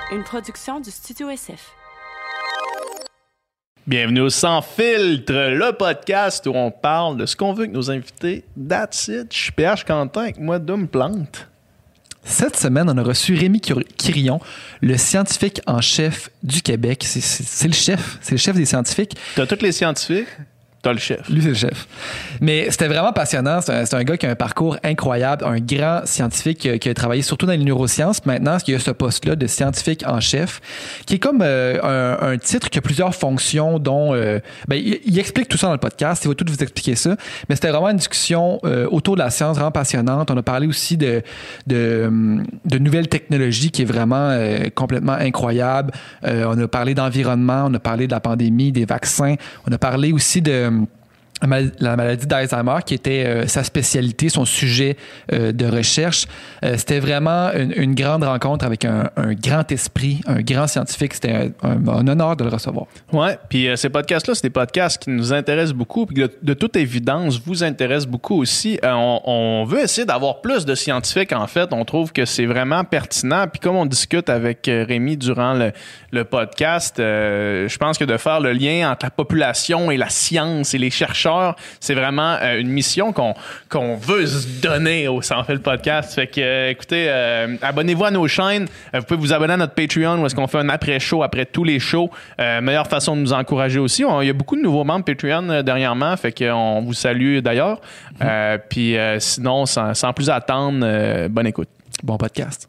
Une production du Studio SF. Bienvenue au Sans Filtre, le podcast où on parle de ce qu'on veut avec nos invités. That's it. Je suis PH Quentin, avec moi, Dom Plante. Cette semaine, on a reçu Rémi Quirillon, le scientifique en chef du Québec. C'est le chef des scientifiques. T'as tous les scientifiques? T'as le chef. Lui, c'est le chef. Mais c'était vraiment passionnant. C'est un gars qui a un parcours incroyable, un grand scientifique qui a travaillé surtout dans les neurosciences. Maintenant, il y a ce poste-là de scientifique en chef, qui est comme un titre qui a plusieurs fonctions, dont... il explique tout ça dans le podcast. Il va tout vous expliquer ça. Mais c'était vraiment une discussion autour de la science vraiment passionnante. On a parlé aussi de nouvelles technologies qui est vraiment complètement incroyable. On a parlé d'environnement, on a parlé de la pandémie, des vaccins. On a parlé aussi de la maladie d'Alzheimer, qui était sa spécialité, son sujet de recherche. C'était vraiment une grande rencontre avec un grand esprit, un grand scientifique. C'était un honneur de le recevoir. Ouais, puis ces podcasts-là, c'est des podcasts qui nous intéressent beaucoup, puis de toute évidence, vous intéressent beaucoup aussi. On veut essayer d'avoir plus de scientifiques, en fait. On trouve que c'est vraiment pertinent. Puis comme on discute avec Rémi durant le podcast, je pense que de faire le lien entre la population et la science et les chercheurs, c'est vraiment une mission qu'on veut se donner au Sans Fil Podcast. Fait que, écoutez, abonnez-vous à nos chaînes. Vous pouvez vous abonner à notre Patreon où est-ce qu'on fait un après-show après tous les shows. Meilleure façon de nous encourager aussi. Il y a beaucoup de nouveaux membres Patreon dernièrement. Fait qu'on vous salue d'ailleurs. Puis sinon, sans plus attendre, bonne écoute. Bon podcast.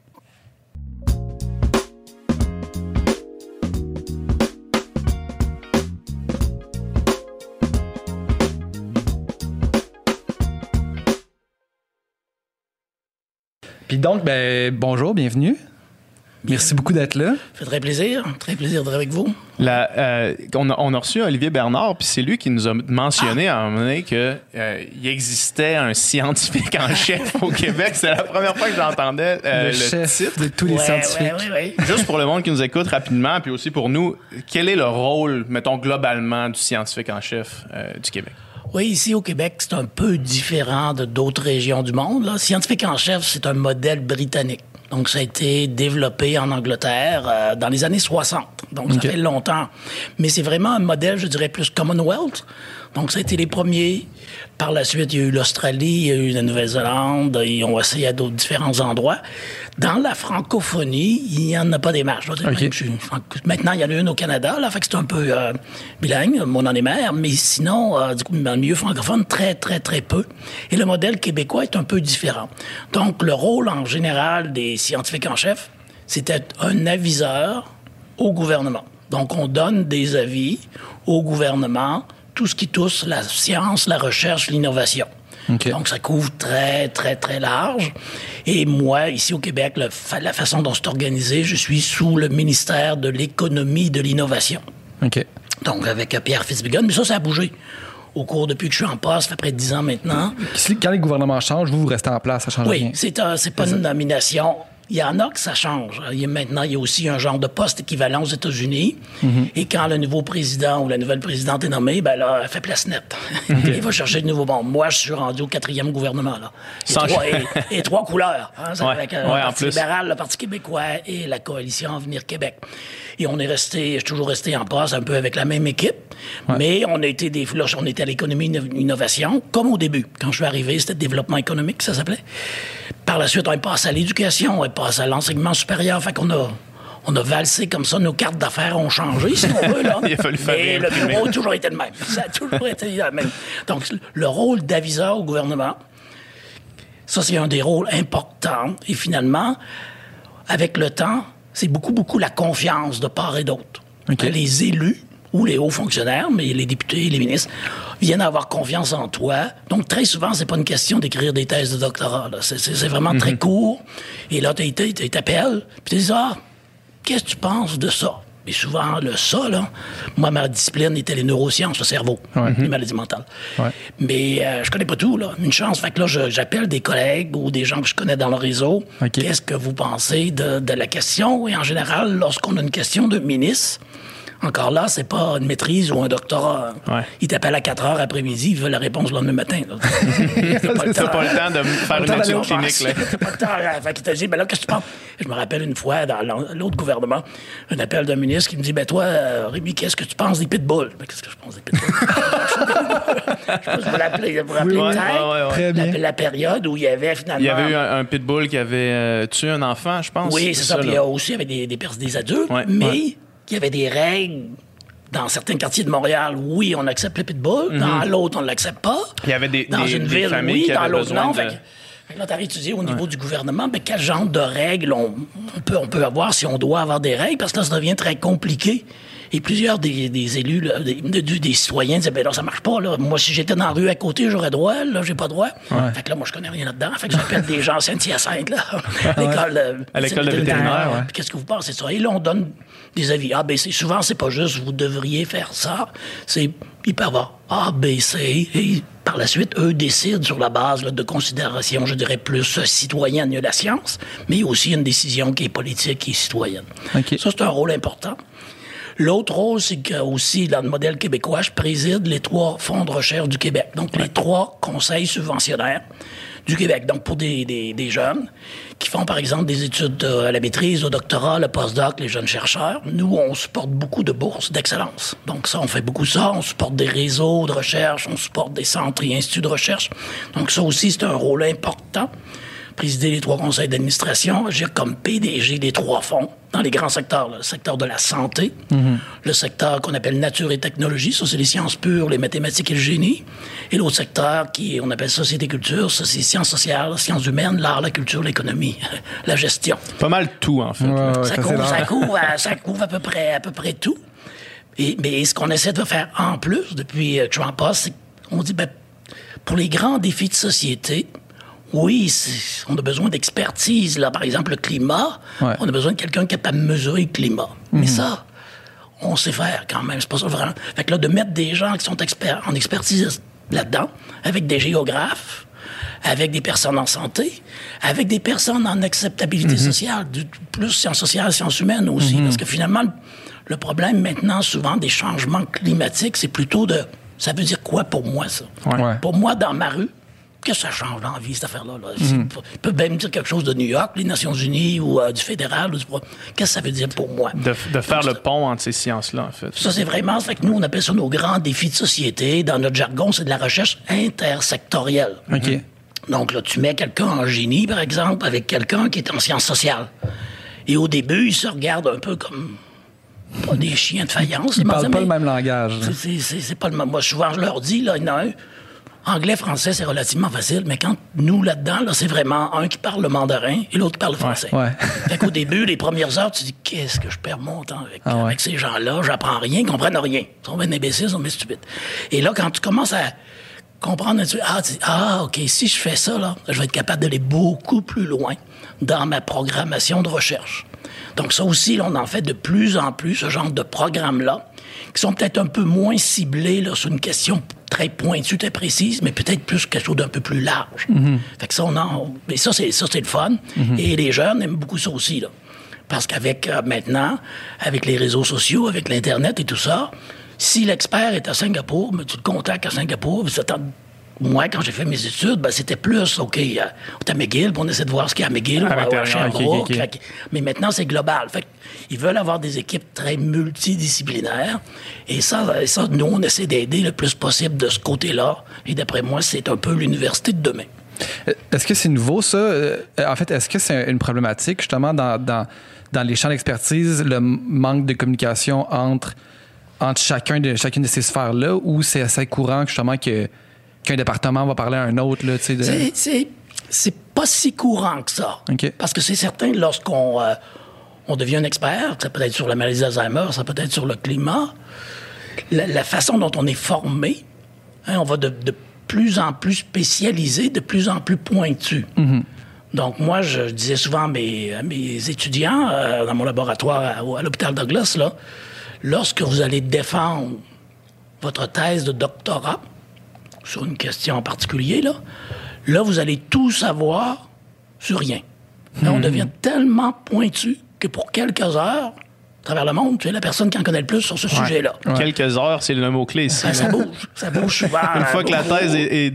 Puis donc, bonjour, bienvenue. Merci beaucoup d'être là. Ça fait très plaisir d'être avec vous. On a reçu Olivier Bernard, puis c'est lui qui nous a mentionné à un moment donné qu'il existait un scientifique en chef au Québec. C'est la première fois que j'entendais le chef titre de tous les scientifiques. Ouais. Juste pour le monde qui nous écoute rapidement, puis aussi pour nous, quel est le rôle, mettons, globalement, du scientifique en chef du Québec? Oui, ici au Québec, c'est un peu différent de d'autres régions du monde. Là. Scientifique en chef, c'est un modèle britannique. Donc, ça a été développé en Angleterre dans les années 60. Donc, ça fait longtemps. Mais c'est vraiment un modèle, je dirais, plus Commonwealth. Donc, ça a été les premiers. Par la suite, il y a eu l'Australie, il y a eu la Nouvelle-Zélande. Ils ont essayé à d'autres différents endroits. Dans la francophonie, il n'y en a pas des marges. Maintenant, il y en a une au Canada, là, fait que c'est un peu bilingue, mon en est mère, mais sinon, du coup, dans le milieu francophone, très, très, très peu. Et le modèle québécois est un peu différent. Donc, le rôle en général des scientifiques en chef, c'était un aviseur au gouvernement. Donc, on donne des avis au gouvernement, tout ce qui touche la science, la recherche, l'innovation. Okay. Donc, ça couvre très, très, très large. Et moi, ici au Québec, la façon dont c'est organisé, je suis sous le ministère de l'Économie et de l'Innovation. Okay. Donc, avec Pierre Fitzgibbon. Mais ça a bougé au cours, depuis que je suis en poste, ça fait près de 10 ans maintenant. Quand les gouvernements changent, vous restez en place, ça change rien? Oui, c'est pas une nomination. Il y en a que ça change. Maintenant, il y a aussi un genre de poste équivalent aux États-Unis. Mm-hmm. Et quand le nouveau président ou la nouvelle présidente est nommée, ben là, elle fait place nette. Il va chercher de nouveaux bons. Moi, je suis rendu au 4e gouvernement. Là. Et trois couleurs. Hein, avec le Parti libéral, le Parti québécois et la coalition Avenir Québec. Et je suis toujours resté en poste un peu avec la même équipe. Ouais. Mais on était à l'économie et l'innovation, comme au début. Quand je suis arrivé, c'était le développement économique, ça s'appelait. Par la suite, on est passé à l'éducation, on est passé à l'enseignement supérieur. Fait qu'on a valsé comme ça, nos cartes d'affaires ont changé, si on veut. Là. Il a fallu faire mais le bureau a toujours été le même. Ça a toujours été le même. Donc, le rôle d'aviseur au gouvernement, ça, c'est un des rôles importants. Et finalement, avec le temps, c'est beaucoup, beaucoup la confiance de part et d'autre. Okay. Les élus ou les hauts fonctionnaires, mais les députés et les ministres, viennent avoir confiance en toi. Donc, très souvent, c'est pas une question d'écrire des thèses de doctorat. Là. C'est vraiment très court. Et là, tu t'appelles, puis tu dis « Ah, qu'est-ce que tu penses de ça? » Mais souvent, le ça, là, moi, ma discipline était les neurosciences, le cerveau, les maladies mentales. Ouais. Mais je connais pas tout, là. Une chance. Fait que là, j'appelle des collègues ou des gens que je connais dans le réseau. Okay. Qu'est-ce que vous pensez de la question? Et en général, lorsqu'on a une question de ministre, Encore là, c'est pas une maîtrise ou un doctorat. Ouais. Ils t'appellent à 4 heures après-midi, ils veulent la réponse le lendemain matin. T'as pas le temps de faire une étude clinique. Là. T'as pas le temps. Fait qu'il te dit, ben là, qu'est-ce que tu penses? Je me rappelle une fois, dans l'autre gouvernement, un appel d'un ministre qui me dit, ben toi, Rémi, qu'est-ce que tu penses des pitbulls? Ben, qu'est-ce que je pense des pitbulls? Je me rappelais Très bien. la période où il y avait finalement... Il y avait eu un pitbull qui avait tué un enfant, je pense. Oui, c'est ça. Puis il y a aussi avait des adultes, mais il y avait des règles. Dans certains quartiers de Montréal, oui, on accepte le pitbull. Dans l'autre, on ne l'accepte pas. Il y avait des ville, familles oui, qui dans avaient l'autre, besoin non. de... Fait que là, tu as étudié au niveau du gouvernement, mais quel genre de règles on peut avoir, si on doit avoir des règles, parce que là, ça devient très compliqué. Et plusieurs des élus, là, des citoyens disaient, ben là, ça marche pas, là. Moi, si j'étais dans la rue à côté, j'aurais droit, là, j'ai pas droit. Fait que là, moi, je connais rien là-dedans. Fait que j'appelle des gens à Saint-Hyacinthe, là, à l'école de vétérinaire. Ouais. Puis qu'est-ce que vous pensez de ça? Et là, on donne des avis A, B, C. Souvent, c'est pas juste, vous devriez faire ça. C'est, il peut y avoir A, B, C. Et par la suite, eux décident sur la base là, de considérations, je dirais, plus citoyennes de la science, mais aussi une décision qui est politique et citoyenne. Okay. Ça, c'est un rôle important. L'autre rôle, c'est que aussi, dans le modèle québécois, je préside les 3 fonds de recherche du Québec. Donc, les 3 conseils subventionnaires du Québec. Donc, pour des jeunes qui font, par exemple, des études à la maîtrise, au doctorat, le postdoc, les jeunes chercheurs, nous, on supporte beaucoup de bourses d'excellence. Donc, ça, on fait beaucoup ça. On supporte des réseaux de recherche, on supporte des centres et instituts de recherche. Donc, ça aussi, c'est un rôle important. Présider les 3 conseils d'administration, agir comme PDG des 3 fonds dans les grands secteurs. Là. Le secteur de la santé, le secteur qu'on appelle nature et technologie, ça c'est les sciences pures, les mathématiques et le génie. Et l'autre secteur on appelle société-culture, ça c'est sciences sociales, sciences humaines, l'art, la culture, l'économie, la gestion. Pas mal tout, en fait. Ça couvre à peu près tout. Mais ce qu'on essaie de faire en plus, depuis que je m'en passe, c'est qu'on dit, ben, pour les grands défis de société, oui, on a besoin d'expertise. Là, par exemple, le climat, on a besoin de quelqu'un capable de mesurer le climat. Mais ça, on sait faire quand même. C'est pas ça vraiment. Fait que là, de mettre des gens qui sont experts en expertise là-dedans, avec des géographes, avec des personnes en santé, avec des personnes en acceptabilité sociale, plus sciences sociales, sciences humaines aussi. Parce que finalement, le problème maintenant, souvent, des changements climatiques, c'est plutôt ça veut dire quoi pour moi, ça? Pour moi, dans ma rue, qu'est-ce que ça change dans la vie, cette affaire-là? Il peut même dire quelque chose de New York, les Nations Unies ou du fédéral. Qu'est-ce que ça veut dire pour moi? De faire le pont entre ces sciences-là, en fait. Ça, c'est vraiment... Fait que nous, on appelle ça nos grands défis de société. Dans notre jargon, c'est de la recherche intersectorielle. OK. Donc là, tu mets quelqu'un en génie, par exemple, avec quelqu'un qui est en sciences sociales. Et au début, ils se regardent un peu comme... pas des chiens de faïence. Ils parlent pas le même langage. C'est pas le même... Moi, souvent, je leur dis, là, il y en a un... Anglais, français, c'est relativement facile, mais quand nous, là-dedans, là, c'est vraiment un qui parle le mandarin et l'autre qui parle le français. Fait qu'au début, les premières heures, tu dis, qu'est-ce que je perds mon temps avec ces gens-là? J'apprends rien, ils comprennent rien. Ils sont bien imbéciles, ils sont bien stupides. Et là, quand tu commences à comprendre, tu dis, OK, si je fais ça, là, je vais être capable d'aller beaucoup plus loin dans ma programmation de recherche. Donc ça aussi, là, on en fait de plus en plus, ce genre de programmes-là, qui sont peut-être un peu moins ciblés là, sur une question très pointue, très précise, mais peut-être plus quelque chose d'un peu plus large. Fait que ça, mais ça, c'est le fun. Et les jeunes aiment beaucoup ça aussi, là. Parce qu'avec, maintenant, avec les réseaux sociaux, avec l'Internet et tout ça, si l'expert est à Singapour, mais tu le contactes à Singapour, vous attendez. Moi, quand j'ai fait mes études, ben, c'était plus, OK, on est à McGill, puis on essaie de voir ce qu'il y a à McGill, ou à Sherbrooke. Okay. Mais maintenant, c'est global. Fait ils veulent avoir des équipes très multidisciplinaires. Et ça, nous, on essaie d'aider le plus possible de ce côté-là. Et d'après moi, c'est un peu l'université de demain. Est-ce que c'est nouveau, ça? En fait, est-ce que c'est une problématique, justement, dans les champs d'expertise, le manque de communication entre chacune de ces sphères-là, ou c'est assez courant, justement, qu'un département va parler à un autre, là, tu sais, C'est pas si courant que ça. Okay. Parce que c'est certain, lorsqu'on on devient un expert, ça peut être sur la maladie d'Alzheimer, ça peut être sur le climat, la façon dont on est formé, on va de plus en plus spécialisé, de plus en plus pointu. Donc, moi, je disais souvent à mes étudiants dans mon laboratoire à l'hôpital Douglas, là, lorsque vous allez défendre votre thèse de doctorat, sur une question en particulier, là, vous allez tout savoir sur rien. Là, on devient tellement pointu que pour quelques heures, travers le monde, tu es la personne qui en connaît le plus sur ce sujet-là. Ouais. Quelques heures, c'est le mot-clé ici. Ça bouge souvent. Une fois que la thèse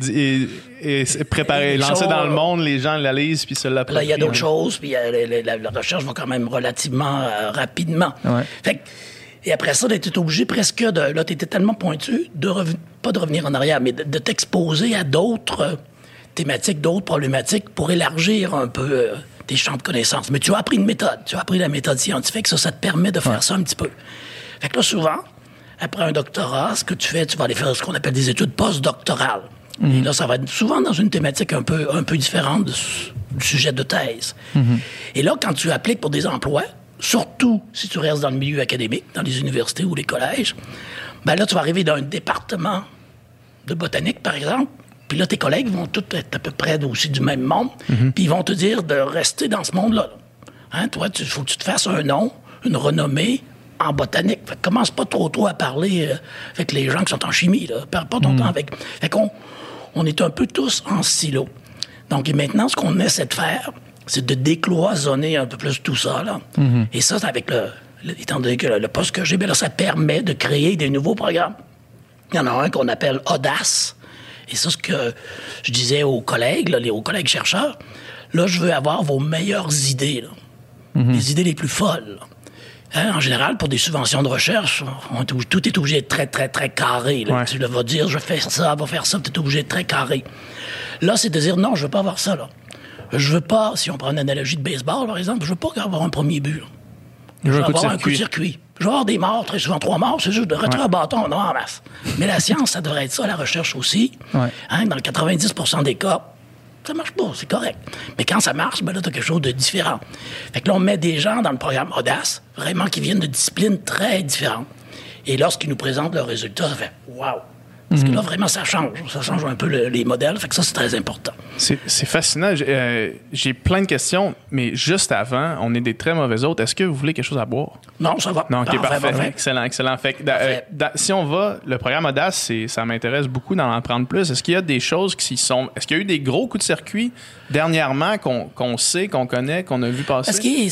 est préparée, lancée dans le monde, les gens la lisent puis se l'approprient. Là, il y a d'autres choses, puis la recherche va quand même relativement rapidement. Ouais. Fait que, et après ça, tu étais obligé presque de... Là, tu étais tellement pointu, pas de revenir en arrière, mais de t'exposer à d'autres thématiques, d'autres problématiques pour élargir un peu tes champs de connaissances. Mais tu as appris une méthode. Tu as appris la méthode scientifique. Ça te permet de faire ça un petit peu. Fait que là, souvent, après un doctorat, ce que tu fais, tu vas aller faire ce qu'on appelle des études postdoctorales. Et là, ça va être souvent dans une thématique un peu différente du sujet de thèse. Et là, quand tu appliques pour des emplois, surtout si tu restes dans le milieu académique, dans les universités ou les collèges, ben là, tu vas arriver dans un département de botanique, par exemple, puis là, tes collègues vont tous être à peu près aussi du même monde, puis ils vont te dire de rester dans ce monde-là. Hein, toi, il faut que tu te fasses un nom, une renommée en botanique. Fait que commence pas trop à parler avec les gens qui sont en chimie. Là. Perds pas ton temps avec... Fait qu'on on est un peu tous en silo. Donc, et maintenant, ce qu'on essaie de faire, c'est de décloisonner un peu plus tout ça. Là. Et ça, c'est avec étant donné que le poste que j'ai, bien là, ça permet de créer des nouveaux programmes. Il y en a un qu'on appelle Audace. Et ça, ce que je disais aux collègues, aux collègues chercheurs, là, je veux avoir vos meilleures idées, là. Les idées les plus folles. Hein, en général, pour des subventions de recherche, tout est obligé d'être très, très, très carré. Là. Ouais. Tu vas dire, je vais faire ça, va faire ça, tu es obligé d'être très carré. Là, c'est de dire, non, je veux pas avoir ça, là. Je veux pas, si on prend une analogie de baseball, par exemple, je veux pas avoir un premier but. Là. Je veux avoir un coup de circuit. Je veux avoir des morts, très souvent 3 morts, c'est juste de retirer un bâton, non, en masse. Mais la science, ça devrait être ça, la recherche aussi. Ouais. Hein, dans 90% des cas, ça marche pas, c'est correct. Mais quand ça marche, ben là, t'as quelque chose de différent. Fait que là, on met des gens dans le programme Audace, vraiment qui viennent de disciplines très différentes. Et lorsqu'ils nous présentent leurs résultats, ça fait « wow ». Parce que là, vraiment, ça change un peu les modèles. Fait que ça, c'est très important. C'est fascinant. J'ai plein de questions, mais juste avant, on est des très mauvais hôtes. Est-ce que vous voulez quelque chose à boire? Non, ça va. Non, OK, parfait. Excellent. Fait que, si on va, le programme Audace, ça m'intéresse beaucoup d'en apprendre plus. Est-ce qu'il y a des choses est-ce qu'il y a eu des gros coups de circuit dernièrement qu'on sait, qu'on connaît, qu'on a vu passer? Ce qui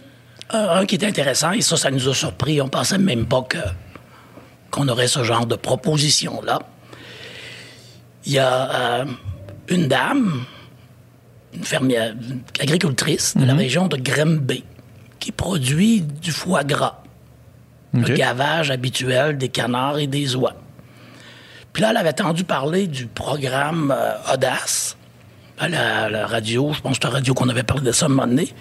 est intéressant, et ça nous a surpris, on pensait même pas qu'on aurait ce genre de proposition-là. Il y a une dame, une fermière, une agricultrice de la région de Grimby, qui produit du foie gras, le gavage habituel des canards et des oies. Puis là, elle avait entendu parler du programme Audace, à la radio, je pense que c'était la radio qu'on avait parlé de ça à un moment donné.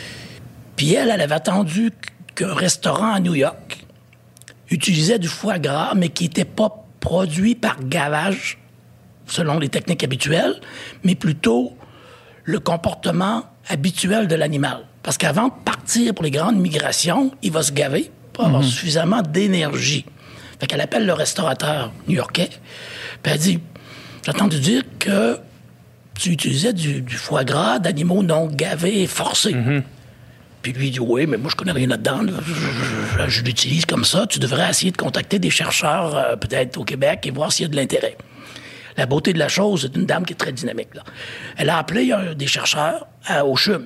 Puis elle avait attendu qu'un restaurant à New York utilisait du foie gras, mais qui n'était pas produit par gavage, selon les techniques habituelles, mais plutôt le comportement habituel de l'animal. Parce qu'avant de partir pour les grandes migrations, il va se gaver pour avoir suffisamment d'énergie. Fait qu'elle appelle le restaurateur new-yorkais, puis elle dit « J'ai entendu dire que tu utilisais du foie gras d'animaux non gavés et forcés. Puis lui, il dit, oui, mais moi, je connais rien là-dedans. Là. Je l'utilise comme ça. Tu devrais essayer de contacter des chercheurs, peut-être au Québec, et voir s'il y a de l'intérêt. La beauté de la chose, c'est une dame qui est très dynamique. Là. Elle a appelé des chercheurs au CHUM,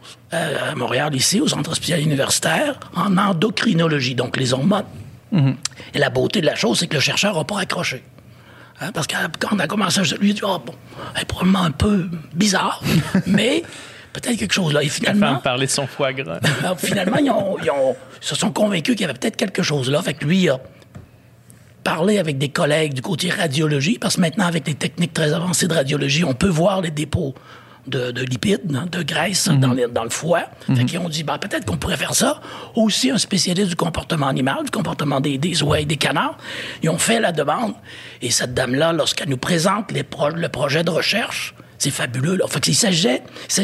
à Montréal, ici, au Centre hospitalier universitaire, en endocrinologie, donc les hormones. Et la beauté de la chose, c'est que le chercheur n'a pas accroché. Hein, parce que quand on a commencé, je lui ai dit, elle est probablement un peu bizarre, mais... peut-être quelque chose là. Et finalement... parler de son foie gras. Finalement, ils se sont convaincus qu'il y avait peut-être quelque chose là. Fait que lui, il a parlé avec des collègues du côté radiologie, parce que maintenant, avec les techniques très avancées de radiologie, on peut voir les dépôts de lipides, de graisse dans le foie. Fait qu'ils ont dit, peut-être qu'on pourrait faire ça. Aussi, un spécialiste du comportement animal, du comportement des oies et des canards. Ils ont fait la demande. Et cette dame-là, lorsqu'elle nous présente le projet de recherche, c'est fabuleux. Là. Fait qu'il s'agissait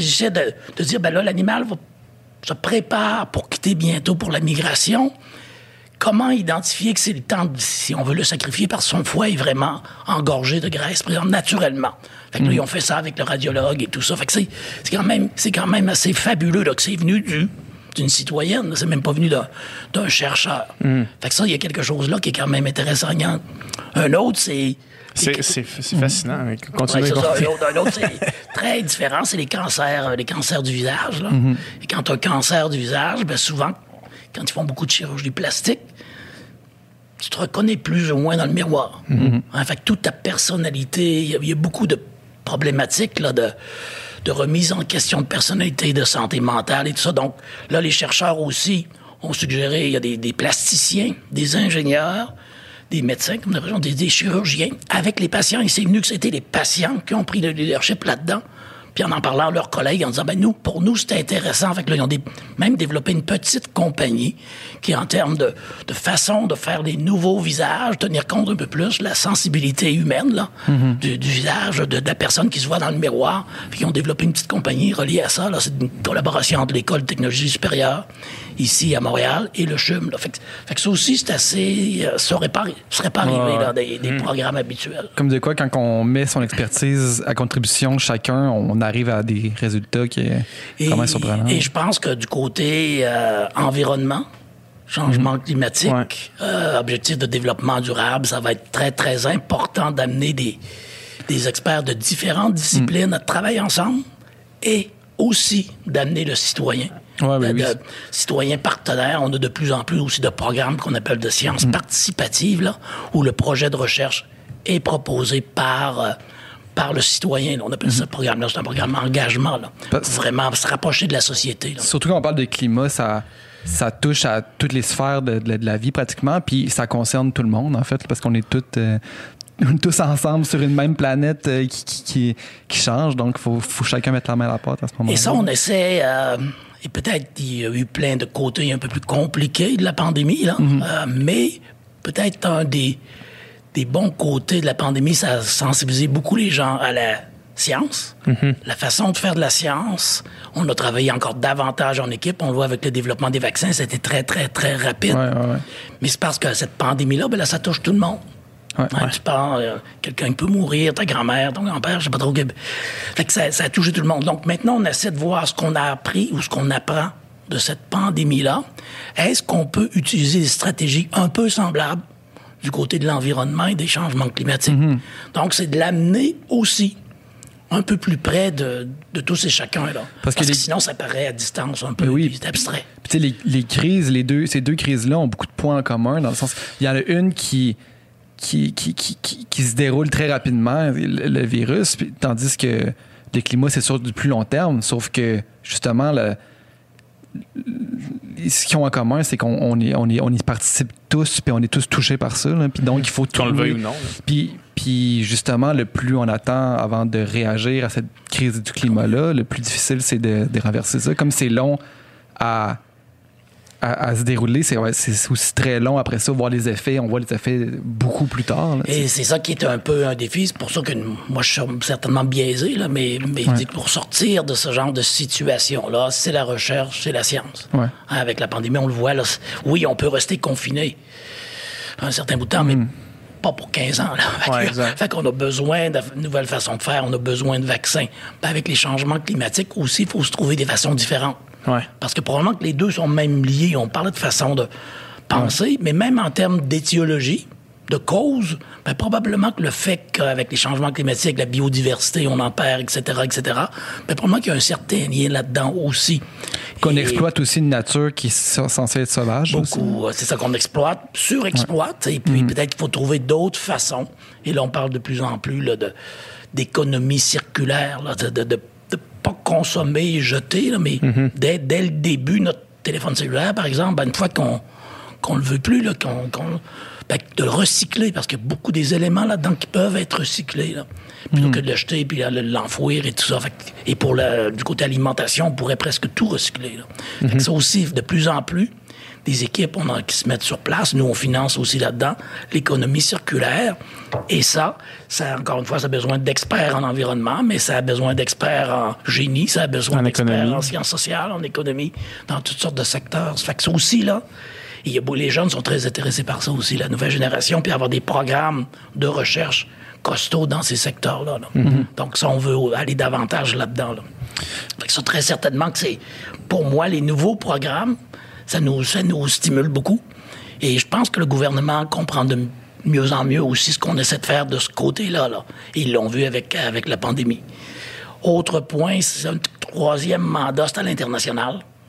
de dire, là, l'animal se prépare pour quitter bientôt pour la migration. Comment identifier que c'est le temps, si on veut le sacrifier, parce que son foie est vraiment engorgé de graisse présente naturellement. Fait que là, ils ont fait ça avec le radiologue et tout ça. Fait que c'est quand même assez fabuleux là, que c'est venu d'une citoyenne. Là. C'est même pas venu d'un chercheur. Fait que ça, il y a quelque chose là qui est quand même intéressant. Un autre, c'est fascinant. Continuez. Un autre, c'est très différent. C'est les cancers du visage. Là. Et quand tu as un cancer du visage, souvent, quand ils font beaucoup de chirurgie plastique, tu te reconnais plus ou moins dans le miroir. Fait que toute ta personnalité, il y a beaucoup de problématiques là, de remise en question de personnalité, de santé mentale et tout ça. Donc là, les chercheurs aussi ont suggéré, il y a des plasticiens, des ingénieurs, des médecins, comme on appelle, des chirurgiens, avec les patients. Et c'est venu que c'était les patients qui ont pris le leadership là-dedans. Puis en parlant à leurs collègues, en disant, pour nous, c'était intéressant. Fait que là, ils ont même développé une petite compagnie qui, en termes de façon de faire des nouveaux visages, tenir compte un peu plus de la sensibilité humaine, là, du visage de la personne qui se voit dans le miroir. Puis ils ont développé une petite compagnie reliée à ça. Là, c'est une collaboration entre l'École de technologie supérieure, ici à Montréal, et le CHUM. Là. Fait que ça aussi, c'est assez... ça serait pas arrivé là, des programmes habituels. Comme de quoi, quand on met son expertise à contribution chacun, on arrive à des résultats qui est vraiment surprenant. Et je pense que du côté environnement, changement climatique, objectif de développement durable, ça va être très, très important d'amener des experts de différentes disciplines à travailler ensemble et aussi d'amener le citoyen. Citoyen partenaire. On a de plus en plus aussi de programmes qu'on appelle de sciences participatives, là, où le projet de recherche est proposé par le citoyen. Là. On appelle ce programme-là, c'est un programme engagement, là, pour vraiment se rapprocher de la société. Là. Surtout quand on parle de climat, ça touche à toutes les sphères de la vie pratiquement, puis ça concerne tout le monde, en fait, parce qu'on est tous ensemble sur une même planète qui change, donc il faut chacun mettre la main à la pâte à ce moment-là. Et ça, on essaie... et peut-être qu'il y a eu plein de côtés un peu plus compliqués de la pandémie, là, mais peut-être un des bons côtés de la pandémie, ça a sensibilisé beaucoup les gens à la science, la façon de faire de la science. On a travaillé encore davantage en équipe. On le voit avec le développement des vaccins, c'était très, très, très rapide. Mais c'est parce que cette pandémie-là, là, ça touche tout le monde. Tu parles, quelqu'un qui peut mourir, ta grand-mère, ton grand-père, je sais pas trop. Fait que ça a touché tout le monde. Donc maintenant, on essaie de voir ce qu'on a appris ou ce qu'on apprend de cette pandémie-là. Est-ce qu'on peut utiliser des stratégies un peu semblables du côté de l'environnement et des changements climatiques? Donc, c'est de l'amener aussi un peu plus près de tous et chacun. Là. Parce que sinon, ça paraît à distance un peu, puis c'est abstrait. Puis tu sais, les crises, ces deux crises-là ont beaucoup de points en commun, dans le sens... Il y en a une qui se déroule très rapidement, le virus, tandis que le climat, c'est sur du plus long terme, sauf que, justement, ce qu'ils ont en commun, c'est qu'on y participe tous, puis on est tous touchés par ça, là, puis donc il faut tout... Qu'on le veuille ou non. Puis justement, le plus on attend avant de réagir à cette crise du climat-là, le plus difficile, c'est de renverser ça. Comme c'est long à se dérouler, c'est aussi très long après ça, voir les effets. On voit les effets beaucoup plus tard. Là, et c'est ça qui est un peu un défi. C'est pour ça que moi, je suis certainement biaisé, là, mais je dis que pour sortir de ce genre de situation-là, c'est la recherche, c'est la science. Avec la pandémie, on le voit. Là, oui, on peut rester confiné un certain bout de temps, mais pas pour 15 ans. Là. Fait qu'on a besoin de nouvelles façons de faire, on a besoin de vaccins. Puis avec les changements climatiques aussi, il faut se trouver des façons différentes. Parce que probablement que les deux sont même liés. On parlait de façon de penser, mais même en termes d'étiologie, de cause, probablement que le fait qu'avec les changements climatiques, la biodiversité, on en perd, etc., probablement qu'il y a un certain lien là-dedans aussi. Qu'on exploite aussi une nature qui est censée être sauvage. Beaucoup. C'est ça qu'on exploite, surexploite, et puis peut-être qu'il faut trouver d'autres façons. Et là, on parle de plus en plus là, d'économie circulaire, là, de pas consommer et jeter, là, mais dès le début, notre téléphone cellulaire, par exemple, une fois qu'on le veut plus, là, de le recycler, parce qu'il y a beaucoup des éléments là-dedans qui peuvent être recyclés, là, plutôt que de le jeter puis l'enfouir et tout ça. Et pour du côté alimentation, on pourrait presque tout recycler. Là. Fait que ça aussi, de plus en plus, des équipes qui se mettent sur place. Nous, on finance aussi là-dedans l'économie circulaire. Et ça, encore une fois, ça a besoin d'experts en environnement, mais ça a besoin d'experts en génie, ça a besoin d'experts en sciences sociales, en économie, dans toutes sortes de secteurs. Ça fait que ça aussi, là, les jeunes sont très intéressés par ça aussi, la nouvelle génération, puis avoir des programmes de recherche costauds dans ces secteurs-là. Là. Donc, ça, on veut aller davantage là-dedans. Là. Fait que ça, très certainement que c'est, pour moi, les nouveaux programmes, ça nous stimule beaucoup. Et je pense que le gouvernement comprend de mieux en mieux aussi ce qu'on essaie de faire de ce côté-là. Là. Et ils l'ont vu avec la pandémie. Autre point, c'est un troisième mandat, c'est à l'international.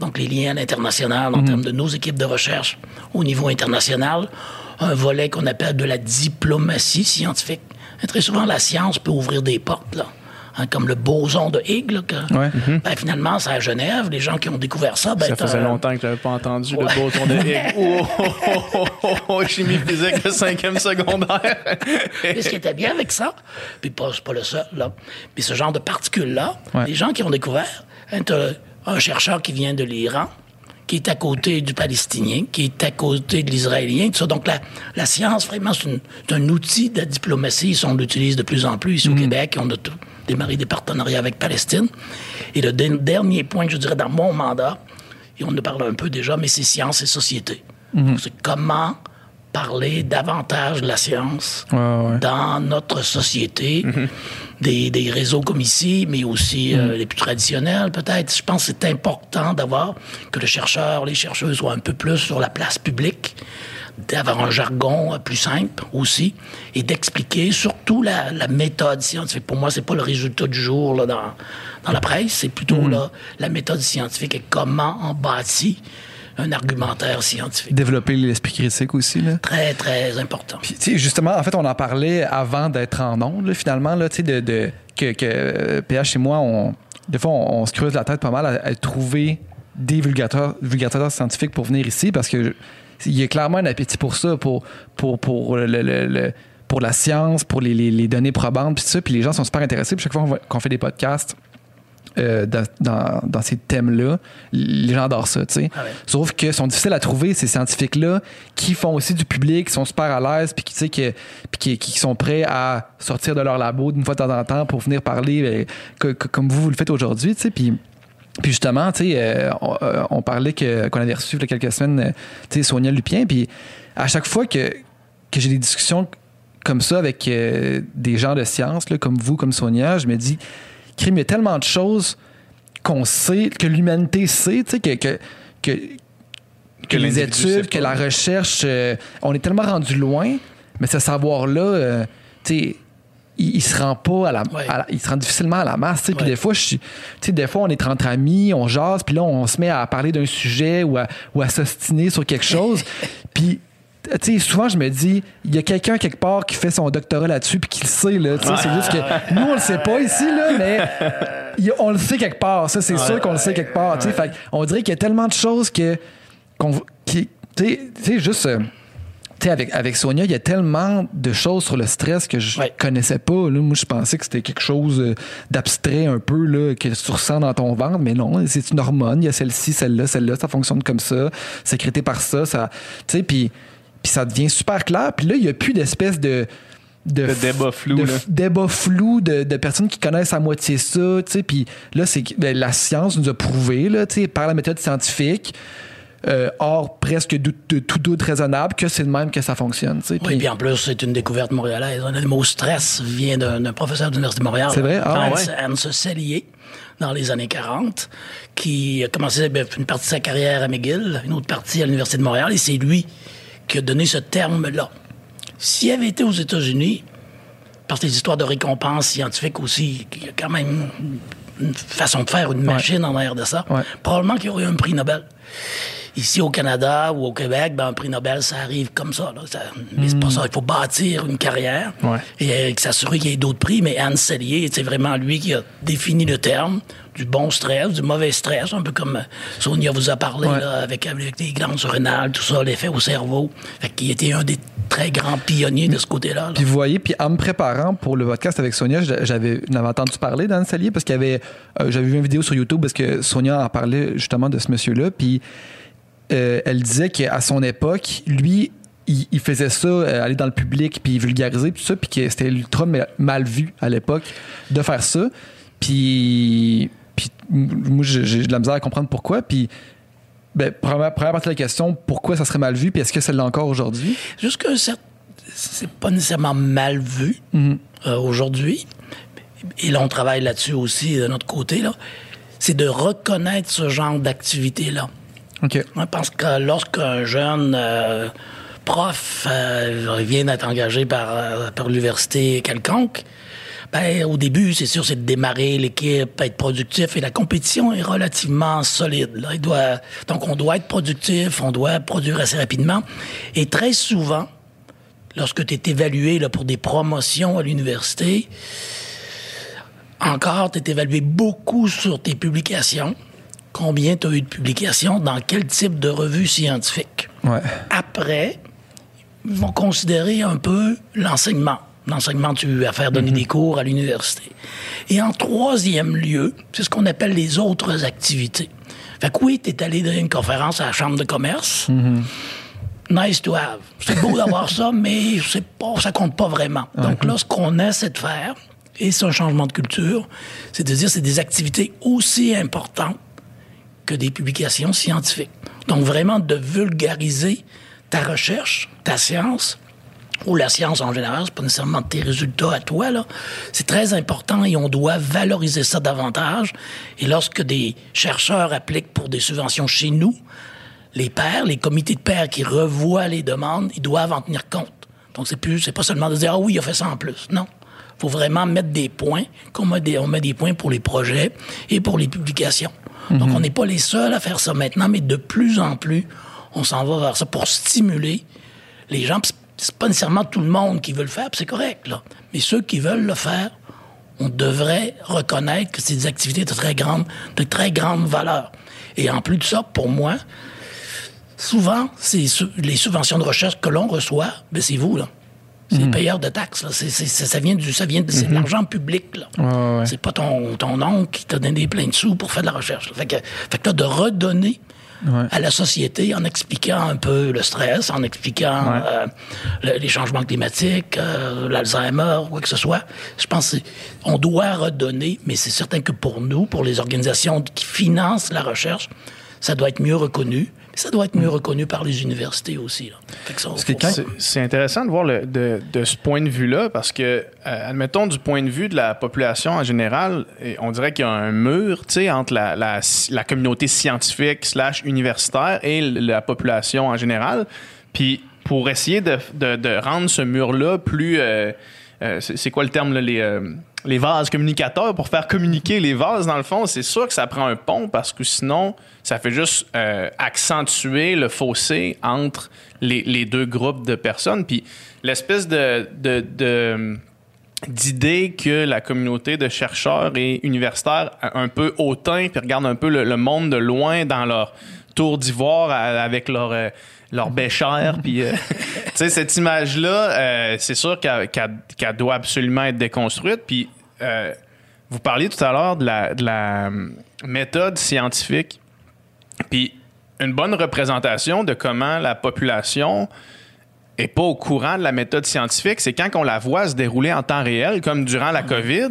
donc les liens à l'international en termes de nos équipes de recherche au niveau international. Un volet qu'on appelle de la diplomatie scientifique. Et très souvent, la science peut ouvrir des portes, là. Hein, comme le boson de Higgs, là, finalement, c'est à Genève. Les gens qui ont découvert ça... ça faisait longtemps que je n'avais pas entendu le boson de Higgs. Chimie physique de 5e secondaire. Mais ce qui était bien avec ça, puis c'est pas le seul, là, mais ce genre de particules-là, les gens qui ont découvert, un chercheur qui vient de l'Iran, qui est à côté du Palestinien, qui est à côté de l'Israélien, tout ça. Donc, la science, vraiment, c'est un outil de la diplomatie. On l'utilise de plus en plus ici au Québec. On a démarré des partenariats avec Palestine. Et le dernier point, je dirais, dans mon mandat, et on en parle un peu déjà, mais c'est science et société. Donc, c'est comment parler davantage de la science dans notre société, des réseaux comme ici, mais aussi les plus traditionnels peut-être. Je pense que c'est important d'avoir que les chercheuses soient un peu plus sur la place publique, d'avoir un jargon plus simple aussi, et d'expliquer surtout la méthode scientifique. Pour moi, c'est pas le résultat du jour là, dans la presse, c'est plutôt la méthode scientifique et comment on bâtit un argumentaire scientifique. Développer l'esprit critique aussi. Là. Très, très important. Puis, justement, en fait, on en parlait avant d'être en ondes, là, finalement, là, que PH et moi, des fois, on se creuse la tête pas mal à trouver des vulgarisateurs scientifiques pour venir ici, parce que il y a clairement un appétit pour ça, pour la science, pour les données probantes, puis tout ça. Puis les gens sont super intéressés. Puis chaque fois qu'on fait des podcasts, dans ces thèmes-là, les gens adorent ça, tu sais. Sauf que sont difficiles à trouver, ces scientifiques-là, qui font aussi du public, qui sont super à l'aise, puis qui sont prêts à sortir de leur labo d'une fois de temps en temps pour venir parler comme vous le faites aujourd'hui, tu sais. Puis justement, tu sais, on parlait qu'on avait reçu il y a quelques semaines, tu sais, Sonia Lupien, puis à chaque fois que j'ai des discussions comme ça avec des gens de science, là, comme vous, comme Sonia, je me dis... Crime, il y a tellement de choses qu'on sait, que l'humanité sait, tu sais, que les études, que la recherche, on est tellement rendu loin, mais ce savoir-là, tu sais, il se rend pas il se rend difficilement à la masse, tu sais. Puis des fois, on est entre amis, on jase, puis là, on se met à parler d'un sujet ou à s'ostiner sur quelque chose, puis tu sais, souvent, je me dis, il y a quelqu'un quelque part qui fait son doctorat là-dessus puis qui le sait, là. Tu sais, c'est juste que nous, on le sait pas ici, là, mais on le sait quelque part. Ça, c'est sûr qu'on le sait quelque part. Tu sais, fait on dirait qu'il y a tellement de choses tu sais, juste... Tu sais, avec Sonia, il y a tellement de choses sur le stress que je connaissais pas. Là. Moi, je pensais que c'était quelque chose d'abstrait un peu, là, que tu ressens dans ton ventre, mais non, c'est une hormone. Il y a celle-ci, celle-là, ça fonctionne comme ça, sécrété par ça. Tu sais, puis ça devient super clair. Puis là, il n'y a plus d'espèce de débat flou. Débat flou de personnes qui connaissent à moitié ça. Puis là, la science nous a prouvé, là, par la méthode scientifique, hors presque de tout doute raisonnable, que c'est de même que ça fonctionne. Oui, puis en plus, c'est une découverte montréalaise. Le mot stress vient d'un professeur de l'Université de Montréal. C'est vrai? Hans Sellier, dans les années 40, qui a commencé une partie de sa carrière à McGill, une autre partie à l'Université de Montréal, et c'est lui qui a donné ce terme-là. S'il avait été aux États-Unis, par ces histoires de récompenses scientifiques aussi, il y a quand même une façon de faire, une machine en arrière de ça, probablement qu'il y aurait eu un prix Nobel. Ici, au Canada ou au Québec, un prix Nobel, ça arrive comme ça. Mais c'est pas ça. Il faut bâtir une carrière et s'assurer qu'il y ait d'autres prix. Mais Hans Sellier, c'est vraiment lui qui a défini le terme du bon stress, du mauvais stress, un peu comme Sonia vous a parlé, là, avec les glandes surrénales, tout ça, l'effet au cerveau. Fait qu'il était un des très grands pionniers de ce côté-là. Là. Puis vous voyez, puis en me préparant pour le podcast avec Sonia, j'avais entendu parler d'Hans Sellier parce qu'il y avait... j'avais vu une vidéo sur YouTube parce que Sonia en parlait justement de ce monsieur-là, puis elle disait qu'à son époque, lui, il faisait ça, aller dans le public, puis vulgariser, puis ça, puis que c'était ultra mal vu à l'époque de faire ça. Puis moi, j'ai de la misère à comprendre pourquoi. Puis, première partie de la question, pourquoi ça serait mal vu, puis est-ce que ça l'est encore aujourd'hui? Juste que c'est pas nécessairement mal vu aujourd'hui. Et là, on travaille là-dessus aussi de notre côté, là. C'est de reconnaître ce genre d'activité-là. Okay. Je pense que lorsqu'un jeune prof vient d'être engagé par l'université quelconque, Ben, au début, c'est sûr, c'est de démarrer l'équipe, être productif, et la compétition est relativement solide. Là. Donc, on doit être productif, on doit produire assez rapidement. Et très souvent, lorsque tu es évalué là, pour des promotions à l'université, encore, tu es évalué beaucoup sur tes publications. Combien tu as eu de publications, dans quel type de revue scientifique. Ouais. Après, ils vont considérer un peu l'enseignement. L'enseignement, tu as faire donner des cours à l'université. Et en troisième lieu, c'est ce qu'on appelle les autres activités. Fait que oui, tu es allé donner une conférence à la Chambre de commerce. Nice to have. C'est beau d'avoir ça, mais ça compte pas vraiment. Donc là, ce qu'on essaie de faire, et c'est un changement de culture, c'est de dire que c'est des activités aussi importantes que des publications scientifiques. Donc vraiment de vulgariser ta recherche, ta science, ou la science en général, c'est pas nécessairement tes résultats à toi, là. C'est très important et on doit valoriser ça davantage. Et lorsque des chercheurs appliquent pour des subventions chez nous, les pairs, les comités de pairs qui revoient les demandes, ils doivent en tenir compte. Donc c'est pas seulement de dire « Ah oui, il a fait ça en plus ». Non. Il faut vraiment mettre des points, on met des points pour les projets et pour les publications. Donc on n'est pas les seuls à faire ça maintenant, mais de plus en plus, on s'en va vers ça pour stimuler les gens. C'est pas nécessairement tout le monde qui veut le faire, puis c'est correct, là. Mais ceux qui veulent le faire, on devrait reconnaître que c'est des activités de très grande valeur. Et en plus de ça, pour moi, souvent, les subventions de recherche que l'on reçoit, ben c'est vous, là. C'est les payeurs de taxes, là. C'est de l'argent public, là. Ouais. C'est pas ton oncle qui t'a donné plein de sous pour faire de la recherche, là. Fait que là, de redonner à la société en expliquant un peu le stress, en expliquant les changements climatiques, l'Alzheimer, quoi que ce soit. Je pense qu'on doit redonner, mais c'est certain que pour nous, pour les organisations qui financent la recherche, ça doit être mieux reconnu. Ça doit être mieux reconnu par les universités aussi. Là. Fait que ça, c'est intéressant de voir de ce point de vue-là, parce que, admettons, du point de vue de la population en général, on dirait qu'il y a un mur entre la communauté scientifique / universitaire et la population en général. Puis pour essayer de rendre ce mur-là plus... c'est quoi le terme, là, les vases communicateurs, pour faire communiquer les vases, dans le fond, c'est sûr que ça prend un pont, parce que sinon, ça fait juste accentuer le fossé entre les deux groupes de personnes. Puis l'espèce d'idée que la communauté de chercheurs et universitaires un peu hautain, puis regardent un peu le monde de loin dans leur tour d'ivoire avec leur béchère, puis tu sais, cette image-là, c'est sûr qu'elle doit absolument être déconstruite. Puis vous parliez tout à l'heure de la méthode scientifique, puis une bonne représentation de comment la population est pas au courant de la méthode scientifique, c'est quand on la voit se dérouler en temps réel, comme durant la COVID.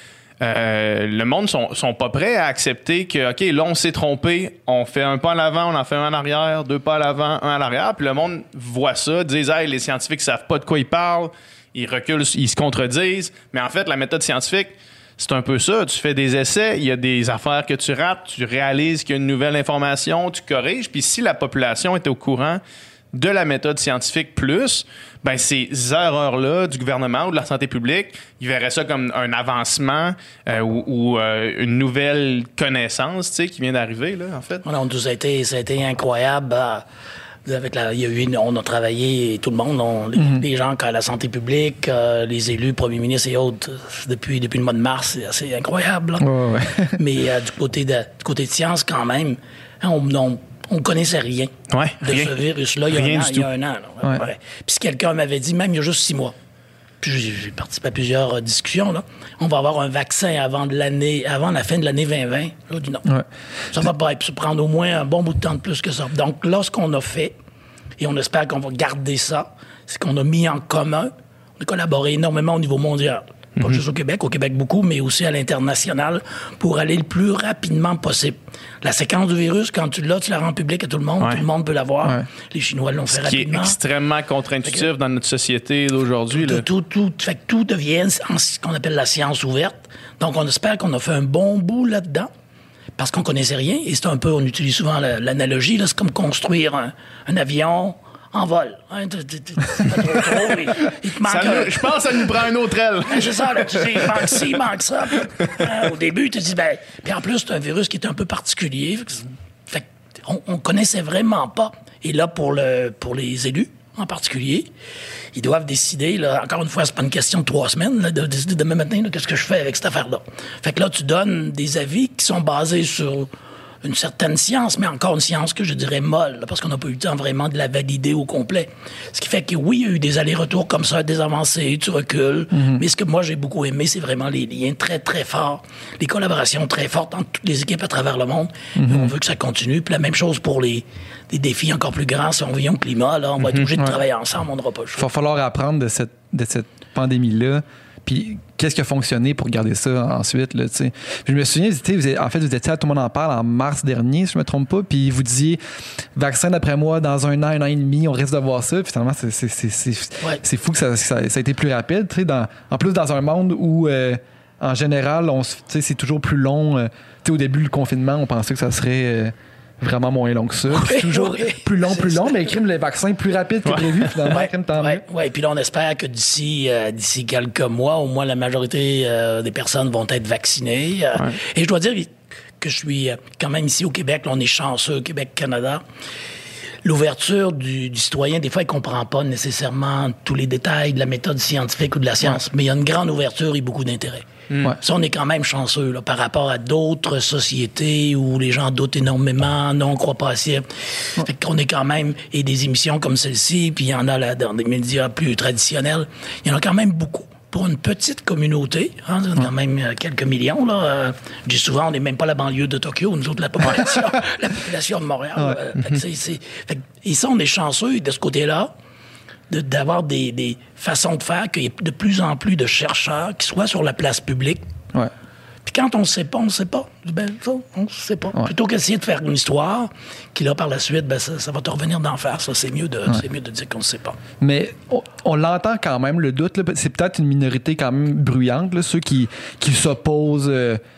Le monde sont pas prêts à accepter que, OK, là, on s'est trompé, on fait un pas en avant, on en fait un en arrière, 2 pas à l'avant, 1 à l'arrière, puis le monde voit ça, disent, hey, les scientifiques savent pas de quoi ils parlent, ils reculent, ils se contredisent, mais en fait, la méthode scientifique, c'est un peu ça. Tu fais des essais, il y a des affaires que tu rates, tu réalises qu'il y a une nouvelle information, tu corriges, puis si la population est au courant de la méthode scientifique plus, ben ces erreurs-là du gouvernement ou de la santé publique, ils verraient ça comme un avancement ou une nouvelle connaissance, tu sais, qui vient d'arriver, là, en fait. Non, ça a été incroyable. On a travaillé, tout le monde, les gens à la santé publique, les élus, premiers ministres et autres, depuis le mois de mars, c'est assez incroyable. Ouais. Mais du côté de science, quand même, on connaissait rien de ce virus-là il y a un an. Là. Ouais. Puis si quelqu'un m'avait dit, même il y a juste 6 mois, puis j'ai participé à plusieurs discussions, là, on va avoir un vaccin avant la fin de l'année 2020. Là, dit non. Ouais. Ça va pas se prendre au moins un bon bout de temps de plus que ça. Donc là, ce qu'on a fait, et on espère qu'on va garder ça, c'est qu'on a mis en commun, on a collaboré énormément au niveau mondial. Pas juste au Québec beaucoup, mais aussi à l'international, pour aller le plus rapidement possible. La séquence du virus, quand tu l'as, tu la rends publique à tout le monde peut la voir. Ouais. Les Chinois l'ont fait rapidement. Ce qui est extrêmement contre-intuitif dans notre société d'aujourd'hui. Tout devient ce qu'on appelle la science ouverte. Donc, on espère qu'on a fait un bon bout là-dedans, parce qu'on connaissait rien. Et c'est un peu, on utilise souvent l'analogie, là, c'est comme construire un avion en vol. Hein, c'est pas trop, il te manque je pense que ça nous prend un autre aile. C'est ça, là, tu dis, il manque ci, il manque ça. Au début, tu te dis, puis en plus, c'est un virus qui est un peu particulier. Fait on connaissait vraiment pas. Et là, pour les élus, en particulier, ils doivent décider, là, encore une fois, c'est pas une question de 3 semaines, là, de décider demain matin, là, qu'est-ce que je fais avec cette affaire-là. Fait que là, tu donnes des avis qui sont basés sur une certaine science, mais encore une science que je dirais molle, là, parce qu'on n'a pas eu le temps vraiment de la valider au complet. Ce qui fait que oui, il y a eu des allers-retours comme ça, des avancées, tu recules, mais ce que moi j'ai beaucoup aimé, c'est vraiment les liens très, très forts, les collaborations très fortes entre toutes les équipes à travers le monde. On veut que ça continue. Puis la même chose pour des défis encore plus grands. Si on vient au climat, là, on va être obligé de travailler ensemble, on n'aura pas le choix. Il va falloir apprendre de cette pandémie-là. Puis qu'est-ce qui a fonctionné pour garder ça ensuite, là, tu sais. Je me souviens, vous étiez à Tout le monde en parle en mars dernier, si je me trompe pas, puis vous disiez, vaccin d'après moi, dans 1 an et demi, on risque de voir ça. Puis finalement, c'est fou que ça a été plus rapide, tu sais. En plus, dans un monde où, en général, c'est toujours plus long. Tu sais, au début, le confinement, on pensait que ça serait... vraiment moins long que ça. Oui, toujours plus long, mais les vaccins plus rapides que prévu, finalement. Oui, puis là, on espère que d'ici quelques mois, au moins, la majorité des personnes vont être vaccinées. Et je dois dire que je suis quand même ici au Québec, là, on est chanceux, Québec-Canada. L'ouverture du citoyen, des fois, il ne comprend pas nécessairement tous les détails de la méthode scientifique ou de la science, mais il y a une grande ouverture et beaucoup d'intérêt. Ça, on est quand même chanceux là, par rapport à d'autres sociétés où les gens doutent énormément, non, croient pas assez. Fait qu'on est quand même... Et des émissions comme celle-ci, puis il y en a là, dans des médias plus traditionnels, il y en a quand même beaucoup. Pour une petite communauté, hein, quand même quelques millions. Là, je dis souvent, on n'est même pas la banlieue de Tokyo, nous autres, la population de Montréal. Et ça, on est chanceux de ce côté-là, d'avoir des façons de faire, qu'il y ait de plus en plus de chercheurs qui soient sur la place publique. Ouais. Puis quand on ne sait pas, on ne sait pas. Ben, ça, on ne sait pas. Ouais. Plutôt qu'essayer de faire une histoire qui, là, par la suite, ben, ça va te revenir d'en faire. Ça, c'est mieux de dire qu'on ne sait pas. Mais on l'entend quand même, le doute. Là, c'est peut-être une minorité quand même bruyante, là, ceux qui s'opposent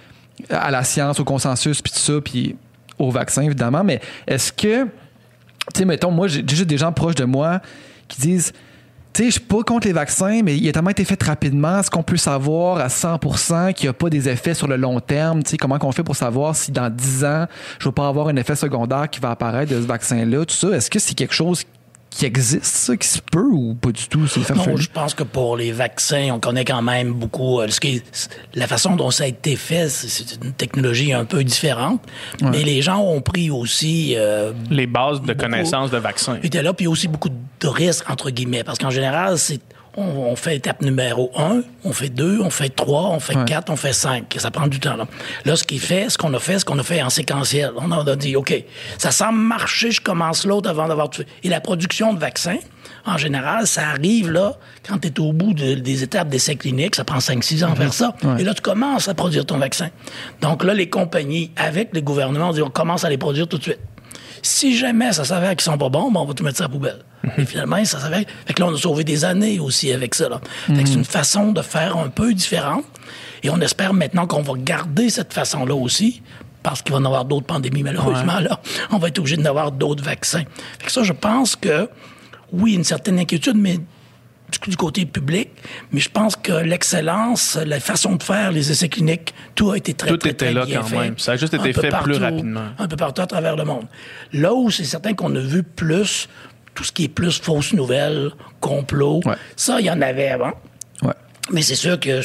à la science, au consensus, puis tout ça, puis au vaccin, évidemment. Mais est-ce que, tu sais, mettons, moi, j'ai juste des gens proches de moi qui disent... Tu sais, je suis pas contre les vaccins, mais il a tellement été fait rapidement. Est-ce qu'on peut savoir à 100% qu'il n'y a pas des effets sur le long terme? Tu sais, comment on fait pour savoir si dans 10 ans, je ne vais pas avoir un effet secondaire qui va apparaître de ce vaccin-là? Tout ça, est-ce que c'est quelque chose qui existe, ça, qui se peut ou pas du tout? Non, je pense que pour les vaccins, on connaît quand même beaucoup. La façon dont ça a été fait, c'est une technologie un peu différente. Ouais. Mais les gens ont pris aussi... les bases de connaissances de vaccins. Puis là, puis il y a aussi beaucoup de risques, entre guillemets. Parce qu'en général, on fait étape numéro 1, on fait 2, on fait 3, on fait 4, on fait 5. Ça prend du temps. Là, ce qu'on a fait en séquentiel. On a dit, OK, ça semble marcher, je commence l'autre avant d'avoir tué. Et la production de vaccins, en général, ça arrive là, quand tu es au bout des étapes d'essais cliniques, ça prend 5-6 ans à faire ça. Ouais. Et là, tu commences à produire ton vaccin. Donc là, les compagnies, avec les gouvernements, on dit, on commence à les produire tout de suite. Si jamais ça s'avère qu'ils sont pas bons, ben on va tout mettre ça à la poubelle. Et finalement, ça s'avère... Fait que là, on a sauvé des années aussi avec ça. Là. Fait que c'est une façon de faire un peu différente. Et on espère maintenant qu'on va garder cette façon-là aussi, parce qu'il va y en avoir d'autres pandémies, malheureusement. Là, on va être obligé d'en avoir d'autres vaccins. Fait que ça, je pense que, oui, une certaine inquiétude, mais du côté public, mais je pense que l'excellence, la façon de faire, les essais cliniques, tout a été très bien fait. Tout était là quand même. Ça a juste été fait plus rapidement. Un peu partout à travers le monde. Là où c'est certain qu'on a vu plus, tout ce qui est plus fausses nouvelles, complot, ça, il y en avait avant. Ouais. Mais c'est sûr que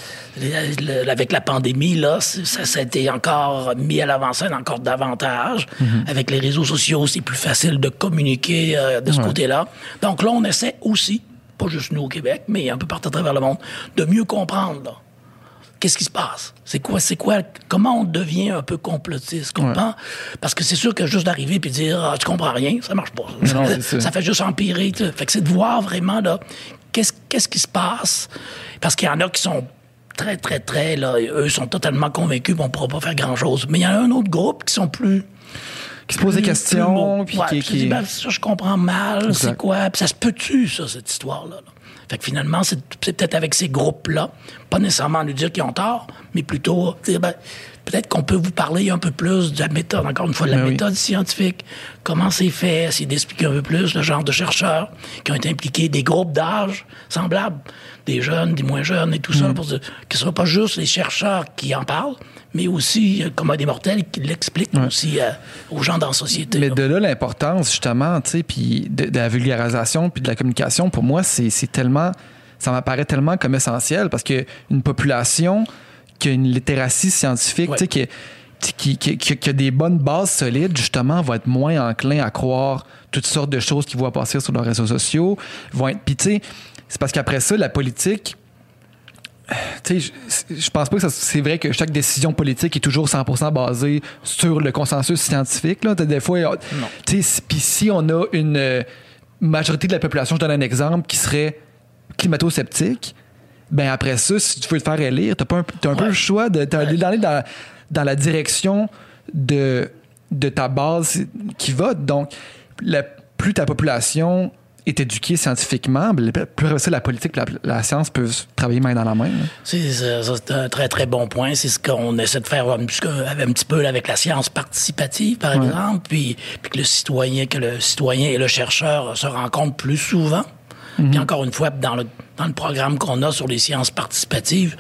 avec la pandémie, là, ça a été encore mis à l'avant-scène encore davantage. Avec les réseaux sociaux, c'est plus facile de communiquer de ce côté-là. Donc là, on essaie aussi, pas juste nous au Québec, mais un peu partout à travers le monde, de mieux comprendre, là. Qu'est-ce qui se passe? C'est quoi? Comment on devient un peu complotiste? Parce que c'est sûr que juste d'arriver et de dire tu comprends rien, ça marche pas. Non, ça fait juste empirer. Fait que c'est de voir vraiment, là, qu'est-ce qui se passe? Parce qu'il y en a qui sont très, très, très, là, eux sont totalement convaincus qu'on ne pourra pas faire grand-chose. Mais il y en a un autre groupe qui sont plus... Qui se posent des questions, puis qui dit, ça, je comprends mal, c'est quoi? Puis ça se peut-tu, ça, cette histoire-là? Fait que finalement, c'est peut-être avec ces groupes-là, pas nécessairement à nous dire qu'ils ont tort, mais plutôt dire, peut-être qu'on peut vous parler un peu plus de la méthode, encore une fois, de la méthode scientifique, comment c'est fait, essayer d'expliquer un peu plus le genre de chercheurs qui ont été impliqués, des groupes d'âge semblables, des jeunes, des moins jeunes et tout ça, pour que ce ne soit pas juste les chercheurs qui en parlent, mais aussi, comme des mortels, qui l'expliquent aussi aux gens dans la société. Mais de là, l'importance, justement, tu sais, puis de la vulgarisation, puis de la communication, pour moi, c'est tellement... Ça m'apparaît tellement comme essentiel, parce qu'une population qui a une littératie scientifique, tu sais, qui a des bonnes bases solides, justement, va être moins enclin à croire toutes sortes de choses qui vont passer sur leurs réseaux sociaux. Puis, tu sais, c'est parce qu'après ça, la politique... Tu sais, je pense pas que c'est vrai que chaque décision politique est toujours 100% basée sur le consensus scientifique. Là. Des fois, tu sais, puis si on a une majorité de la population, je donne un exemple, qui serait climato-sceptique, ben après ça, si tu veux te faire élire, t'as un peu le choix d'aller dans la direction de ta base qui vote. Donc, plus ta population est éduquée scientifiquement, plus ça, la politique, la science peuvent travailler main dans la main. C'est un très, très bon point. C'est ce qu'on essaie de faire un petit peu avec la science participative, par exemple, puis que le citoyen et le chercheur se rencontrent plus souvent. Puis encore une fois, dans le programme qu'on a sur les sciences participatives,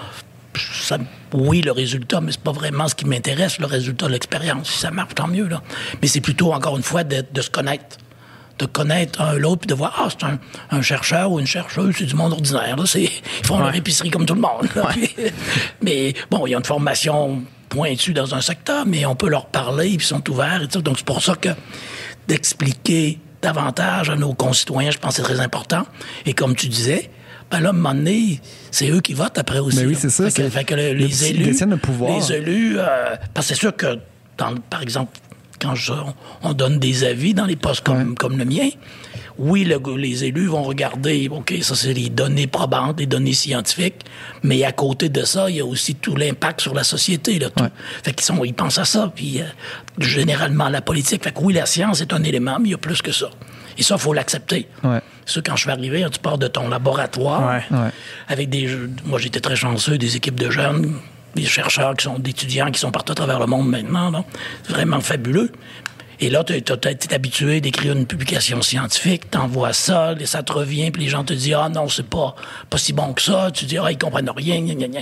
oui, le résultat, mais c'est pas vraiment ce qui m'intéresse, le résultat de l'expérience. Si ça marche, tant mieux. Là. Mais c'est plutôt, encore une fois, de se connaître. De connaître un l'autre, puis de voir, c'est un chercheur ou une chercheuse, c'est du monde ordinaire. Là. Ils font leur épicerie comme tout le monde. Là. Mais bon, il y a une formation pointue dans un secteur, mais on peut leur parler, puis ils sont ouverts. Et tout. Donc, c'est pour ça que d'expliquer davantage à nos concitoyens, je pense que c'est très important. Et comme tu disais, là, à un moment donné, c'est eux qui votent après aussi. Mais oui, c'est ça. Fait que les élus... le pouvoir. Les élus... parce que c'est sûr que, par exemple, quand on donne des avis dans les postes comme le mien, oui, les élus vont regarder, OK, ça, c'est les données probantes, les données scientifiques, mais à côté de ça, il y a aussi tout l'impact sur la société. Là, tout. Fait qu'ils pensent à ça, puis généralement, la politique. Fait que oui, la science est un élément, mais il y a plus que ça. Et ça, il faut l'accepter. Ça, quand je suis arrivé, tu pars de ton laboratoire avec moi, j'étais très chanceux, des équipes de jeunes, des chercheurs d'étudiants qui sont partout à travers le monde maintenant. Là. C'est vraiment fabuleux. Et là, tu es habitué d'écrire une publication scientifique, t'envoies ça, ça te revient, puis les gens te disent « Ah non, c'est pas si bon que ça. » Tu dis « Ah, ils comprennent rien. »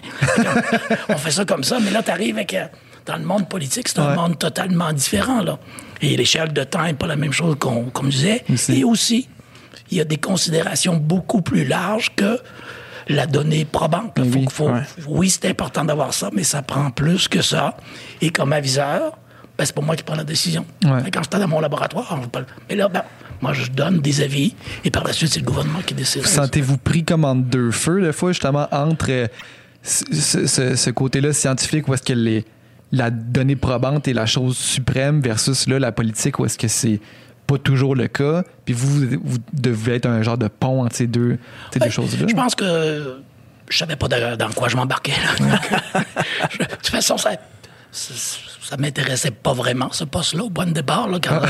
On fait ça comme ça, mais là, t'arrives avec... Dans le monde politique, c'est un monde totalement différent, là. Et l'échelle de temps n'est pas la même chose qu'on disait. Et aussi, il y a des considérations beaucoup plus larges que la donnée probante. Oui, c'est important d'avoir ça, mais ça prend plus que ça. Et comme aviseur, c'est pas moi qui prends la décision. Quand j'étais dans mon laboratoire, mais là, moi, je donne des avis, et par la suite, c'est le gouvernement qui décide. Sentez-vous pris comme entre deux feux, des fois, justement, entre ce côté-là scientifique, où est-ce que la donnée probante est la chose suprême, versus là, la politique, où est-ce que c'est pas toujours le cas, puis vous devez être un genre de pont entre ces deux choses-là? Je pense que je savais pas dans quoi je m'embarquais. De toute façon, ça m'intéressait pas vraiment, ce poste-là, au point de départ. Là, quand,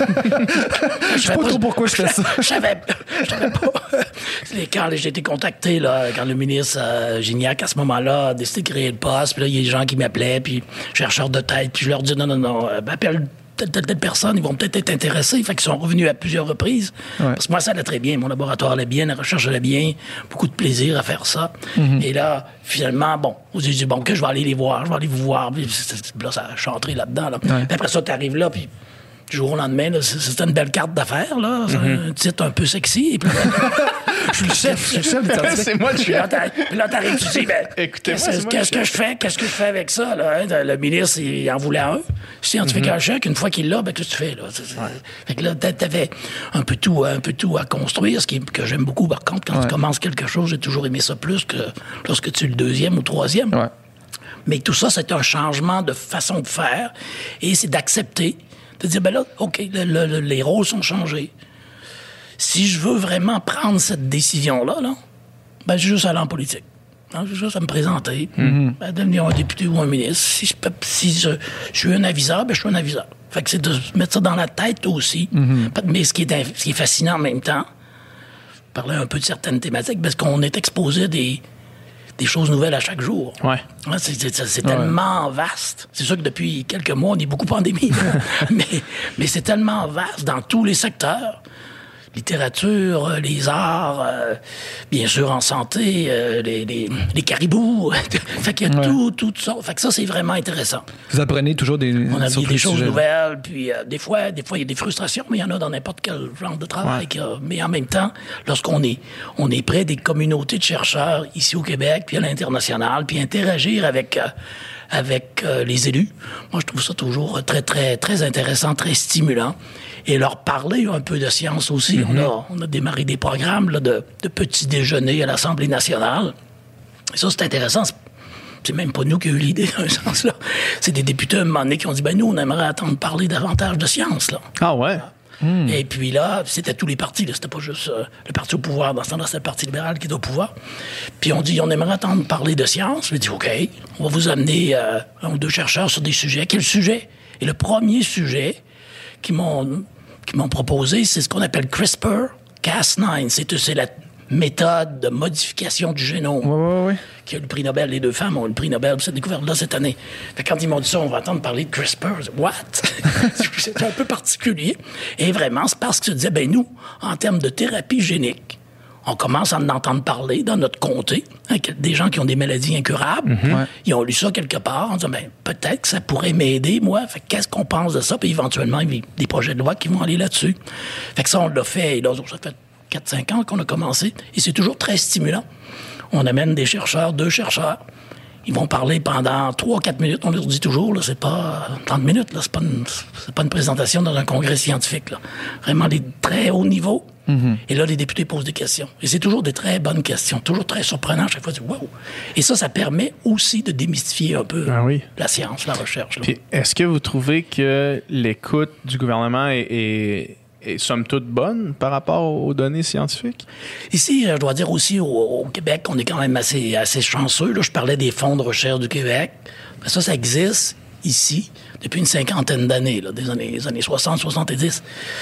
je sais pas trop pourquoi je fais ça. Je savais pas. Quand j'ai été contacté, là, quand le ministre Gignac, à ce moment-là, a décidé de créer le poste, puis là, il y a des gens qui m'appelaient, puis chercheurs de tête, puis je leur dis non, appelle telle personne, ils vont peut-être être intéressés. Fait qu'ils sont revenus à plusieurs reprises. Parce que moi, ça allait très bien. Mon laboratoire allait bien, la recherche allait bien. Beaucoup de plaisir à faire ça. Et là, finalement, j'ai dit, que je vais aller les voir, je vais aller vous voir. Puis là, je suis entré là-dedans. Là. Puis après ça, tu arrives là, puis du jour au lendemain, là, c'était une belle carte d'affaires. Là. C'est un titre un peu sexy. Et puis je suis le chef. C'est moi le chef. Puis là, t'arrives, tu dis, qu'est-ce que je fais? Qu'est-ce que je fais avec ça? Là, hein? Le ministre, il en voulait un. Scientifique en chèque, une fois qu'il l'a, qu'est-ce que tu fais? Là? Fait que là, t'avais un peu tout à construire, ce que j'aime beaucoup. Par contre, quand tu commences quelque chose, j'ai toujours aimé ça plus que lorsque tu es le deuxième ou troisième. Mais tout ça, c'est un changement de façon de faire. Et c'est d'accepter, de dire, là, OK, les rôles sont changés. Si je veux vraiment prendre cette décision-là, j'ai juste à aller en politique. J'ai juste à me présenter, devenir un député ou un ministre. Si je suis un aviseur, je suis un aviseur. Fait que c'est de mettre ça dans la tête aussi. Mais ce qui est fascinant en même temps, parler un peu de certaines thématiques, parce qu'on est exposé à des choses nouvelles à chaque jour. Ouais. C'est tellement vaste. C'est sûr que depuis quelques mois, on est beaucoup pandémie. mais c'est tellement vaste dans tous les secteurs. Littérature, les arts, bien sûr en santé, les caribous. Fait qu'il y a tout ça. Fait que ça, c'est vraiment intéressant. Vous apprenez toujours on a des choses nouvelles, puis des fois, il y a des frustrations, mais il y en a dans n'importe quel genre de travail. Mais en même temps, lorsqu'on est près des communautés de chercheurs ici au Québec, puis à l'international, puis interagir avec les élus, moi, je trouve ça toujours très, très, très intéressant, très stimulant. Et leur parler un peu de science aussi. On a démarré des programmes là, de petits déjeuners à l'Assemblée nationale. Et ça, c'est intéressant. C'est même pas nous qui avons eu l'idée, dans un sens là. C'est des députés, à un moment donné, qui ont dit, nous, on aimerait entendre parler davantage de science, là. Ah ouais? Et puis là, c'était tous les partis, là. C'était pas juste le parti au pouvoir. Dans ce temps-là, c'était le Parti libéral qui est au pouvoir. Puis on dit, on aimerait entendre parler de science. Je dis, OK, on va vous amener un ou deux chercheurs sur des sujets. Quel sujet? Et le premier sujet qui m'ont proposé, c'est ce qu'on appelle CRISPR-Cas9. C'est la méthode de modification du génome. Qui a eu le prix Nobel. Les deux femmes ont eu le prix Nobel pour cette découverte-là cette année. Fait quand ils m'ont dit ça, on va entendre parler de CRISPR. What? C'était un peu particulier. Et vraiment, c'est parce que je disais, nous, en termes de thérapie génique, on commence à en entendre parler dans notre comté. Des gens qui ont des maladies incurables. Ils ont lu ça quelque part. On dit, peut-être que ça pourrait m'aider, moi. Fait qu'est-ce qu'on pense de ça? Puis éventuellement, il y a des projets de loi qui vont aller là-dessus. Fait que ça, on l'a fait. Et là, ça fait 4-5 ans qu'on a commencé. Et c'est toujours très stimulant. On amène des chercheurs, 2 chercheurs. Ils vont parler pendant 3-4 minutes. On leur dit toujours, là, c'est pas 30 minutes. Là, c'est pas une présentation dans un congrès scientifique. Là. Vraiment des très hauts niveaux. Et là, les députés posent des questions. Et c'est toujours des très bonnes questions, toujours très surprenantes. Chaque fois, tu dis, wow! Et ça permet aussi de démystifier un peu la science, la recherche. Là. Puis, est-ce que vous trouvez que l'écoute du gouvernement est somme toute bonne par rapport aux données scientifiques? Ici, je dois dire aussi, au Québec, on est quand même assez chanceux. Là, je parlais des fonds de recherche du Québec. Ben, ça existe ici depuis une 50aine d'années, là, des années 60-70.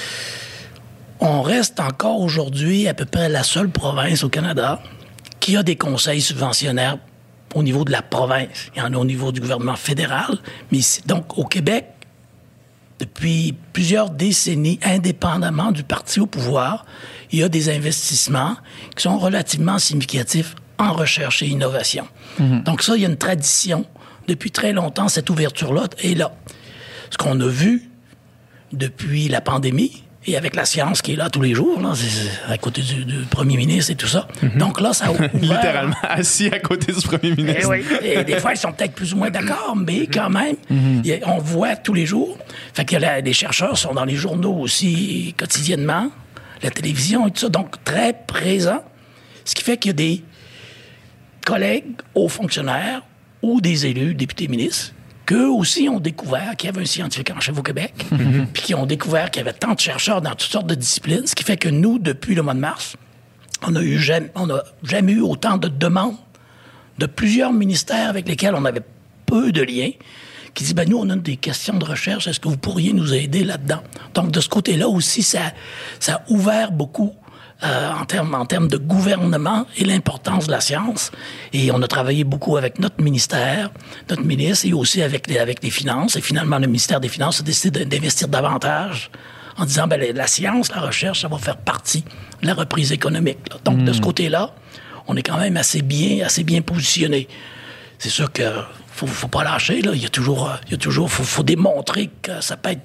On reste encore aujourd'hui à peu près la seule province au Canada qui a des conseils subventionnaires au niveau de la province. Il y en a au niveau du gouvernement fédéral. Mais ici, donc, au Québec, depuis plusieurs décennies, indépendamment du parti au pouvoir, il y a des investissements qui sont relativement significatifs en recherche et innovation. Donc ça, il y a une tradition. Depuis très longtemps, cette ouverture-là est là. Ce qu'on a vu depuis la pandémie, et avec la science qui est là tous les jours, là, c'est à côté du premier ministre et tout ça. Donc là, ça a ouvert... Littéralement assis à côté du premier ministre. Et des fois, ils sont peut-être plus ou moins d'accord, mais quand même, on voit tous les jours. Fait que les chercheurs sont dans les journaux aussi quotidiennement, la télévision et tout ça, donc très présents. Ce qui fait qu'il y a des collègues hauts fonctionnaires ou des élus, députés, ministres, qu'eux aussi ont découvert qu'il y avait un scientifique en chef au Québec, puis qui ont découvert qu'il y avait tant de chercheurs dans toutes sortes de disciplines, ce qui fait que nous, depuis le mois de mars, on n'a jamais eu autant de demandes de plusieurs ministères avec lesquels on avait peu de liens, qui disent, nous, on a des questions de recherche, est-ce que vous pourriez nous aider là-dedans? Donc, de ce côté-là aussi, ça a ouvert beaucoup en termes de gouvernement et l'importance de la science. Et on a travaillé beaucoup avec notre ministère, notre ministre, et aussi avec les finances. Et finalement, le ministère des Finances a décidé d'investir davantage en disant, la science, la recherche, ça va faire partie de la reprise économique. Là. Donc, de ce côté-là, on est quand même assez bien positionné. C'est sûr que faut pas lâcher, là. Il y a toujours, faut démontrer que ça peut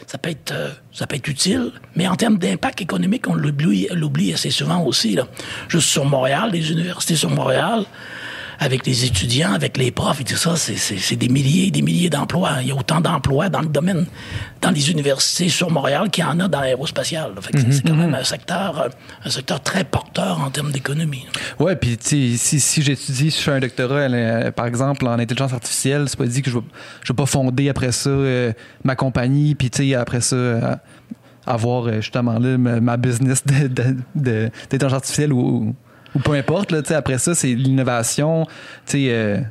être utile, mais en termes d'impact économique, on l'oublie assez souvent aussi. Là. Juste sur Montréal, les universités sur Montréal, avec les étudiants, avec les profs et tout ça, c'est des milliers et des milliers d'emplois. Il y a autant d'emplois dans le domaine, dans les universités sur Montréal qu'il y en a dans l'aérospatial. Fait que c'est quand même un secteur très porteur en termes d'économie. Oui, puis si j'étudie, si je fais un doctorat, par exemple, en intelligence artificielle, c'est pas dit que je vais pas fonder après ça ma compagnie, puis après ça avoir justement là, ma business d'intelligence artificielle ou peu importe, là, après ça, c'est l'innovation, il y a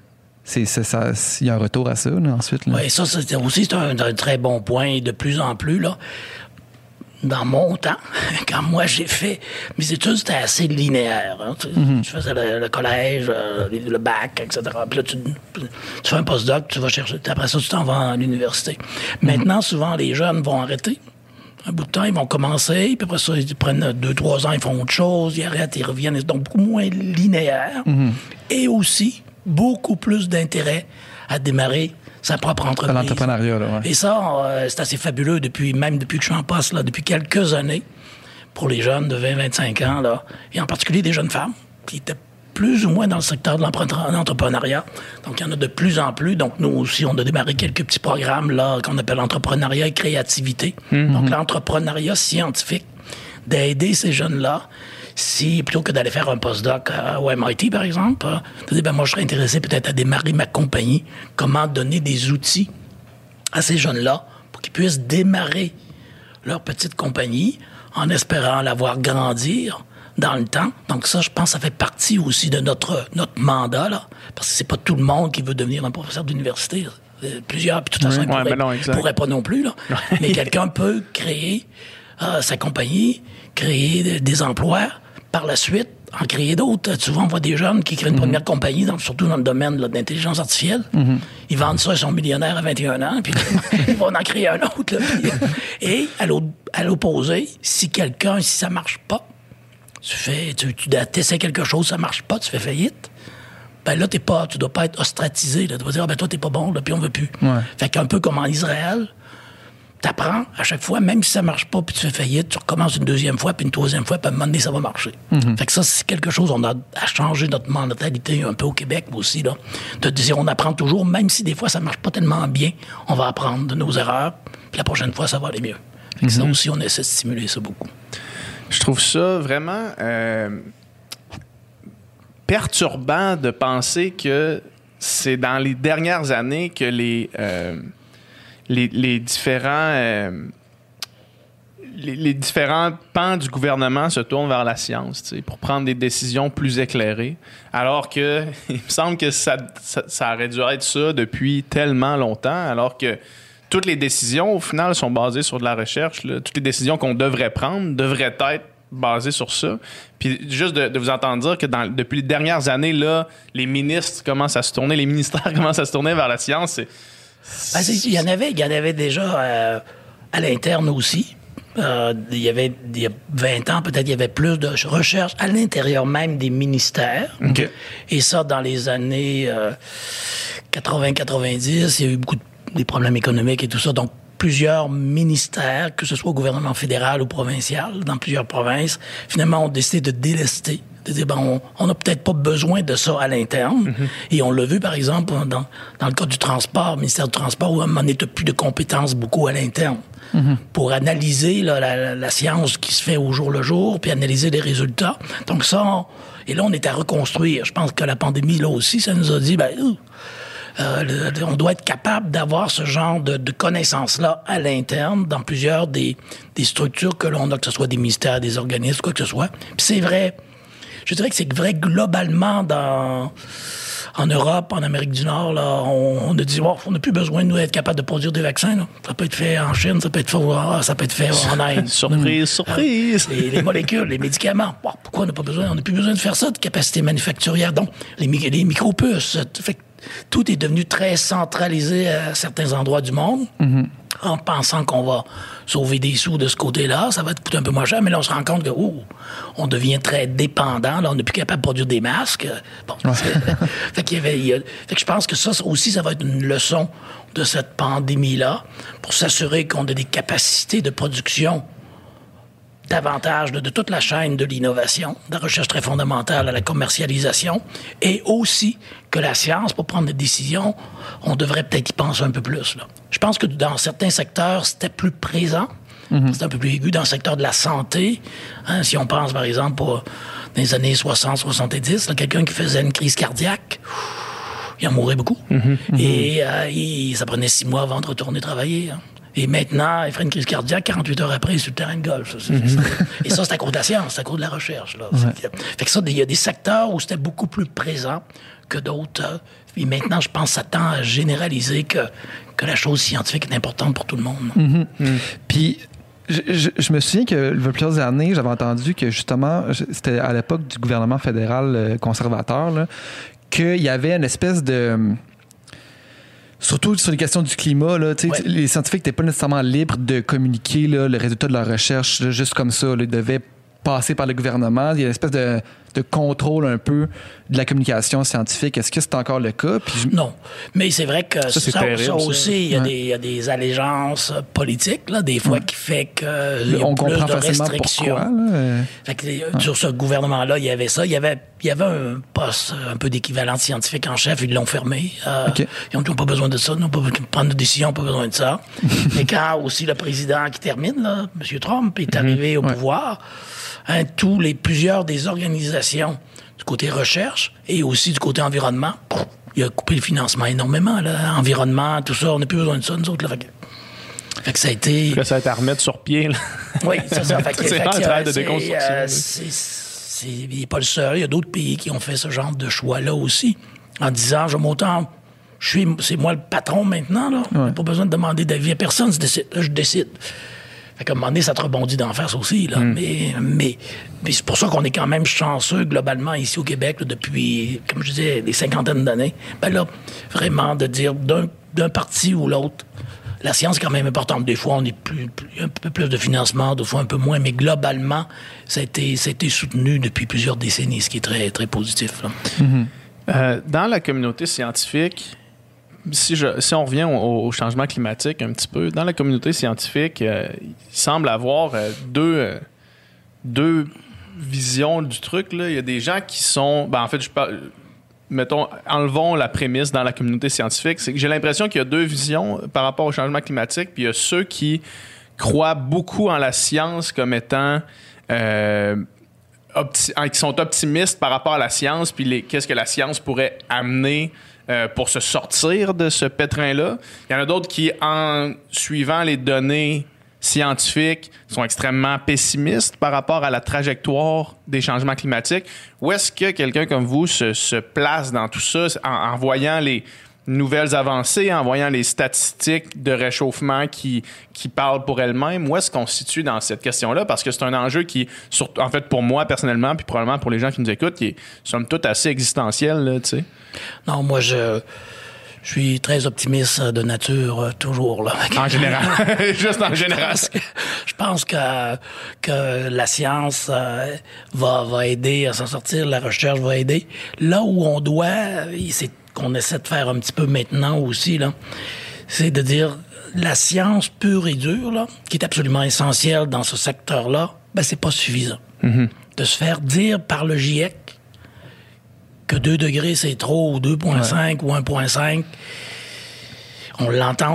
un retour à ça, là, ensuite. Oui, ça, c'est un très bon point, de plus en plus, là. dans mon temps, quand moi j'ai fait mes études, c'était assez linéaire. Hein. Tu faisais le collège, le bac, etc. Puis là, tu fais un postdoc, tu vas chercher. Après ça, tu t'en vas à l'université. Maintenant, souvent, les jeunes vont arrêter. Un bout de temps, ils vont commencer, puis après ça, ils prennent 2-3 ans, ils font autre chose, ils arrêtent, ils reviennent. Donc, beaucoup moins linéaire. Et aussi, beaucoup plus d'intérêt à démarrer sa propre entreprise. L'entrepreneuriat, là, ouais. Et ça, c'est assez fabuleux depuis que je suis en poste, là, depuis quelques années, pour les jeunes de 20-25 ans, là, et en particulier des jeunes femmes qui étaient plus ou moins dans le secteur de l'entrepreneuriat. Donc, il y en a de plus en plus. Donc, nous aussi, on a démarré quelques petits programmes là qu'on appelle entrepreneuriat et créativité. Donc, l'entrepreneuriat scientifique, d'aider ces jeunes-là, si plutôt que d'aller faire un postdoc au MIT, par exemple, de dire, moi, je serais intéressé peut-être à démarrer ma compagnie. Comment donner des outils à ces jeunes-là pour qu'ils puissent démarrer leur petite compagnie en espérant la voir grandir dans le temps. Donc ça, je pense que ça fait partie aussi de notre mandat, là, parce que c'est pas tout le monde qui veut devenir un professeur d'université. Plusieurs, puis de toute façon, ils pourraient pas non plus, là. Mais quelqu'un peut créer sa compagnie, créer des emplois, par la suite, en créer d'autres. Souvent, on voit des jeunes qui créent une première compagnie, surtout dans le domaine là, de l'intelligence artificielle. Ils vendent ça, ils sont millionnaires à 21 ans, puis ils vont en créer un autre. Là, et à l'opposé, si ça marche pas, tu essaies quelque chose, ça marche pas, tu fais faillite, ben là, tu dois pas être ostratisé. Là. Tu vas dire, toi, t'es pas bon, là, puis on veut plus. Ouais. Fait qu'un peu comme en Israël, t'apprends à chaque fois, même si ça marche pas, puis tu fais faillite, tu recommences une deuxième fois, puis une troisième fois, puis à un moment donné, ça va marcher. Fait que ça, c'est quelque chose, on a à changer notre mentalité un peu au Québec aussi, là. De dire, on apprend toujours, même si des fois, ça marche pas tellement bien, on va apprendre de nos erreurs, puis la prochaine fois, ça va aller mieux. Fait que ça aussi, on essaie de stimuler ça beaucoup. Je trouve ça vraiment perturbant de penser que c'est dans les dernières années que les différents pans du gouvernement se tournent vers la science pour prendre des décisions plus éclairées. Alors que il me semble que ça aurait dû être ça depuis tellement longtemps, alors que toutes les décisions, au final, sont basées sur de la recherche. Là. Toutes les décisions qu'on devrait prendre devraient être basées sur ça. Puis juste de vous entendre dire que depuis les dernières années, là, les ministres commencent à se tourner, les ministères commencent à se tourner vers la science. Il y en avait déjà à l'interne aussi. Il y a 20 ans, peut-être, il y avait plus de recherche à l'intérieur même des ministères. Okay. Et ça, dans les années 80-90, il y a eu beaucoup des problèmes économiques et tout ça. Donc, plusieurs ministères, que ce soit au gouvernement fédéral ou provincial, dans plusieurs provinces, finalement, ont décidé de délester. De dire, on n'a peut-être pas besoin de ça à l'interne. Et on l'a vu, par exemple, dans le cas du transport, ministère du Transport, où on n'a plus de compétences beaucoup à l'interne. Pour analyser là, la science qui se fait au jour le jour, puis analyser les résultats. Donc ça, et là, on est à reconstruire. Je pense que la pandémie, là aussi, ça nous a dit, on doit être capable d'avoir ce genre de connaissances-là à l'interne, dans plusieurs des structures que l'on a, que ce soit des ministères, des organismes, quoi que ce soit. Puis c'est vrai, je dirais que c'est vrai globalement en Europe, en Amérique du Nord, là, on a dit, on n'a plus besoin de nous être capable de produire des vaccins. Là. Ça peut être fait en Chine, ça peut être fait en Inde. Surprise! Les molécules, les médicaments. Pourquoi on n'a pas besoin? On n'a plus besoin de faire ça, de capacité manufacturière. Donc, les micro-puces. Fait que tout est devenu très centralisé à certains endroits du monde. En pensant qu'on va sauver des sous de ce côté-là, ça va coûter un peu moins cher, mais là, on se rend compte que on devient très dépendant. Là, on n'est plus capable de produire des masques. Fait que je pense que ça aussi, ça va être une leçon de cette pandémie-là pour s'assurer qu'on a des capacités de production davantage de toute la chaîne de l'innovation, de la recherche très fondamentale à la commercialisation, et aussi que la science, pour prendre des décisions, on devrait peut-être y penser un peu plus. Là. Je pense que dans certains secteurs, c'était plus présent, c'était un peu plus aigu. Dans le secteur de la santé, si on pense, par exemple, dans les années 60-70, quelqu'un qui faisait une crise cardiaque, il en mourait beaucoup. Et ça prenait 6 mois avant de retourner travailler. Et maintenant, il ferait une crise cardiaque, 48 heures après, il est sur le terrain de golf. Et ça, c'est à cause de la science, c'est à cause de la recherche. Là. Fait que ça, il y a des secteurs où c'était beaucoup plus présent que d'autres. Et maintenant, je pense que ça tend à généraliser que la chose scientifique est importante pour tout le monde. Puis, Je me souviens que il y a plusieurs années, j'avais entendu que justement, c'était à l'époque du gouvernement fédéral conservateur, là, qu'il y avait une espèce de... Surtout sur les questions du climat, là, les scientifiques n'étaient pas nécessairement libres de communiquer là, le résultat de leur recherche là, juste comme ça. Là, ils devaient passer par le gouvernement. Il y a une espèce de contrôle un peu de la communication scientifique. Est-ce que c'est encore le cas? Non. Mais c'est vrai que ça aussi, il ouais. y a des allégeances politiques, là, des fois, qui fait que il y a on plus comprend de facilement restrictions. pourquoi. Là. Fait que, sur ce gouvernement-là, il y avait ça. Il y avait un poste un peu d'équivalent scientifique en chef. Ils l'ont fermé. Okay. Ils n'ont pas besoin de ça. Ils n'ont pas prendre de décision, pas besoin de ça. Et quand aussi le président qui termine, là, M. Trump, est arrivé au pouvoir, plusieurs des organisations du côté recherche et aussi du côté environnement, il a coupé le financement énormément. Là. Environnement, tout ça, on n'a plus besoin de ça, nous autres. Là. Fait que ça a été... Là, ça a été à remettre sur pied. Là. Oui, c'est ça. C'est un travail de déconstruction. Il n'est pas le seul. Il y a d'autres pays qui ont fait ce genre de choix-là aussi, en disant, c'est moi le patron maintenant. Là. Ouais. Pas besoin de demander d'avis à personne. Je décide. Fait qu'à un moment donné, ça te rebondit d'en face aussi. Là. Mais c'est pour ça qu'on est quand même chanceux globalement ici au Québec là, depuis, comme je disais, des cinquantaines d'années. Ben là, vraiment, de dire d'un parti ou l'autre, la science est quand même importante. Des fois, on est un peu plus de financement, des fois un peu moins, mais globalement, ça a été soutenu depuis plusieurs décennies, ce qui est très, très positif. Là. Dans la communauté scientifique, si on revient au changement climatique un petit peu, dans la communauté scientifique, il semble avoir deux visions du truc. Là. Il y a des gens qui sont... en fait, enlevons la prémisse dans la communauté scientifique. C'est que j'ai l'impression qu'il y a deux visions par rapport au changement climatique, puis il y a ceux qui croient beaucoup en la science comme étant... qui sont optimistes par rapport à la science, puis qu'est-ce que la science pourrait amener pour se sortir de ce pétrin-là. Il y en a d'autres qui, en suivant les données scientifiques, sont extrêmement pessimistes par rapport à la trajectoire des changements climatiques. Où est-ce que quelqu'un comme vous se place dans tout ça en voyant les nouvelles avancées, en voyant les statistiques de réchauffement qui parlent pour elles-mêmes? Où est-ce qu'on se situe dans cette question-là? Parce que c'est un enjeu qui, en fait, pour moi, personnellement, puis probablement pour les gens qui nous écoutent, qui est, somme toute, assez existentiel, là, tu sais. Non, moi, je suis très optimiste de nature, toujours, là. En général. Juste en général. Je pense que la science va aider à s'en sortir, la recherche va aider. Là où on doit, c'est qu'on essaie de faire un petit peu maintenant aussi, là, c'est de dire la science pure et dure, là, qui est absolument essentielle dans ce secteur-là, c'est pas suffisant. Mm-hmm. De se faire dire par le GIEC que 2 degrés, c'est trop, ou 2,5 ou 1,5, on l'entend.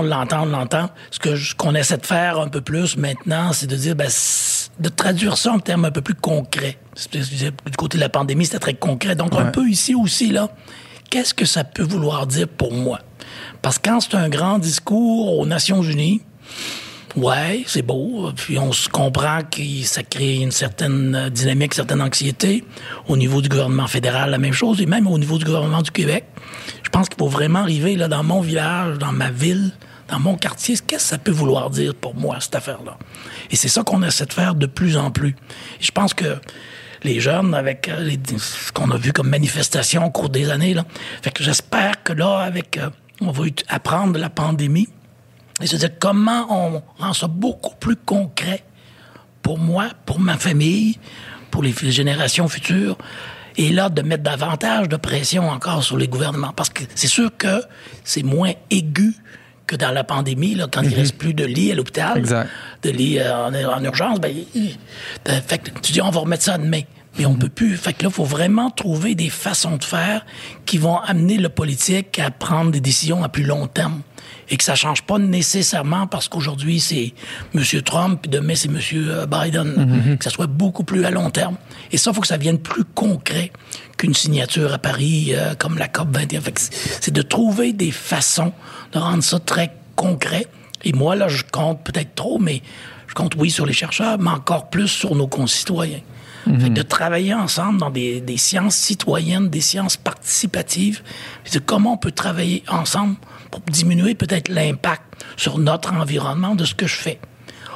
Ce qu'on essaie de faire un peu plus maintenant, c'est de dire, de traduire ça en termes un peu plus concrets. Du côté de la pandémie, c'était très concret. Donc, un peu ici aussi, là, qu'est-ce que ça peut vouloir dire pour moi? Parce que quand c'est un grand discours aux Nations Unies, c'est beau, puis on se comprend que ça crée une certaine dynamique, une certaine anxiété. Au niveau du gouvernement fédéral, la même chose, et même au niveau du gouvernement du Québec. Je pense qu'il faut vraiment arriver là, dans mon village, dans ma ville, dans mon quartier. Qu'est-ce que ça peut vouloir dire pour moi, cette affaire-là? Et c'est ça qu'on essaie de faire de plus en plus. Et je pense que les jeunes, avec ce qu'on a vu comme manifestation au cours des années, là, fait que j'espère que là, on va apprendre de la pandémie et se dire comment on rend ça beaucoup plus concret pour moi, pour ma famille, pour les générations futures, et là, de mettre davantage de pression encore sur les gouvernements. Parce que c'est sûr que c'est moins aigu que dans la pandémie, là, quand il reste plus de lits à l'hôpital, de lits en urgence, fait que tu dis, on va remettre ça demain. Mais on peut plus. Fait que là, il faut vraiment trouver des façons de faire qui vont amener le politique à prendre des décisions à plus long terme. Et que ça change pas nécessairement parce qu'aujourd'hui, c'est M. Trump, puis demain, c'est M. Biden. Que ça soit beaucoup plus à long terme. Et ça, il faut que ça vienne plus concret qu'une signature à Paris comme la COP 21. Fait que c'est de trouver des façons de rendre ça très concret. Et moi, là, je compte peut-être trop, mais je compte, oui, sur les chercheurs, mais encore plus sur nos concitoyens. Fait que de travailler ensemble dans des sciences citoyennes, des sciences participatives, c'est comment on peut travailler ensemble pour diminuer peut-être l'impact sur notre environnement de ce que je fais.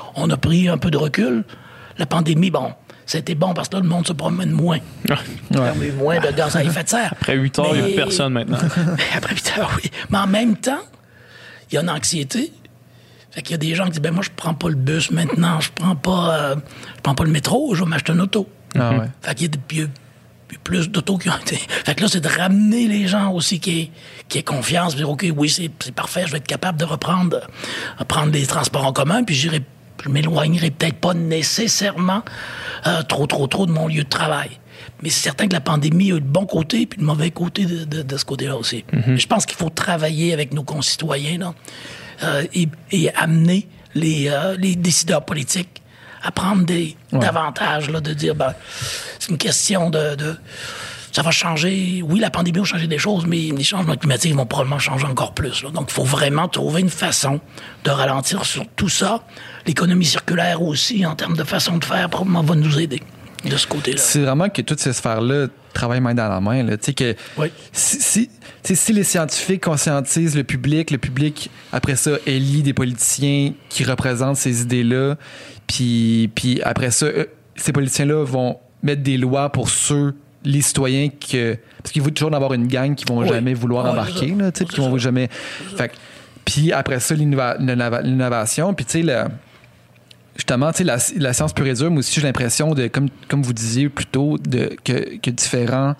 on a pris un peu de recul. La pandémie, c'était bon parce que là, le monde se promène moins. Il y a eu moins de gaz à effet de serre. Après 8 heures, il n'y a plus personne maintenant. Après 8 heures, oui. Mais en même temps, il y a une anxiété. Fait qu'il y a des gens qui disent, moi, je prends pas le bus maintenant, je prends pas le métro, je vais m'acheter une auto. Ah ouais. Fait qu'il y a plus d'autos qui ont été... Fait que là, c'est de ramener les gens aussi qui aient confiance, dire, OK, oui, c'est parfait, je vais être capable de prendre des transports en commun, puis je m'éloignerai peut-être pas nécessairement trop de mon lieu de travail. Mais c'est certain que la pandémie a eu le bon côté puis le mauvais côté de ce côté-là aussi. Je pense qu'il faut travailler avec nos concitoyens là, et amener les décideurs politiques à prendre davantage, là, de dire, c'est une question de ça va changer. Oui, la pandémie va changer des choses, mais les changements climatiques vont probablement changer encore plus. Là. Donc, il faut vraiment trouver une façon de ralentir sur tout ça. L'économie circulaire aussi, en termes de façon de faire, probablement va nous aider de ce côté-là. C'est vraiment que toutes ces sphères-là travaillent main dans la main. Là. Que oui. Si les scientifiques conscientisent le public, après ça, élit des politiciens qui représentent ces idées-là, puis après ça, ces politiciens-là vont mettre des lois pour les citoyens parce qu'il faut toujours avoir une gang qui vont jamais vouloir embarquer, là, qui vont jamais. Puis après ça, l'innovation, puis tu sais, justement, tu sais, la science pure et dure, moi aussi, j'ai l'impression de, comme vous disiez plus tôt, que différentes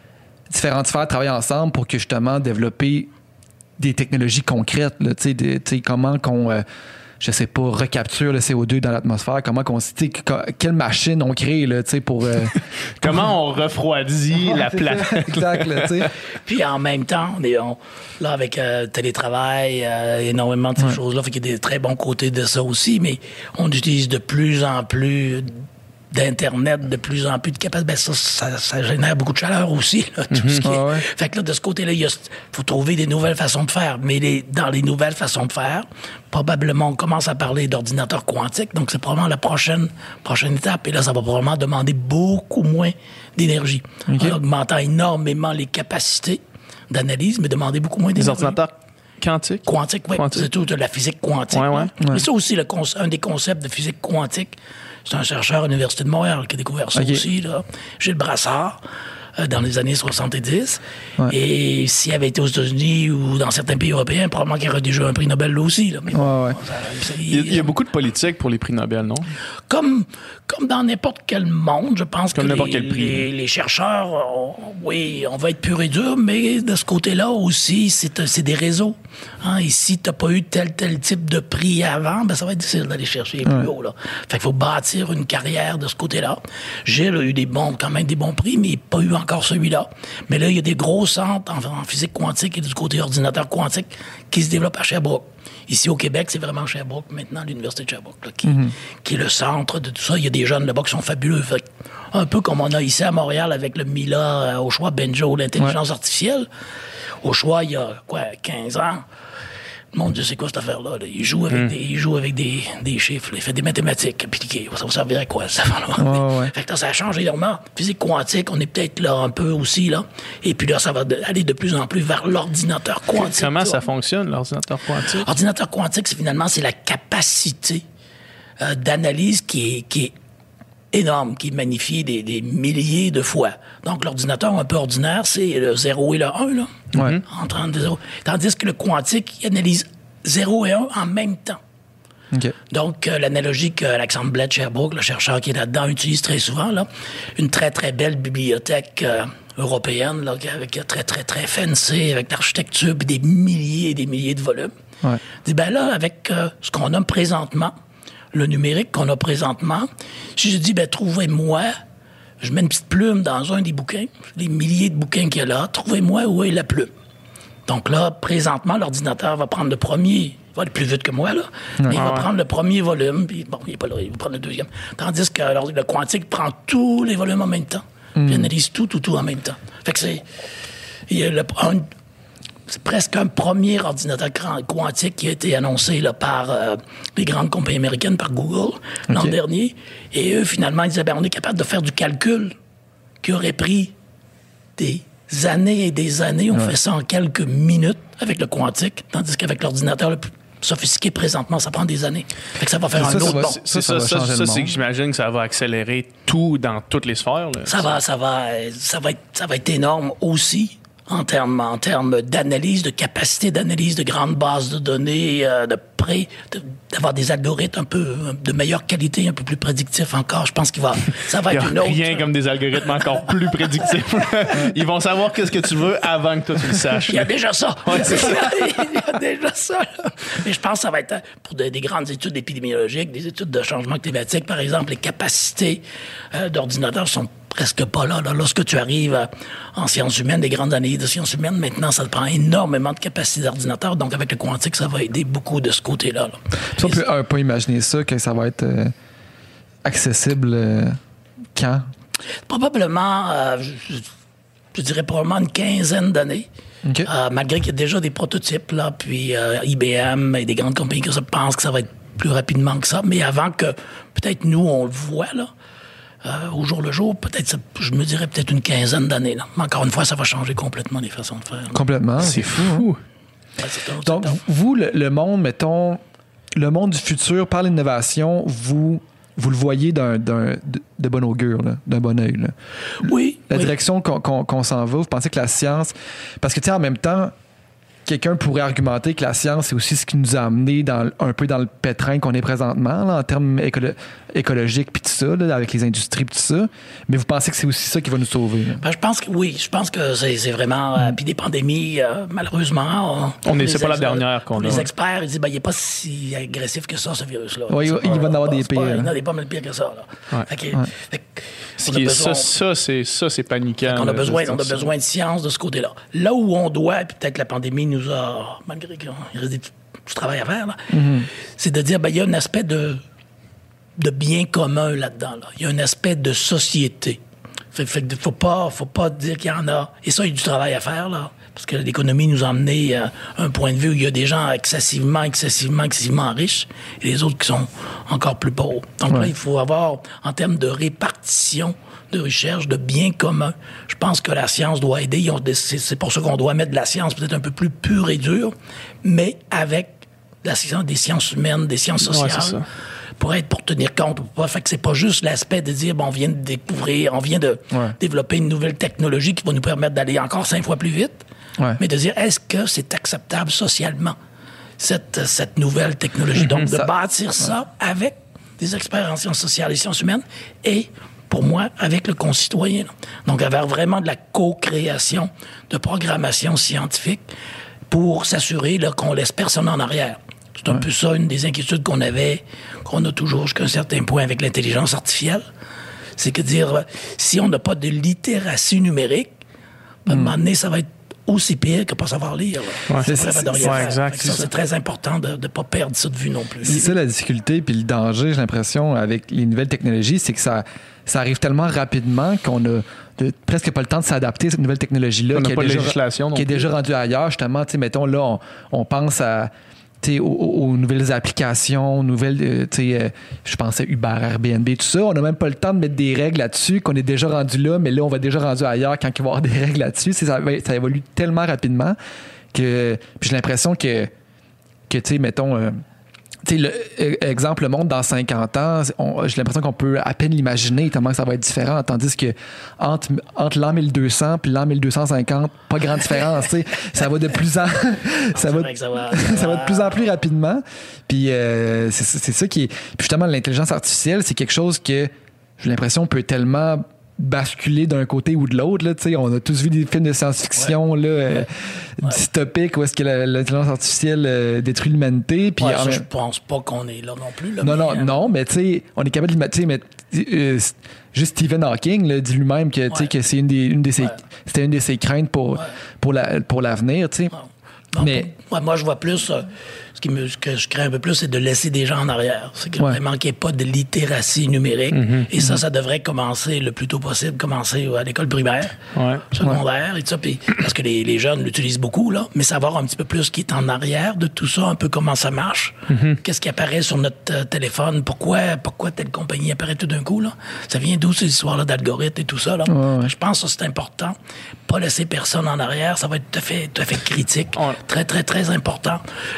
sphères travaillent ensemble pour que justement développer des technologies concrètes, là, tu sais, comment qu'on je sais pas, recapture le CO2 dans l'atmosphère, comment qu'on quelle machine on crée là, pour comment on refroidit la planète. Exact, là, tu sais. Puis en même temps, là avec télétravail, énormément de ces choses-là, fait qu'il y a des très bons côtés de ça aussi, mais on utilise de plus en plus d'Internet, de plus en plus de capacités. Ça génère beaucoup de chaleur aussi, là, tout ce qui est... Fait que là, de ce côté-là, il faut trouver des nouvelles façons de faire. Mais dans les nouvelles façons de faire, probablement, on commence à parler d'ordinateurs quantiques, donc c'est probablement la prochaine étape. Et là, ça va probablement demander beaucoup moins d'énergie. Okay. En augmentant énormément les capacités d'analyse, mais demander beaucoup moins d'énergie. Des ordinateurs quantiques? Quantiques, oui. C'est tout de la physique quantique. Mais ça aussi, un des concepts de physique quantique, c'est un chercheur à l'Université de Montréal qui a découvert ça aussi, là. Gilles Brassard, dans les années 70. Ouais. Et s'il avait été aux États-Unis ou dans certains pays européens, probablement qu'il aurait déjà un prix Nobel là aussi. Là. Mais il y a beaucoup de politique pour les prix Nobel, non? Comme dans n'importe quel monde, je pense comme que les chercheurs, on va être pur et dur, mais de ce côté-là aussi, c'est des réseaux. Hein? Et si tu n'as pas eu tel type de prix avant, ça va être difficile d'aller chercher plus haut. Là. Fait qu'il faut bâtir une carrière de ce côté-là. Gilles a eu quand même des bons prix, mais il n'a pas eu encore celui-là. Mais là, il y a des gros centres en physique quantique et du côté ordinateur quantique qui se développent à Sherbrooke. Ici, au Québec, c'est vraiment Sherbrooke, maintenant, l'Université de Sherbrooke, là, qui est le centre de tout ça. Il y a des jeunes là-bas qui sont fabuleux. Fait, un peu comme on a ici à Montréal avec le Mila au choix Benjo, l'intelligence artificielle. Au choix, il y a 15 ans. Mon Dieu, c'est quoi cette affaire-là? Il joue avec des chiffres. Il fait des mathématiques appliquées. Ça va servir à quoi, ça? Fait que là, ça a changé énormément. Physique quantique, on est peut-être là un peu aussi, là. Et puis là, ça va aller de plus en plus vers l'ordinateur quantique. Comment ça fonctionne, l'ordinateur quantique? L'ordinateur quantique, c'est la capacité d'analyse qui est énorme, qui est magnifiée des milliers de fois. Donc, l'ordinateur un peu ordinaire, c'est le 0 et le 1, là. Ouais. Entre 0. Tandis que le quantique, il analyse 0 et 1 en même temps. Okay. Donc, l'analogie que Alexandre Blais de Sherbrooke, le chercheur qui est là-dedans, utilise très souvent, là, une très, très belle bibliothèque européenne, là, avec très, très, très fancy, avec l'architecture, puis des milliers et des milliers de volumes. Ouais. Dit, là, avec ce qu'on a présentement, le numérique qu'on a présentement, si je dis, trouvez-moi, je mets une petite plume dans un des bouquins, les milliers de bouquins qu'il y a là, trouvez-moi où est la plume. Donc là, présentement, l'ordinateur va prendre le premier, il va aller plus vite que moi, là, mais il va prendre le premier volume, puis il n'est pas là, il va prendre le deuxième. Tandis que le quantique prend tous les volumes en même temps, puis analyse tout en même temps. Fait que c'est presque un premier ordinateur quantique qui a été annoncé là, par les grandes compagnies américaines, par Google, l'an dernier. Et eux, finalement, ils disaient, on est capable de faire du calcul qui aurait pris des années et des années. On fait ça en quelques minutes avec le quantique, tandis qu'avec l'ordinateur sophistiqué présentement, ça prend des années. Fait que ça va faire un autre bond. C'est ça, c'est que j'imagine que ça va accélérer tout dans toutes les sphères. Là. Ça va être énorme aussi en termes d'analyse, de capacité d'analyse de grandes bases de données, d'avoir des algorithmes un peu de meilleure qualité, un peu plus prédictifs encore. Je pense ça va être une autre. Rien comme des algorithmes encore plus prédictifs. Ils vont savoir qu'est-ce que tu veux avant que toi tu le saches. Il y a déjà ça. Ouais, c'est ça. Il y a déjà ça. Là. Mais je pense que ça va être pour des grandes études épidémiologiques, des études de changement climatique, par exemple, les capacités d'ordinateurs sont presque pas là. Lorsque tu arrives en sciences humaines, des grandes analyses de sciences humaines, maintenant, ça te prend énormément de capacités d'ordinateur. Donc, avec le quantique, ça va aider beaucoup de ce côté-là. Là. On peut un peu imaginer ça, que ça va être accessible quand? Probablement, je dirais probablement une quinzaine d'années. Okay. Malgré qu'il y a déjà des prototypes, là, puis IBM et des grandes compagnies qui pensent que ça va être plus rapidement que ça. Mais avant que, peut-être nous, on le voit, là, au jour le jour, peut-être, je me dirais peut-être une quinzaine d'années. Là. Mais encore une fois, ça va changer complètement les façons de faire. Là. Complètement. C'est fou. Ouais, donc, vous, le monde, mettons, le monde du futur, par l'innovation, vous le voyez de bon augure, là, d'un bon œil. Là. Oui. La direction qu'on s'en va, vous pensez que la science... Parce que, tu sais, en même temps, quelqu'un pourrait argumenter que la science, c'est aussi ce qui nous a amené un peu dans le pétrin qu'on est présentement, là, en termes écologiques, puis tout ça, là, avec les industries, puis tout ça. Mais vous pensez que c'est aussi ça qui va nous sauver? Ben, je pense que oui. Je pense que c'est vraiment... Puis des pandémies, malheureusement... C'est pas la dernière qu'on a. Les experts, ils disent, il n'est pas si agressif que ça, ce virus-là. Oui, il va en avoir des pires. Il y en a pas mal pire que ça. Là. Ouais. Ça, c'est paniquant. On a besoin de science de ce côté-là. Là où on doit, puis peut-être la pandémie nous a, malgré qu'il reste du travail à faire, là, c'est de dire, il y a un aspect de bien commun là-dedans. Là. Il y a un aspect de société. Faut pas dire qu'il y en a. Et ça, il y a du travail à faire, là. Parce que l'économie nous a amené à un point de vue où il y a des gens excessivement riches et les autres qui sont encore plus pauvres. Donc là, il faut avoir, en termes de répartition de recherche, de biens communs, je pense que la science doit aider. C'est pour ça qu'on doit mettre de la science peut-être un peu plus pure et dure, mais avec des sciences humaines, des sciences sociales. Pour tenir compte. Fait que c'est pas juste l'aspect de dire, on vient de découvrir, on vient de développer une nouvelle technologie qui va nous permettre d'aller encore 5 fois plus vite, mais de dire, est-ce que c'est acceptable socialement, cette nouvelle technologie? Donc, de bâtir ça avec des experts en sciences sociales et sciences humaines et, pour moi, avec le concitoyen. Donc, avoir vraiment de la co-création de programmation scientifique pour s'assurer qu'on laisse personne en arrière. C'est un peu ça, une des inquiétudes qu'on a toujours jusqu'à un certain point avec l'intelligence artificielle. C'est que dire, si on n'a pas de littératie numérique, à un moment donné, ça va être aussi pire que pas savoir lire. Exact. C'est très important de ne pas perdre ça de vue non plus. C'est ça la difficulté, puis le danger, j'ai l'impression, avec les nouvelles technologies, c'est que ça arrive tellement rapidement qu'on a presque pas le temps de s'adapter à cette nouvelle technologie-là qui est déjà rendue ailleurs. Justement, mettons, là, on pense à... Aux nouvelles applications, je pensais Uber, Airbnb, tout ça. On n'a même pas le temps de mettre des règles là-dessus, qu'on est déjà rendu là, mais là, on va déjà rendu ailleurs quand il va y avoir des règles là-dessus. Ça évolue tellement rapidement que j'ai l'impression que mettons... exemple, le monde dans 50 ans, j'ai l'impression qu'on peut à peine l'imaginer tellement que ça va être différent. Tandis que entre l'an 1200 et l'an 1250, pas grande différence. Ça va de plus en ça va de plus en plus rapidement. Puis c'est ça qui est. Puis justement, l'intelligence artificielle, c'est quelque chose que j'ai l'impression peut tellement basculer d'un côté ou de l'autre. Là, on a tous vu des films de science-fiction dystopiques où est-ce que l'intelligence artificielle détruit l'humanité. Puis je pense pas qu'on est là non plus. Là, non, mais on est capable de juste Stephen Hawking dit lui-même que c'est c'était une de ses craintes pour l'avenir. Mais moi, je vois plus... ce que je crains un peu plus, c'est de laisser des gens en arrière. C'est qu'il ne manquait pas de littératie numérique. Et ça devrait commencer le plus tôt possible, commencer à l'école primaire, secondaire, et tout ça. Puis, parce que les jeunes l'utilisent beaucoup, là, mais savoir un petit peu plus ce qui est en arrière de tout ça, un peu comment ça marche, qu'est-ce qui apparaît sur notre téléphone, pourquoi telle compagnie apparaît tout d'un coup. Là. Ça vient d'où ces histoires-là d'algorithmes et tout ça. Là. Je pense que ça, c'est important. Pas laisser personne en arrière, ça va être tout à fait critique. Très, très, très important. L'aspect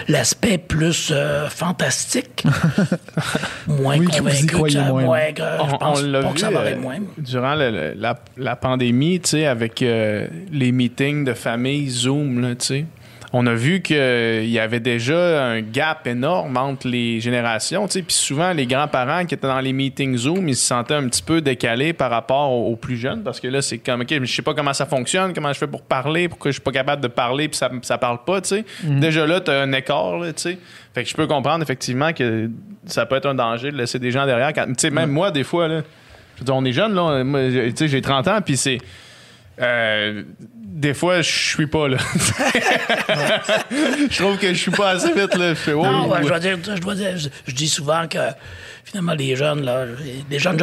l'aspect plus fantastique, moins oui, convaincu que ça, moins que je pense on l'a pas vu, que ça m'aurait moins. Durant la pandémie, tu sais, avec les meetings de famille Zoom, là, tu sais, on a vu qu'il y avait déjà un gap énorme entre les générations, tu sais, puis souvent les grands-parents qui étaient dans les meetings Zoom, ils se sentaient un petit peu décalés par rapport aux plus jeunes, parce que là, c'est comme, OK, je sais pas comment ça fonctionne, comment je fais pour parler, pourquoi je suis pas capable de parler, puis ça parle pas, tu sais. Déjà là, t'as un écart, là, tu sais. Fait que je peux comprendre effectivement que ça peut être un danger de laisser des gens derrière. Tu sais, même moi, des fois, là, je veux dire, on est jeunes, là, moi, tu sais, j'ai 30 ans, puis c'est... des fois, je suis pas là. Je trouve que je suis pas assez vite là. Non, je dis souvent que finalement les jeunes là, les jeunes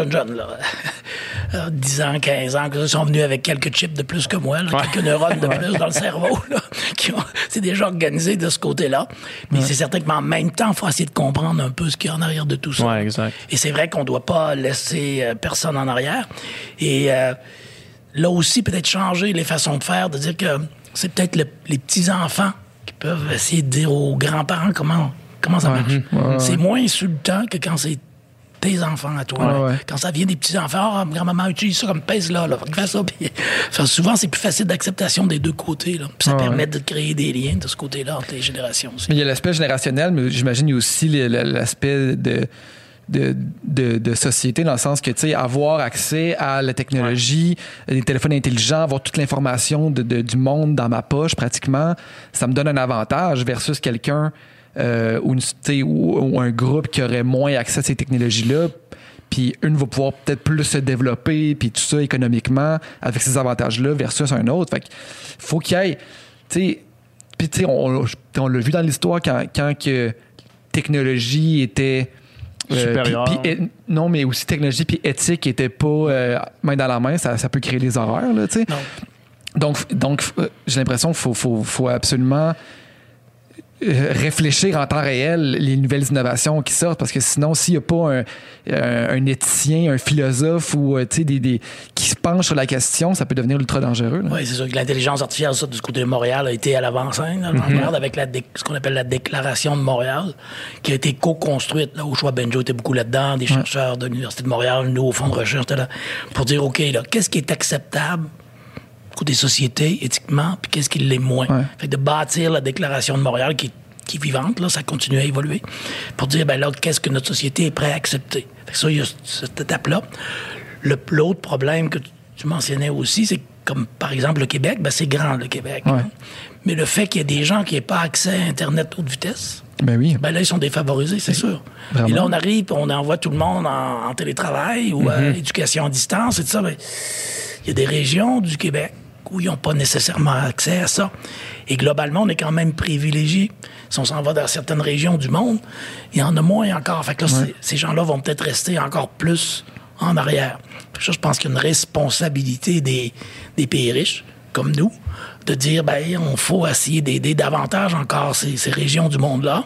là, 10 ans, 15 ans, qui sont venus avec quelques chips de plus que moi, là, quelques neurones de plus dans le cerveau, là, c'est déjà organisé de ce côté-là. Mais c'est certain qu'en même temps, il faut essayer de comprendre un peu ce qu'il y a en arrière de tout ça. Ouais, exact. Et c'est vrai qu'on doit pas laisser personne en arrière. Et là aussi, peut-être changer les façons de faire, de dire que c'est peut-être les petits-enfants qui peuvent essayer de dire aux grands-parents comment ça marche. C'est moins insultant que quand c'est tes enfants à toi. Quand ça vient des petits-enfants, grand-maman utilise ça comme pèse-là, fais ça. Puis, souvent, c'est plus facile d'acceptation des deux côtés. Là. Puis ça permet de créer des liens de ce côté-là entre les générations aussi. Mais il y a l'aspect générationnel, mais j'imagine qu'il y a aussi l'aspect de société, dans le sens que, tu sais, avoir accès à la technologie, les téléphones intelligents, avoir toute l'information du monde dans ma poche, pratiquement, ça me donne un avantage versus quelqu'un ou un groupe qui aurait moins accès à ces technologies-là, puis une va pouvoir peut-être plus se développer, puis tout ça économiquement, avec ces avantages-là versus un autre. Fait qu'il faut qu'il y ait, tu sais, puis tu sais, on l'a vu dans l'histoire quand que technologie était... supérieur. Non, mais aussi technologie puis éthique n'étaient pas main dans la main, ça peut créer des horreurs, là, tu sais. Donc j'ai l'impression qu'il faut absolument réfléchir en temps réel les nouvelles innovations qui sortent, parce que sinon, s'il n'y a pas un éthicien, un philosophe ou qui se penche sur la question, ça peut devenir ultra dangereux. Oui, c'est sûr que l'intelligence artificielle, ça, du côté de Montréal, a été à l'avant-scène. On regarde avec ce qu'on appelle la Déclaration de Montréal, qui a été co-construite. Là, Ushua Benjo était beaucoup là-dedans, des chercheurs de l'Université de Montréal, nous, au Fonds de recherche, là, pour dire, OK, là, qu'est-ce qui est acceptable des sociétés, éthiquement, puis qu'est-ce qui l'est moins. Fait de bâtir la Déclaration de Montréal qui est vivante, là, ça continue à évoluer, pour dire, ben là, qu'est-ce que notre société est prête à accepter. Fait que ça, il y a cette étape-là. L'autre problème que tu mentionnais aussi, c'est comme, par exemple, le Québec, ben c'est grand, le Québec. Hein? Mais le fait qu'il y ait des gens qui n'aient pas accès à Internet haute vitesse, ben là, ils sont défavorisés, c'est sûr. Vraiment. Et là, on arrive, on envoie tout le monde en télétravail ou à éducation à distance, et tout ça. Ben, il y a des régions du Québec où ils n'ont pas nécessairement accès à ça. Et globalement, on est quand même privilégiés. Si on s'en va dans certaines régions du monde, il y en a moins encore. Fait que là, ces gens-là vont peut-être rester encore plus en arrière. Ça, je pense qu'il y a une responsabilité des pays riches, comme nous, de dire, ben, on faut essayer d'aider davantage encore ces régions du monde-là.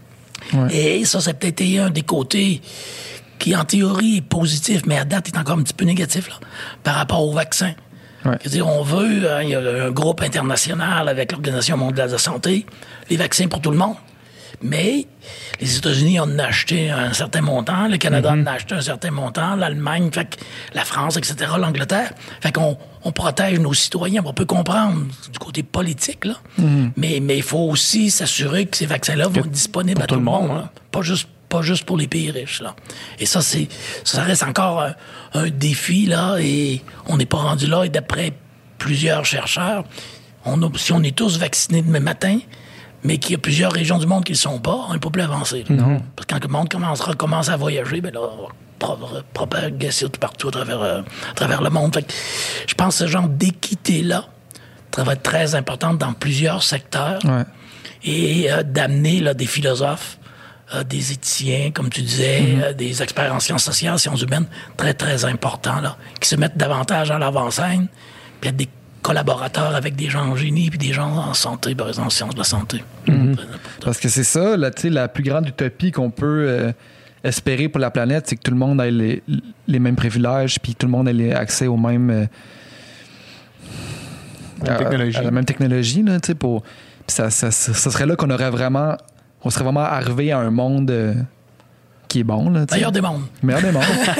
Et ça, c'est peut-être un des côtés qui, en théorie, est positif, mais à date, est encore un petit peu négatif, là, par rapport au vaccin. C'est-à-dire, on veut, il y a un groupe international avec l'Organisation mondiale de la santé, les vaccins pour tout le monde. Mais les États-Unis en ont acheté un certain montant, le Canada en a acheté un certain montant, l'Allemagne, fait que la France, etc., l'Angleterre. Fait qu'on protège nos citoyens. On peut comprendre du côté politique, là. Mais il faut aussi s'assurer que ces vaccins-là vont être disponibles à tout le monde. Hein. Pas juste pour les pays riches, là. Et ça reste encore un défi, là, et on n'est pas rendu là. Et d'après plusieurs chercheurs, si on est tous vaccinés demain matin, mais qu'il y a plusieurs régions du monde qui ne le sont pas, on n'est pas plus avancé. Non. Parce que quand le monde commence à voyager, ben là, on va propager ça tout partout à travers le monde. Fait que je pense que ce genre d'équité-là va être très importante dans plusieurs secteurs. Et d'amener là, des philosophes, des éthiciens, comme tu disais, des experts en sciences sociales, sciences humaines, très, très importants, là, qui se mettent davantage à l'avant-scène, puis être des collaborateurs avec des gens en génie puis des gens en santé, par exemple, en sciences de la santé. Parce que c'est ça, là, la plus grande utopie qu'on peut espérer pour la planète, c'est que tout le monde ait les mêmes privilèges puis tout le monde ait accès aux mêmes... à la même technologie, là, tu sais, ça serait là qu'on aurait vraiment on serait vraiment arrivé à un monde qui est bon. Là, meilleur des mondes. Meilleur des mondes.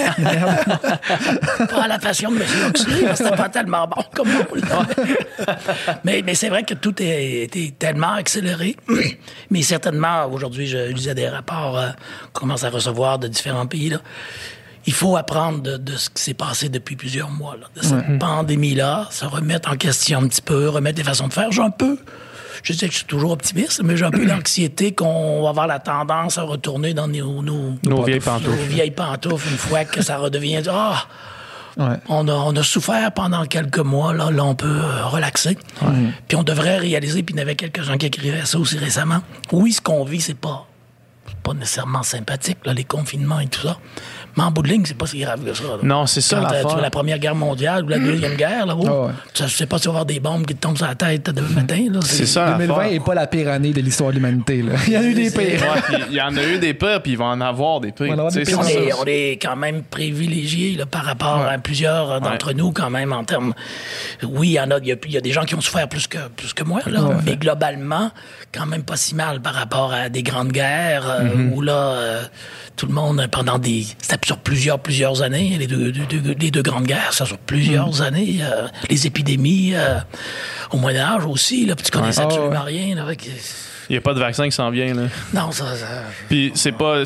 Pas à la façon de M. Huxley, parce que c'était pas tellement bon comme monde. mais c'est vrai que tout a été tellement accéléré. Mais certainement, aujourd'hui, je lisais des rapports qu'on commence à recevoir de différents pays. Là. Il faut apprendre de ce qui s'est passé depuis plusieurs mois, là, de cette pandémie-là, se remettre en question un petit peu, remettre des façons de faire. Je sais que je suis toujours optimiste, mais j'ai un peu l'anxiété qu'on va avoir la tendance à retourner dans nos vieilles pantoufles. Nos vieilles pantoufles une fois que ça redevient... Ouais. On a souffert pendant quelques mois, là on peut relaxer. Puis on devrait réaliser, puis il y en avait quelques-uns qui écrivaient ça aussi récemment. Oui, ce qu'on vit, c'est pas nécessairement sympathique, là, les confinements et tout ça. Mais en bout de ligne, c'est pas si grave que ça. Là. Non, c'est ça l'affaire. Tu vois la Première Guerre mondiale ou la Deuxième Guerre, là, tu sais pas si on va avoir des bombes qui te tombent sur la tête demain matin. Là, c'est ça 2020 n'est pas la pire année de l'histoire de l'humanité. Là. Il y en a eu des pires. Il y en a eu des pires, puis il va en avoir des pires. On est quand même privilégiés là, par rapport à plusieurs d'entre nous, quand même, en termes... Oui, il y a des gens qui ont souffert plus que moi, là, mais globalement, quand même pas si mal par rapport à des grandes guerres où là, tout le monde, pendant c'était sur plusieurs années, les deux grandes guerres, ça sur plusieurs années, les épidémies, au Moyen-Âge aussi, là, puis tu connaissais absolument rien. Là, avec... Il n'y a pas de vaccin qui s'en vient. Là. Non, ça... Puis c'est pas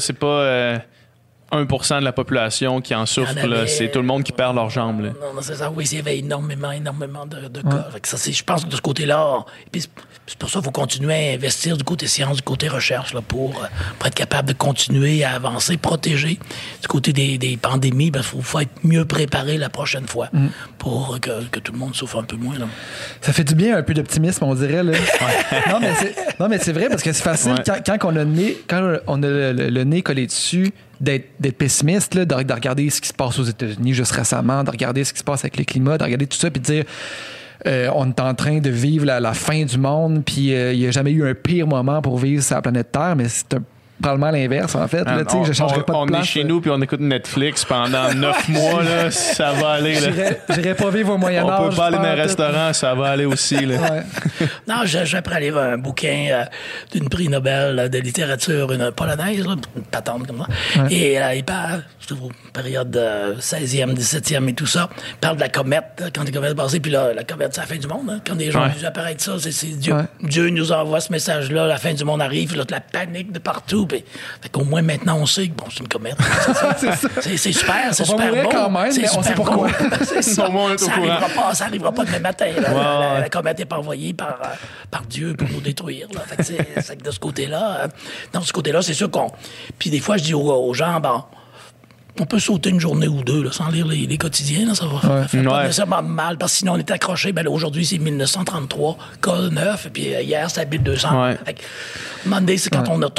1% de la population qui en souffre, là. C'est tout le monde qui perd leurs jambes. Là. Non, c'est ça. Oui, il y avait énormément de cas. Fait que ça, je pense que de ce côté-là, puis c'est pour ça qu'il faut continuer à investir du côté science, du côté recherche, là, pour être capable de continuer à avancer, protéger. Du côté des pandémies, il faut être mieux préparé la prochaine fois pour que tout le monde souffre un peu moins. Là. Ça fait du bien un peu d'optimisme, on dirait. Là. non, mais c'est vrai parce que c'est facile quand on a le nez collé dessus d'être pessimiste, là, de regarder ce qui se passe aux États-Unis juste récemment, de regarder ce qui se passe avec le climat, de regarder tout ça puis de dire on est en train de vivre la fin du monde puis il n'y a jamais eu un pire moment pour vivre sur la planète Terre, mais c'est probablement l'inverse, en fait. Là, je changerais pas de place. On est chez nous puis on écoute Netflix pendant 9 mois. Là, ça va aller. J'irais pas vivre au Moyen-Âge. On peut pas aller dans un restaurant, ça va aller aussi. Là. Non, j'ai pris à lire un bouquin d'une prix Nobel de littérature, une polonaise, là, une patente comme ça. Ouais. Et il parle, c'est une période 16e, 17e et tout ça, il parle de la comète, quand les comètes passent, puis là, la comète, c'est la fin du monde. Hein. Quand des gens nous apparaissent ça, c'est Dieu. Ouais. Dieu nous envoie ce message-là, la fin du monde arrive, là, la panique de partout. Fait qu'au moins maintenant on sait que bon, c'est une comète. C'est super, c'est super beau. Quand même, mais on sait pourquoi. Ça arrivera pas demain matin. La comète n'est pas envoyée par Dieu pour nous détruire. Là. Fait que c'est que de ce côté-là, c'est sûr qu'on. Puis des fois, je dis aux gens, on peut sauter une journée ou deux là, sans lire les quotidiens. Là, ça va faire pas nécessairement mal, parce que sinon on est accroché. Là, aujourd'hui, c'est 1933, cas 9, et puis hier, c'était 1200. Ouais. Fait que, Monday, c'est quand on a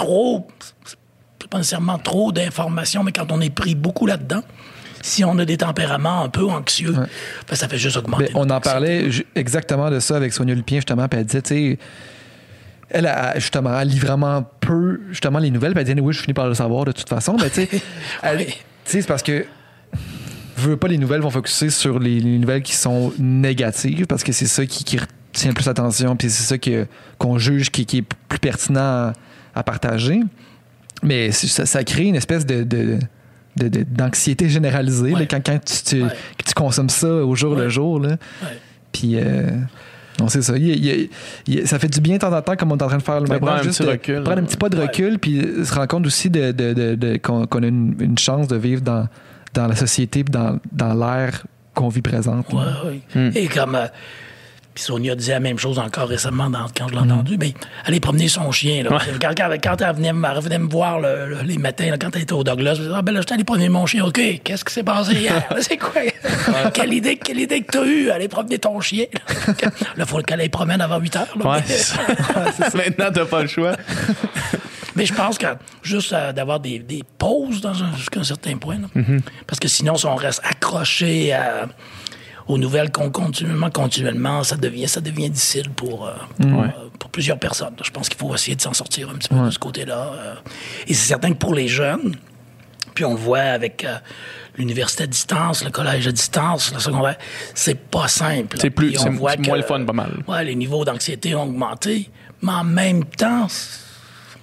pas nécessairement trop d'informations, mais quand on est pris beaucoup là-dedans, si on a des tempéraments un peu anxieux, ça fait juste augmenter. On en parlait exactement de ça avec Sonia Lupien, justement, puis elle disait, tu sais, elle lit vraiment peu, justement, les nouvelles, puis elle dit, oui, je finis par le savoir de toute façon, mais tu sais, c'est parce que veux pas, les nouvelles vont focuser sur les nouvelles qui sont négatives, parce que c'est ça qui retient plus l'attention, puis c'est ça qu'on juge qui est plus pertinent à partager. Mais ça crée une espèce d'anxiété généralisée là, quand tu consommes ça au jour le jour. Là. Puis, non, c'est ça. Ça fait du bien de temps en temps, comme on est en train de faire le prendre un petit recul. Prendre un petit pas de recul, puis se rendre compte aussi qu'on a une chance de vivre dans la société, dans l'air qu'on vit présente. Et comme... Puis Sonia disait la même chose encore récemment quand je l'ai entendu. Mais aller promener son chien. Là. Quand elle venait me voir les matins, là, quand elle était au Douglas, je disais, je suis allé promener mon chien. OK, qu'est-ce qui s'est passé hier? C'est quoi? Quelle idée que tu as eue? Aller promener ton chien. Là, il faut qu'elle aille promène avant 8 heures. Là, maintenant, tu n'as pas le choix. Mais je pense que juste d'avoir des pauses jusqu'à un certain point. Là. Parce que sinon, si on reste accroché aux nouvelles continuellement, ça devient difficile pour plusieurs personnes. Je pense qu'il faut essayer de s'en sortir un petit peu de ce côté-là. Et c'est certain que pour les jeunes, puis on le voit avec l'université à distance, le collège à distance, le secondaire, c'est pas simple. C'est moins le fun, pas mal. Les niveaux d'anxiété ont augmenté, mais en même temps,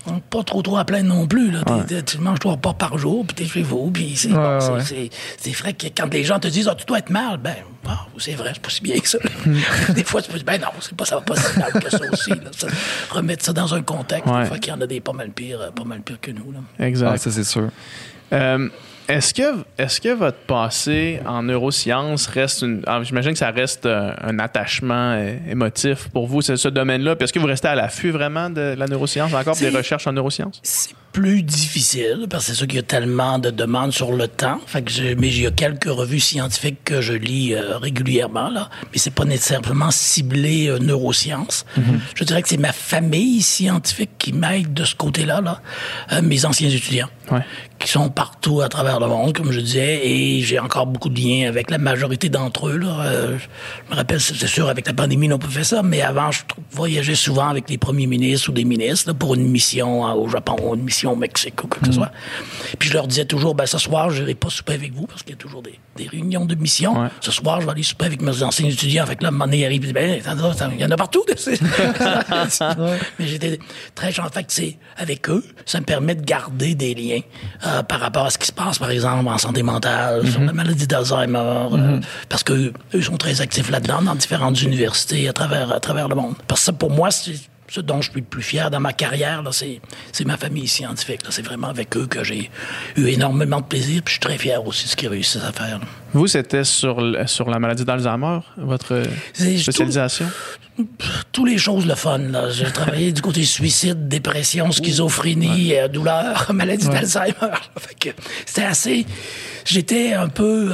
pas trop à plaindre non plus. Là. Tu manges 3 repas par jour, puis t'es chez vous, puis c'est vrai que quand les gens te disent « tu dois être mal », c'est vrai, c'est pas si bien que ça. Des fois, tu peux dire « non, ça va pas si mal que ça aussi. » Remettre ça dans un contexte, des fois qu'il y en a des pas mal pires que nous. Là. Exact. Ça, c'est sûr. Est-ce que votre passé en neurosciences reste j'imagine que ça reste un attachement émotif pour vous, ce domaine-là. Puis est-ce que vous restez à l'affût vraiment de la neuroscience encore, des recherches en neurosciences? C'est plus difficile parce que c'est sûr qu'il y a tellement de demandes sur le temps. Mais il y a quelques revues scientifiques que je lis régulièrement, là, mais c'est pas nécessairement ciblé neurosciences. Je dirais que c'est ma famille scientifique qui m'aide de ce côté-là, mes anciens étudiants. Qui sont partout à travers le monde, comme je disais, et j'ai encore beaucoup de liens avec la majorité d'entre eux. Je me rappelle, c'est sûr, avec la pandémie, on n'a pas fait ça, mais avant, je voyageais souvent avec les premiers ministres ou des ministres pour une mission au Japon ou une mission au Mexique ou quoi que ce soit. Puis je leur disais toujours, ce soir, je n'irai pas souper avec vous, parce qu'il y a toujours des réunions de mission. Ce soir, je vais aller souper avec mes anciens étudiants. Fait que là, à un moment donné, il arrive, il y en a partout. Mais j'étais très chanceux. Fait que c'est avec eux, ça me permet de garder des liens par rapport à ce qui se passe, par exemple, en santé mentale, sur la maladie d'Alzheimer, parce qu'eux sont très actifs là-dedans, dans différentes universités à travers le monde. Parce que ça, pour moi, c'est ce dont je suis le plus fier dans ma carrière, là, c'est ma famille scientifique. Là. C'est vraiment avec eux que j'ai eu énormément de plaisir, puis je suis très fier aussi de ce qu'ils réussissent à faire. Là. Vous, c'était sur la maladie d'Alzheimer, votre spécialisation? Toutes les choses le fun. Là. J'ai travaillé du côté suicide, dépression, schizophrénie, douleur, maladie d'Alzheimer. Fait que c'était assez... J'étais un peu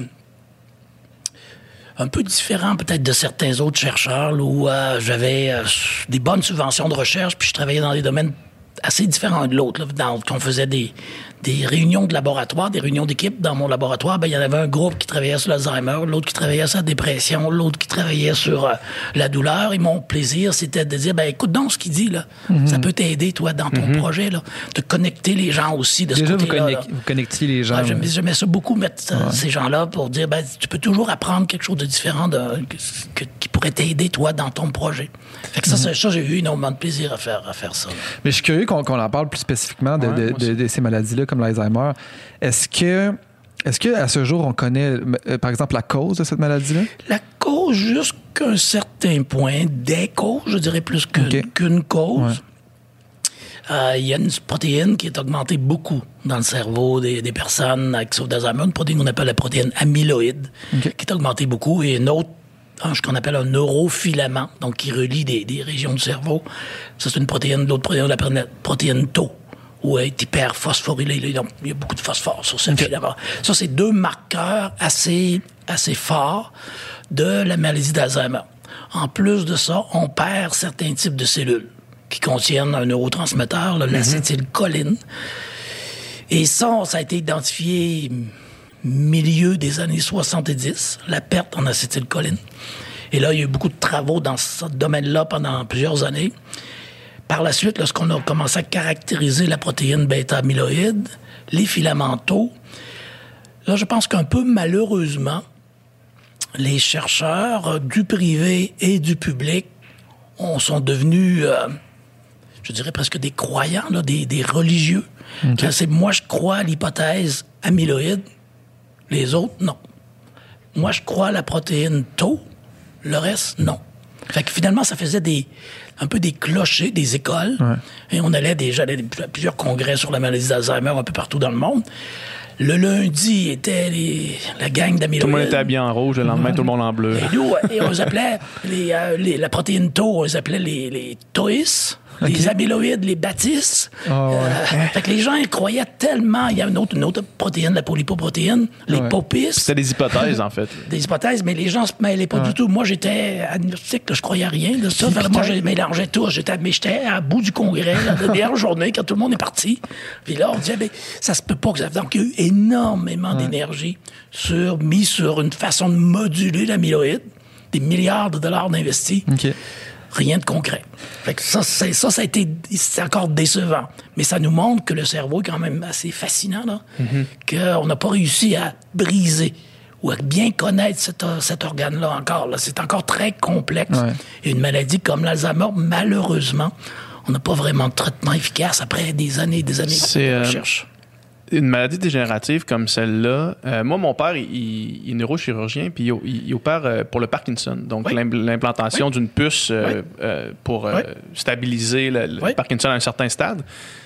différent peut-être de certains autres chercheurs là, où j'avais des bonnes subventions de recherche, puis je travaillais dans des domaines assez différents de l'autre. On faisait des réunions de laboratoire, des réunions d'équipe dans mon laboratoire. Il y en avait un groupe qui travaillait sur l'Alzheimer, l'autre qui travaillait sur la dépression, l'autre qui travaillait sur la douleur. Et mon plaisir, c'était de dire, écoute donc ce qu'il dit, là. Ça peut t'aider, toi, dans ton projet, là, de connecter les gens aussi de ce côté-là. Vous connectiez les gens. J'aimais ça beaucoup, mettre ces gens-là pour dire, tu peux toujours apprendre quelque chose de différent qui pourrait t'aider, toi, dans ton projet. Fait que ça, j'ai eu énormément de plaisir à faire ça. Là. Mais je suis curieux qu'on en parle plus spécifiquement de ces maladies-là, comme l'Alzheimer. Est-ce que à ce jour, on connaît, par exemple, la cause de cette maladie-là? La cause, jusqu'à un certain point. Des causes, je dirais plus qu'une cause. Il y a une protéine qui est augmentée beaucoup dans le cerveau des personnes qui souffrent d'Alzheimer, une protéine qu'on appelle la protéine amyloïde, qui est augmentée beaucoup, et une autre, ce qu'on appelle un neurofilament, donc qui relie des régions du cerveau. Ça, c'est une protéine. L'autre protéine, on l'appelle la protéine Tau, où elle est hyper phosphorylée. Il y a beaucoup de phosphore sur ce filament. Ça, c'est 2 marqueurs assez forts de la maladie d'Alzheimer. En plus de ça, on perd certains types de cellules qui contiennent un neurotransmetteur, l'acétylcholine. Et ça a été identifié milieu des années 70, la perte en acétylcholine. Et là, il y a eu beaucoup de travaux dans ce domaine-là pendant plusieurs années. Par la suite, lorsqu'on a commencé à caractériser la protéine bêta-amyloïde, les filaments Tau, là, je pense qu'un peu malheureusement, les chercheurs du privé et du public sont devenus, je dirais presque des croyants, là, des religieux. Moi, je crois à l'hypothèse amyloïde, les autres, non. Moi, je crois à la protéine Tau, le reste, non. Fait que finalement, ça faisait un peu des clochers des écoles. Et j'allais à plusieurs congrès sur la maladie d'Alzheimer un peu partout dans le monde. Le lundi était la gang d'amyloïdes. Tout le monde était habillé en rouge, le lendemain, tout le monde en bleu. Et nous, on les appelait la protéine Tau, on les appelait les TOIS. Les amyloïdes, les bâtisses. Fait que les gens ils croyaient tellement. Il y a une autre protéine, la polypoprotéine, les POPIS. C'était des hypothèses, en fait. Des hypothèses, mais les gens ne se mêlaient pas du tout. Moi, j'étais agnostique, je croyais à rien de ça. Moi, je mélangeais tout. J'étais à bout du congrès, la dernière journée, quand tout le monde est parti. Puis là, on disait, ça se peut pas que ça... Donc, il y a eu énormément d'énergie mis sur une façon de moduler l'amyloïde. Des milliards de dollars d'investis. Rien de concret. Fait que c'est encore décevant. Mais ça nous montre que le cerveau est quand même assez fascinant, là, qu'on n'a pas réussi à briser ou à bien connaître cet organe-là encore. Là. C'est encore très complexe. Et une maladie comme l'Alzheimer, malheureusement, on n'a pas vraiment de traitement efficace après des années de recherche. Une maladie dégénérative comme celle-là, moi, mon père, il est neurochirurgien, puis il opère pour le Parkinson. Donc, l'implantation d'une puce pour stabiliser le Parkinson à un certain stade.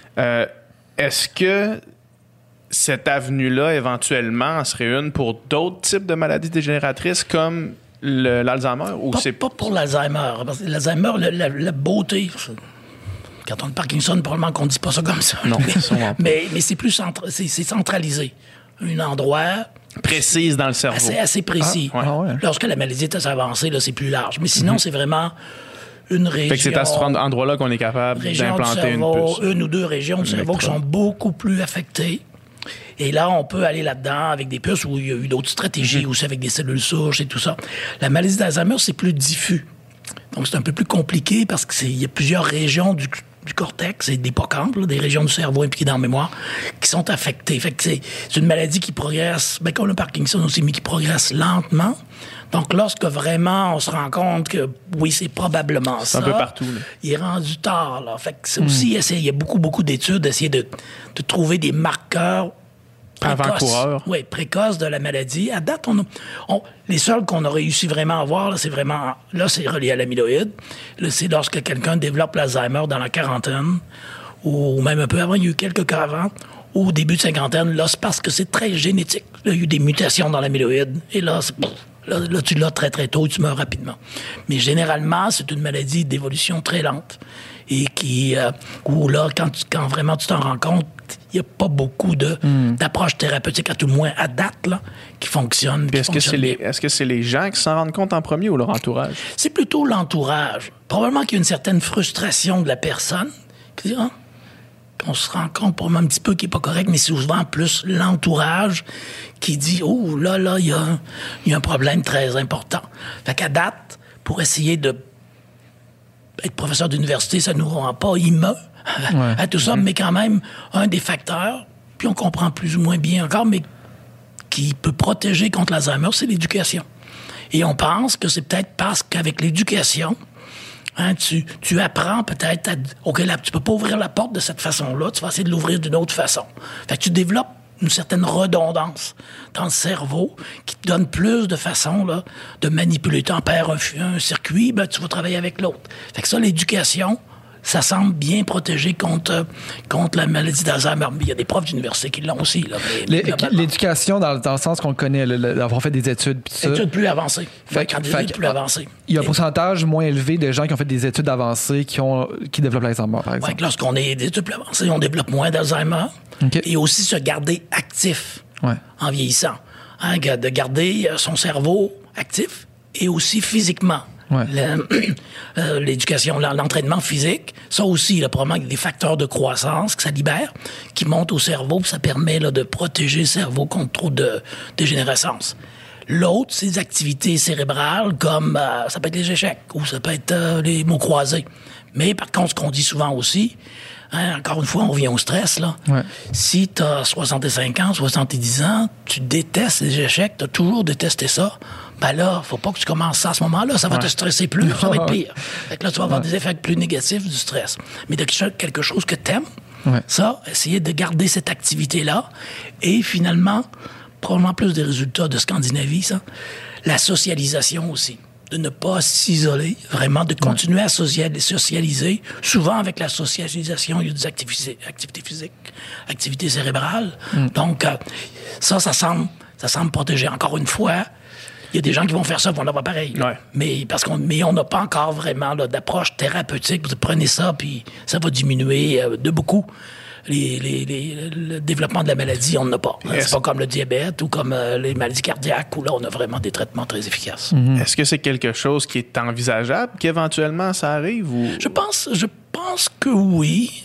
Est-ce que cette avenue-là, éventuellement, serait une pour d'autres types de maladies dégénératrices comme l'Alzheimer? Ou pas pour l'Alzheimer. Parce que l'Alzheimer, la beauté... Quand on a le Parkinson, probablement qu'on ne dit pas ça comme ça. Non, mais c'est plus c'est centralisé. Un endroit... Précise dans le cerveau. Assez précis. Lorsque la maladie est assez avancée, là, c'est plus large. Mais sinon, c'est vraiment une région... Fait que c'est à cet endroit-là qu'on est capable d'implanter une puce. Une ou deux régions du cerveau qui sont beaucoup plus affectées. Et là, on peut aller là-dedans avec des puces où il y a eu d'autres stratégies, aussi avec des cellules souches et tout ça. La maladie d'Alzheimer, c'est plus diffus. Donc, c'est un peu plus compliqué parce qu'il y a plusieurs régions du cortex et des hippocampes, des régions du cerveau impliquées dans la mémoire, qui sont affectées. Fait que c'est une maladie qui progresse, comme le Parkinson aussi, mais qui progresse lentement. Donc, lorsque vraiment on se rend compte que, oui, c'est probablement ça. C'est un peu partout. Là. Il est rendu tard, là. Fait que c'est aussi, il y a beaucoup d'études d'essayer de trouver des marqueurs avant-coureurs. Oui, précoce de la maladie. À date, les seuls qu'on a réussi vraiment à voir, c'est relié à l'amyloïde. Là, c'est lorsque quelqu'un développe l'Alzheimer dans la quarantaine, ou même un peu avant, il y a eu quelques cas avant, ou au début de cinquantaine, là, c'est parce que c'est très génétique. Là, il y a eu des mutations dans l'amyloïde, et là, là, tu l'as très, très tôt, et tu meurs rapidement. Mais généralement, c'est une maladie d'évolution très lente, et où là, quand vraiment tu t'en rends compte, il n'y a pas beaucoup d'approches thérapeutiques, à tout le moins à date, là, qui fonctionnent. Est-ce que c'est les gens qui s'en rendent compte en premier ou leur entourage? C'est plutôt l'entourage. Probablement qu'il y a une certaine frustration de la personne qui dit qu'on se rend compte probablement un petit peu qu'il n'est pas correct, mais c'est souvent plus l'entourage qui dit « Oh, là, il y a un problème très important. » Fait qu'à date, pour essayer de être professeur d'université, ça ne nous rend pas immeubles à tout ça, mais quand même, un des facteurs, puis on comprend plus ou moins bien encore, mais qui peut protéger contre l'Alzheimer, c'est l'éducation. Et on pense que c'est peut-être parce qu'avec l'éducation, tu apprends peut-être OK, là, tu peux pas ouvrir la porte de cette façon-là, tu vas essayer de l'ouvrir d'une autre façon. Fait que tu développes une certaine redondance dans le cerveau qui te donne plus de façons là, de manipuler. Tu en perds un circuit, tu vas travailler avec l'autre. Fait que ça, l'éducation, ça semble bien protégé contre la maladie d'Alzheimer. Il y a des profs d'université qui l'ont aussi. Là, l'éducation, dans le sens qu'on connaît, d'avoir fait des études. Études plus avancées. Plus avancées. Il y a un pourcentage moins élevé de gens qui ont fait des études avancées qui développent l'Alzheimer, par exemple. Ouais, lorsqu'on est des études plus avancées, on développe moins d'Alzheimer. Okay. Et aussi se garder actif en vieillissant. De garder son cerveau actif et aussi physiquement. Ouais. L'éducation, l'entraînement physique, ça aussi, probablement des facteurs de croissance que ça libère, qui montent au cerveau, ça permet de protéger le cerveau contre trop de dégénérescence. L'autre, c'est des activités cérébrales comme, ça peut être les échecs ou ça peut être les mots croisés. Mais par contre, ce qu'on dit souvent aussi, encore une fois, on revient au stress, là. Ouais. Si tu as 65 ans, 70 ans, tu détestes les échecs, tu as toujours détesté ça, ben là, faut pas que tu commences ça à ce moment-là, ça va te stresser plus, ça va être pire. Fait que là, tu vas avoir des effets plus négatifs du stress. Mais de quelque chose que tu aimes, ça, essayer de garder cette activité-là, et finalement, probablement plus des résultats de Scandinavie, ça, la socialisation aussi. De ne pas s'isoler, vraiment, de continuer à socialiser. Souvent, avec la socialisation, il y a des activités physiques, activités cérébrales. Donc, ça semble protéger. Encore une fois, il y a des gens qui vont faire ça, vont l'avoir pareil. Ouais. Mais on n'a pas encore vraiment d'approche thérapeutique. Vous prenez ça, puis ça va diminuer de beaucoup. Le développement de la maladie, on n'en a pas. C'est pas comme le diabète ou comme les maladies cardiaques où là, on a vraiment des traitements très efficaces. Est-ce que c'est quelque chose qui est envisageable, qu'éventuellement ça arrive? Ou... Je pense que oui.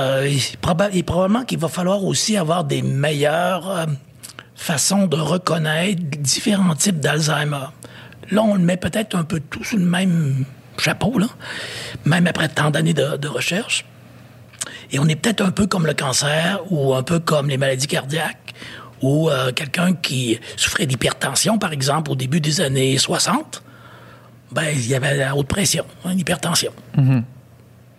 Et probablement qu'il va falloir aussi avoir des meilleures façons de reconnaître différents types d'Alzheimer. Là, on le met peut-être un peu tout sous le même chapeau, là, même après tant d'années de recherche. Et on est peut-être un peu comme le cancer ou un peu comme les maladies cardiaques ou quelqu'un qui souffrait d'hypertension, par exemple, au début des années 60, il y avait la haute pression, l'hypertension.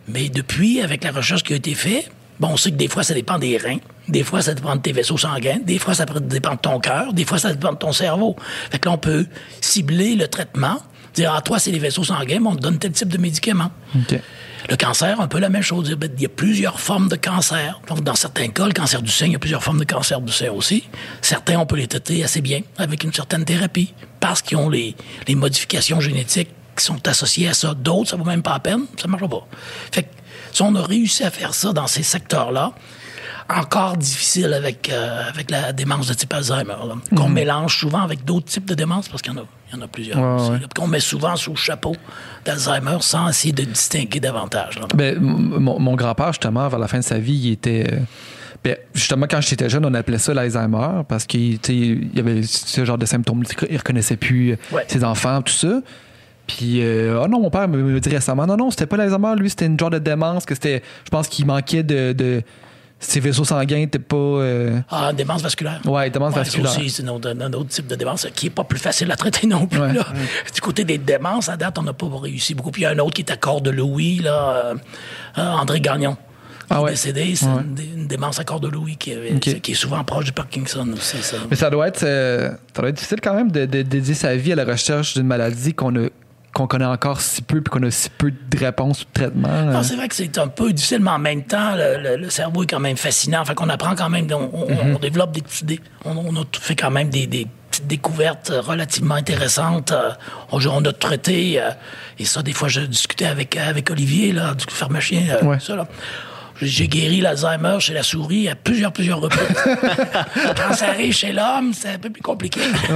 Mais depuis, avec la recherche qui a été faite, on sait que des fois, ça dépend des reins. Des fois, ça dépend de tes vaisseaux sanguins. Des fois, ça dépend de ton cœur. Des fois, ça dépend de ton cerveau. Fait que là, on peut cibler le traitement. Dire, toi, c'est les vaisseaux sanguins, mais on te donne tel type de médicament. OK. Le cancer, un peu la même chose. Il y a plusieurs formes de cancer. Donc, dans certains cas, le cancer du sein, il y a plusieurs formes de cancer du sein aussi. Certains, on peut les traiter assez bien avec une certaine thérapie parce qu'ils ont les modifications génétiques qui sont associées à ça. D'autres, ça vaut même pas la peine, ça marche pas. Fait que si on a réussi à faire ça dans ces secteurs-là, encore difficile avec la démence de type Alzheimer, qu'on mélange souvent avec d'autres types de démence, parce qu'il y en a plusieurs. Ouais. Qu'on met souvent sous le chapeau d'Alzheimer sans essayer de distinguer davantage. Ben, mon grand-père, justement, vers la fin de sa vie, il était... justement, quand j'étais jeune, on appelait ça l'Alzheimer parce qu'il y avait ce genre de symptômes. Il reconnaissait plus ses enfants, tout ça. Puis, non, mon père me dit récemment, non, c'était pas l'Alzheimer, lui, c'était une genre de démence, que c'était, je pense qu'il manquait de ses vaisseaux sanguins n'étaient pas... une démence vasculaire. Oui, démence vasculaire. Ça aussi, c'est un autre type de démence qui n'est pas plus facile à traiter non plus. Là. Du côté des démences, à date, on n'a pas réussi beaucoup. Puis il y a un autre qui est à corps de Louis, là, André Gagnon. Qui est décédé, c'est une démence à corps de Louis qui est souvent proche du Parkinson aussi. Ça. Mais ça doit être difficile quand même de dédier sa vie à la recherche d'une maladie qu'on connaît encore si peu, puis qu'on a si peu de réponses ou de traitements. Non, c'est vrai que c'est un peu difficile, mais en même temps, le cerveau est quand même fascinant. Fait qu'on apprend quand même, on développe des petites idées. On a fait quand même des petites découvertes relativement intéressantes. On a traité, et ça, des fois, je discutais avec Olivier, là, du pharmacien, ça, là. J'ai guéri l'Alzheimer chez la souris à plusieurs reprises. Quand ça arrive chez l'homme, c'est un peu plus compliqué.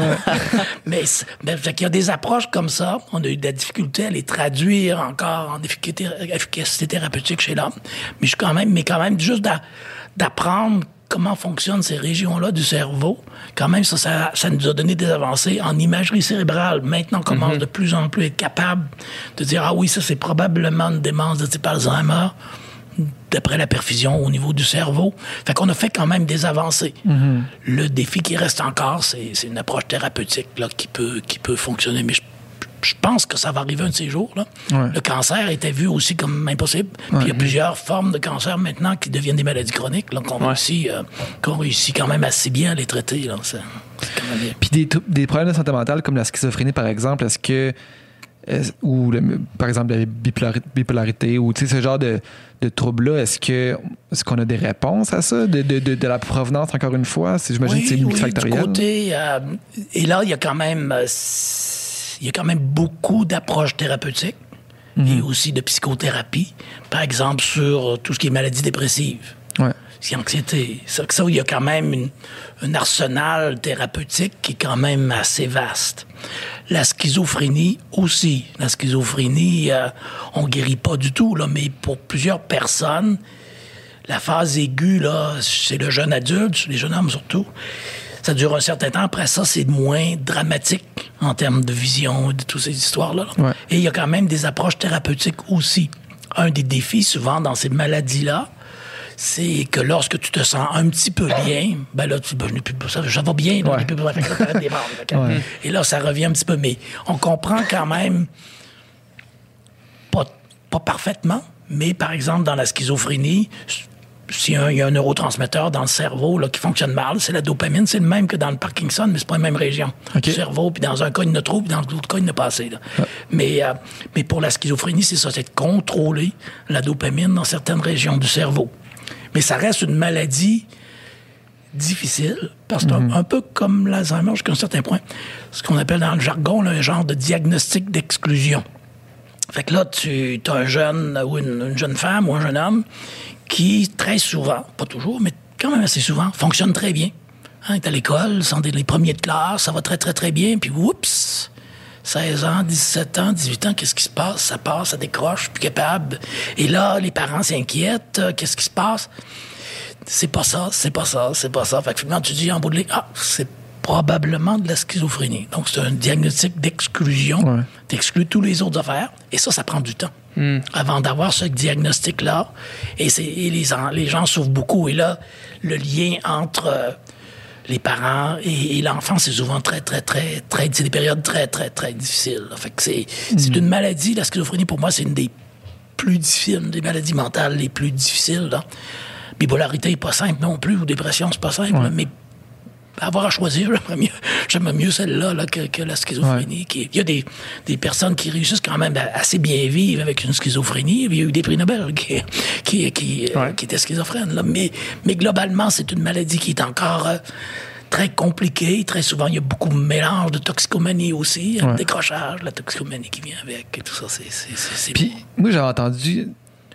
Mais fait qu'il y a des approches comme ça. On a eu de la difficulté à les traduire encore en efficacité thérapeutique chez l'homme. Mais quand même, juste d'apprendre comment fonctionnent ces régions-là du cerveau, quand même, ça nous a donné des avancées en imagerie cérébrale. Maintenant, on commence de plus en plus à être capable de dire, ah oui, ça, c'est probablement une démence de type Alzheimer, d'après la perfusion au niveau du cerveau. Fait qu'on a fait quand même des avancées. Le défi qui reste encore, c'est une approche thérapeutique là, qui peut fonctionner. Mais je pense que ça va arriver un de ces jours. Là. Le cancer était vu aussi comme impossible. Puis il y a plusieurs formes de cancer maintenant qui deviennent des maladies chroniques là, qu'on réussit quand même assez bien à les traiter. Là. C'est quand même bien. Puis des problèmes de santé mentale comme la schizophrénie, par exemple, est-ce que ou par exemple la bipolarité ou ce genre de troubles-là, est-ce qu'on a des réponses à ça de la provenance, encore une fois? J'imagine que c'est multifactoriel. Du côté, et là, il y a quand même beaucoup d'approches thérapeutiques et aussi de psychothérapie, par exemple sur tout ce qui est maladie dépressive. Anxiété. Ça, il y a quand même un arsenal thérapeutique qui est quand même assez vaste. La schizophrénie aussi. La schizophrénie, on ne guérit pas du tout, là, mais pour plusieurs personnes, la phase aiguë, là, c'est le jeune adulte, les jeunes hommes surtout, ça dure un certain temps. Après ça, c'est moins dramatique en termes de vision et de toutes ces histoires-là. Et il y a quand même des approches thérapeutiques aussi. Un des défis, souvent, dans ces maladies-là, c'est que lorsque tu te sens un petit peu bien, ben là, je n'ai plus ça va bien, là, je n'ai plus besoin de faire des bandes. Et là, ça revient un petit peu. Mais on comprend quand même, pas parfaitement, mais par exemple, dans la schizophrénie, s'il y a un neurotransmetteur dans le cerveau là, qui fonctionne mal, c'est la dopamine. C'est le même que dans le Parkinson, mais c'est pas la même région du cerveau. Puis dans un cas, il y en a trop, puis dans l'autre cas, il y en a pas assez. Là. Mais pour la schizophrénie, c'est ça, c'est de contrôler la dopamine dans certaines régions du cerveau. Mais ça reste une maladie difficile, parce que c'est un peu comme l'Alzheimer jusqu'à un certain point. Ce qu'on appelle dans le jargon là, un genre de diagnostic d'exclusion. Fait que là, tu as un jeune ou une jeune femme ou un jeune homme qui, très souvent, pas toujours, mais quand même assez souvent, fonctionne très bien. Il est à l'école, sont les premiers de classe, ça va très, très, très bien, puis oups, 16 ans, 17 ans, 18 ans, qu'est-ce qui se passe? Ça passe, ça décroche, plus capable. Et là, les parents s'inquiètent, qu'est-ce qui se passe? C'est pas ça. Fait que finalement, tu dis en bout de ligne, c'est probablement de la schizophrénie. Donc, c'est un diagnostic d'exclusion. T'exclus tous les autres affaires. Et ça prend du temps. Avant d'avoir ce diagnostic-là. Et les gens souffrent beaucoup. Et là, le lien entre les parents et l'enfant, c'est souvent très, très, très, très... C'est des périodes très, très, très difficiles. Fait que c'est une maladie. La schizophrénie, pour moi, c'est une des plus difficiles, des maladies mentales les plus difficiles. Là. Bipolarité n'est pas simple non plus, ou dépression, c'est pas simple, mais avoir à choisir, j'aime mieux celle-là là, que la schizophrénie. Il y a des personnes qui réussissent quand même à assez bien vivre avec une schizophrénie. Il y a eu des prix Nobel qui étaient schizophrènes. Là. Mais globalement, c'est une maladie qui est encore très compliquée. Très souvent, il y a beaucoup de mélange de toxicomanie aussi, le décrochage, la toxicomanie qui vient avec et tout ça. Puis, moi, j'avais entendu...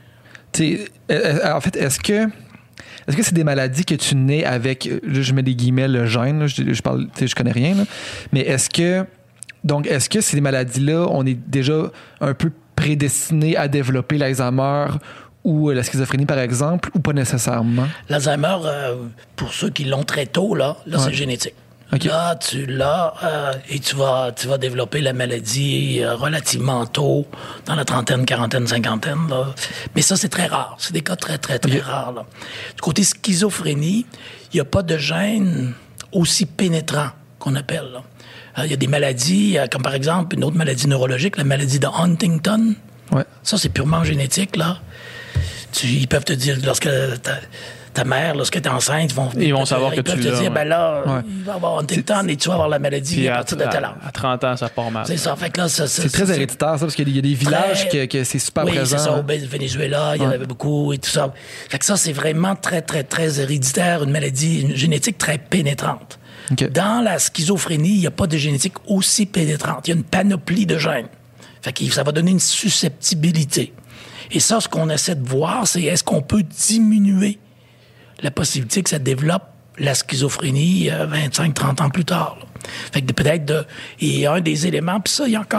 en fait, est-ce que c'est des maladies que tu nais avec, là, je mets des guillemets, le gène, là, je parle, je connais rien, là, mais est-ce que ces maladies-là, on est déjà un peu prédestiné à développer l'Alzheimer ou la schizophrénie, par exemple, ou pas nécessairement? L'Alzheimer, pour ceux qui l'ont très tôt, là c'est génétique. Okay. Là, tu l'as et tu vas développer la maladie relativement tôt, dans la trentaine, quarantaine, cinquantaine. Là. Mais ça, c'est très rare. C'est des cas très, très, très rares. Là. Du côté schizophrénie, il n'y a pas de gène aussi pénétrant qu'on appelle. Il y a des maladies, comme par exemple une autre maladie neurologique, la maladie de Huntington. Ouais. Ça, c'est purement génétique. Là. Ils peuvent te dire, lorsque ta mère, lorsqu'elle est enceinte, ils vont savoir que tu l'as. Ils peuvent te dire, ben là, il va avoir Huntington et tu vas avoir la maladie à partir de tel âge. À 30 ans, ça part mal. C'est ça. Fait que là, c'est très héréditaire, ça, parce qu'il y a des villages que c'est super présent. Oui, c'est ça. Au Venezuela, il y en avait beaucoup et tout ça. Fait que ça, c'est vraiment très, très, très héréditaire, une maladie, une génétique très pénétrante. Okay. Dans la schizophrénie, il n'y a pas de génétique aussi pénétrante. Il y a une panoplie de gènes. Fait que ça va donner une susceptibilité. Et ça, ce qu'on essaie de voir, c'est est-ce qu'on peut diminuer la possibilité que ça développe la schizophrénie 25-30 ans plus tard. Là. Fait que peut-être et un des éléments, puis ça, il y a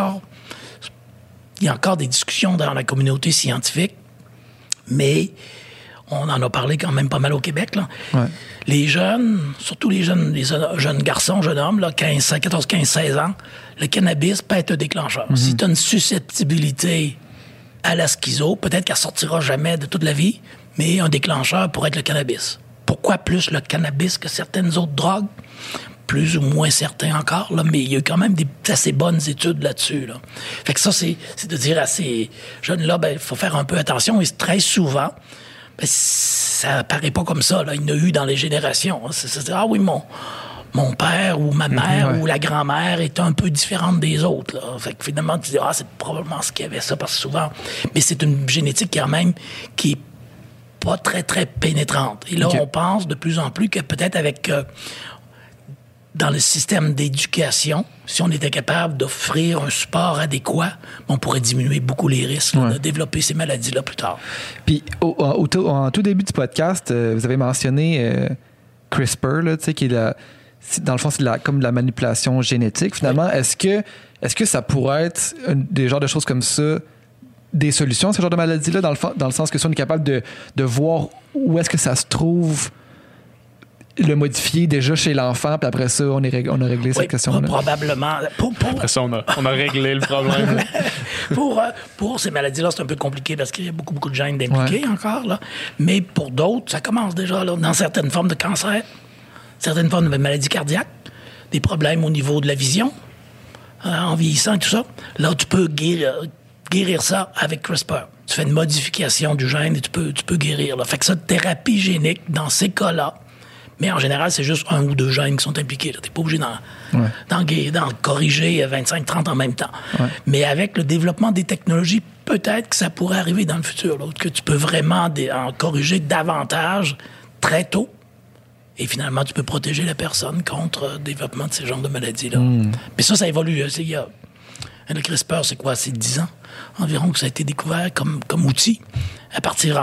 encore des discussions dans la communauté scientifique, mais on en a parlé quand même pas mal au Québec. Là. Ouais. Les jeunes, surtout les jeunes garçons, jeunes hommes, là, 14, 15, 16 ans, le cannabis peut être un déclencheur. Mm-hmm. Si tu as une susceptibilité à la schizo, peut-être qu'elle sortira jamais de toute la vie, mais un déclencheur pourrait être le cannabis. Pourquoi plus le cannabis que certaines autres drogues? Plus ou moins certains encore, là, mais il y a quand même des assez bonnes études là-dessus. Là. Fait que ça, c'est de dire à ces jeunes-là, il faut faire un peu attention. Et très souvent, ça apparaît pas comme ça. Là. Il y en a eu dans les générations. Hein. Ah oui, mon père ou ma mère ou la grand-mère est un peu différente des autres. Là. Fait que finalement, tu dis, c'est probablement ce qu'il y avait ça, parce que souvent... Mais c'est une génétique quand même qui est pas très, très pénétrante. Et là, on pense de plus en plus que peut-être avec... dans le système d'éducation, si on était capable d'offrir un support adéquat, on pourrait diminuer beaucoup les risques de développer ces maladies-là plus tard. Puis, en tout début du podcast, vous avez mentionné CRISPR, là, qui est dans le fond, c'est comme de la manipulation génétique. Finalement, est-ce que ça pourrait être des genres de choses comme ça, des solutions à ce genre de maladies-là, dans le sens que si on est capable de voir où est-ce que ça se trouve, le modifier déjà chez l'enfant, puis après ça, on a réglé cette question-là? Probablement. Après ça, on a réglé le problème. Pour ces maladies-là, c'est un peu compliqué parce qu'il y a beaucoup, beaucoup de gènes impliqués encore. Là. Mais pour d'autres, ça commence déjà là, dans certaines formes de cancer, certaines formes de maladies cardiaques, des problèmes au niveau de la vision, en vieillissant et tout ça. Là, tu peux guérir ça avec CRISPR. Tu fais une modification du gène et tu peux guérir. Là. Fait que ça, thérapie génique, dans ces cas-là, mais en général, c'est juste 1 ou 2 gènes qui sont impliqués. Tu n'es pas obligé d'en corriger 25-30 en même temps. Ouais. Mais avec le développement des technologies, peut-être que ça pourrait arriver dans le futur, là, que tu peux vraiment en corriger davantage très tôt. Et finalement, tu peux protéger la personne contre le développement de ces genres de maladies-là. Mais ça évolue. Le CRISPR, c'est quoi? C'est 10 ans environ que ça a été découvert comme outil. À partir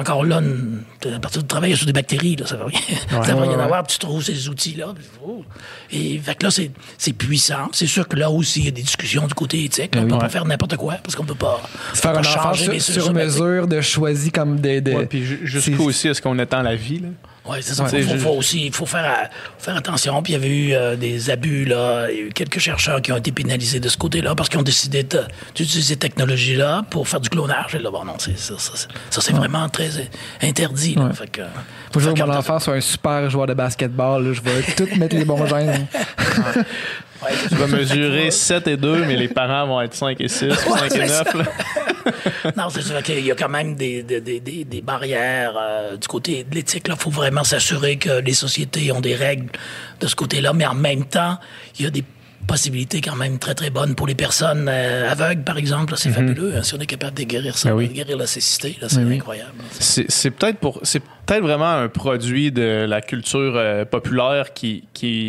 de travailler sur des bactéries, là, ça ne va rien avoir. Tu trouves ces outils-là. Et fait que là, c'est puissant. C'est sûr que là aussi, il y a des discussions du côté éthique. On ne peut pas faire n'importe quoi parce qu'on ne peut pas. Faire un enfant sur mesure de choisi comme des. Puis jusqu'où aussi est-ce qu'on étend la vie, là? Oui, c'est ça. Il faut faire attention. Puis il y avait eu des abus, là. Il y a eu quelques chercheurs qui ont été pénalisés de ce côté-là parce qu'ils ont décidé d'utiliser ces technologies-là pour faire du clonage. Et là, bon, non, ça c'est vraiment très interdit. Là. Fait que, faut que mon enfant soit un super joueur de basketball. Là. Je vais tout mettre les bons gènes. Tu vas mesurer 7 et 2, mais les parents vont être 5 et 6, 5 et 9. Là. Non, c'est sûr qu'il y a quand même des barrières du côté de l'éthique. Il faut vraiment s'assurer que les sociétés ont des règles de ce côté-là, mais en même temps, il y a des possibilités quand même très, très bonnes pour les personnes aveugles, par exemple. Là, c'est fabuleux. Hein, si on est capable de guérir ça, de guérir la cécité, là, c'est incroyable. C'est peut-être vraiment un produit de la culture populaire qui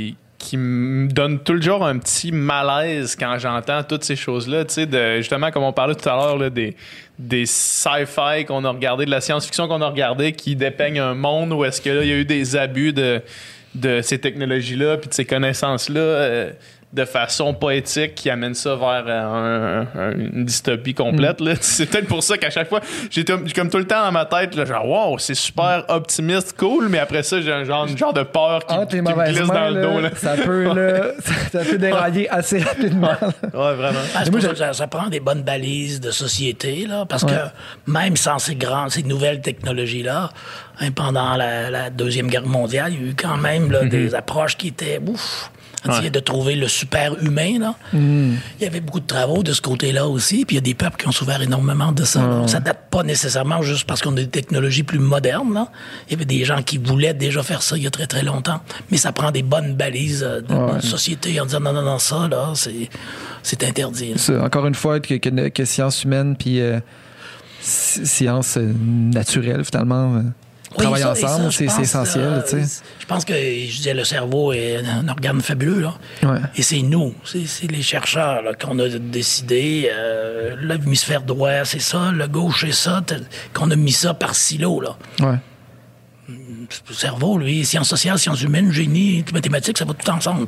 me donne toujours un petit malaise quand j'entends toutes ces choses-là. Tu sais, justement, comme on parlait tout à l'heure, là, des sci-fi qu'on a regardé, de la science-fiction qu'on a regardé qui dépeignent un monde où est-ce que là, il y a eu des abus de ces technologies-là puis de ces connaissances-là de façon poétique qui amène ça vers une dystopie complète. Là. C'est peut-être pour ça qu'à chaque fois, j'ai comme tout le temps dans ma tête, là, genre, wow, c'est super optimiste, cool, mais après ça, j'ai un genre de peur qui me glisse dans le dos. Là. Ça peut dérailler assez rapidement. Ouais, vraiment. Ça prend des bonnes balises de société, là, parce que même sans ces nouvelles technologies-là, hein, pendant la Deuxième Guerre mondiale, il y a eu quand même là, des approches qui étaient ouf. Essayer de trouver le super humain, là. Il y avait beaucoup de travaux de ce côté-là aussi, puis il y a des peuples qui ont souffert énormément de ça. Ça date pas nécessairement juste parce qu'on a des technologies plus modernes, là. Il y avait des gens qui voulaient déjà faire ça il y a très, très longtemps, mais ça prend des bonnes balises de société en disant non, ça, là, c'est interdit. Encore une fois, que sciences humaines puis sciences naturelles, finalement... travailler ensemble, c'est essentiel. Je pense que je disais le cerveau est un organe fabuleux. Là. Ouais. Et c'est nous, c'est les chercheurs là, qu'on a décidé. L'hémisphère droit, c'est ça, le gauche, c'est ça, qu'on a mis ça par silo. Là. Ouais. Le cerveau, lui, sciences sociales, sciences humaines, génie, mathématiques, ça va tout ensemble.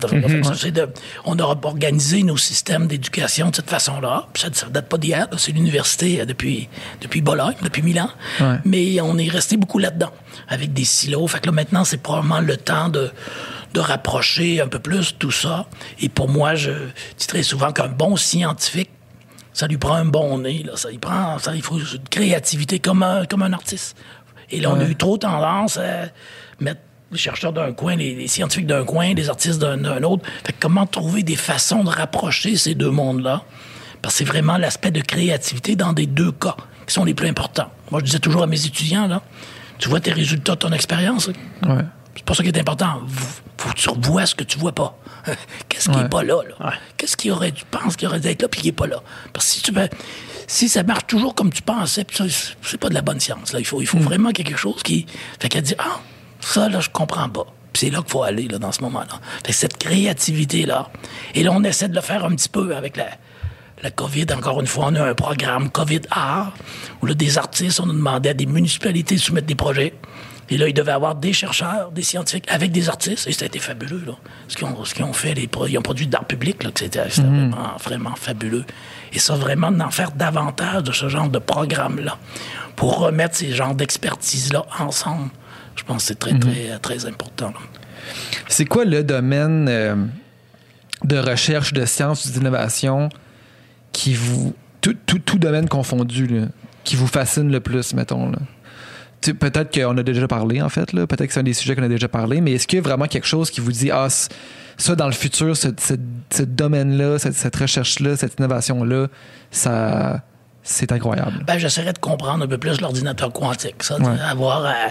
On a organisé nos systèmes d'éducation de cette façon-là. Ça ne date pas d'hier. C'est l'université depuis Bologne, depuis 1000 ans. Ouais. Mais on est resté beaucoup là-dedans, avec des silos. Fait que là, maintenant, c'est probablement le temps de rapprocher un peu plus tout ça. Et pour moi, je dis très souvent qu'un bon scientifique, ça lui prend un bon nez. Là. Il faut une créativité comme un artiste. Et là, on a eu trop tendance à mettre les chercheurs d'un coin, les scientifiques d'un coin, les artistes d'un autre. Fait que comment trouver des façons de rapprocher ces deux mondes-là? Parce que c'est vraiment l'aspect de créativité dans des deux cas qui sont les plus importants. Moi, je disais toujours à mes étudiants, là, tu vois tes résultats de ton expérience. Ouais. C'est pas ça qui est important. Faut que tu vois ce que tu vois pas. Qu'est-ce qui est pas là? Ouais. Qu'est-ce tu penses qu'il aurait dû être là puis qui est pas là? Parce que si ça marche toujours comme tu pensais, c'est pas de la bonne science. Là. Il faut vraiment quelque chose qui... Fait qu'elle dit, ça, là, je comprends pas. Puis c'est là qu'il faut aller, là, dans ce moment-là. Fait que cette créativité-là... Et là, on essaie de le faire un petit peu avec la COVID. Encore une fois, on a un programme COVID Art, où là, des artistes, on nous demandait à des municipalités de soumettre des projets. Et là, il devait y avoir des chercheurs, des scientifiques, avec des artistes. Et ça a été fabuleux, là. Ce qu'ils ont fait, ils ont produit d'art public, là, que c'était vraiment, vraiment fabuleux. Et ça, vraiment, d'en faire davantage de ce genre de programme-là pour remettre ces genres d'expertise-là ensemble. Je pense que c'est très, très, très important. Là. C'est quoi le domaine de recherche, de sciences, d'innovation qui vous... Tout domaine confondu, là, qui vous fascine le plus, mettons, là? Peut-être qu'on a déjà parlé, en fait. Là. Peut-être que c'est un des sujets qu'on a déjà parlé. Mais est-ce qu'il y a vraiment quelque chose qui vous dit, ça, dans le futur, ce domaine-là, cette recherche-là, cette innovation-là, ça, c'est incroyable? J'essaierais de comprendre un peu plus l'ordinateur quantique. Ça, avoir à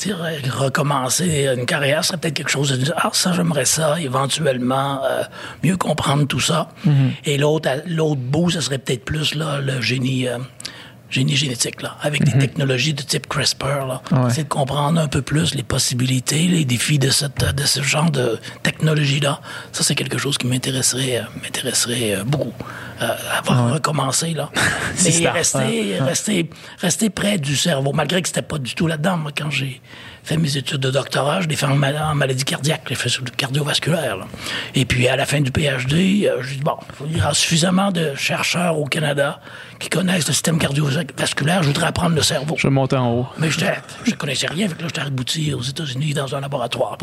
recommencer une carrière, ça serait peut-être quelque chose de dire, ça, j'aimerais ça, éventuellement, mieux comprendre tout ça. Et l'autre bout, ça serait peut-être plus là, le génie génétique, là, avec des technologies de type CRISPR, là. C'est de comprendre un peu plus les possibilités, les défis de ce genre de technologie-là. Ça, c'est quelque chose qui m'intéresserait beaucoup. Avoir recommencé, là. Mais rester près du cerveau, malgré que c'était pas du tout là-dedans. Moi, quand j'ai fait mes études de doctorat, je l'ai fait en maladie cardiaque, j'ai fait sur le cardiovasculaire, là. Et puis, à la fin du PhD, je dis, il y a suffisamment de chercheurs au Canada qui connaissent le système cardiovasculaire, je voudrais apprendre le cerveau. Je vais monter en haut. Mais je connaissais rien, fait que là, j'étais abouti aux États-Unis dans un laboratoire.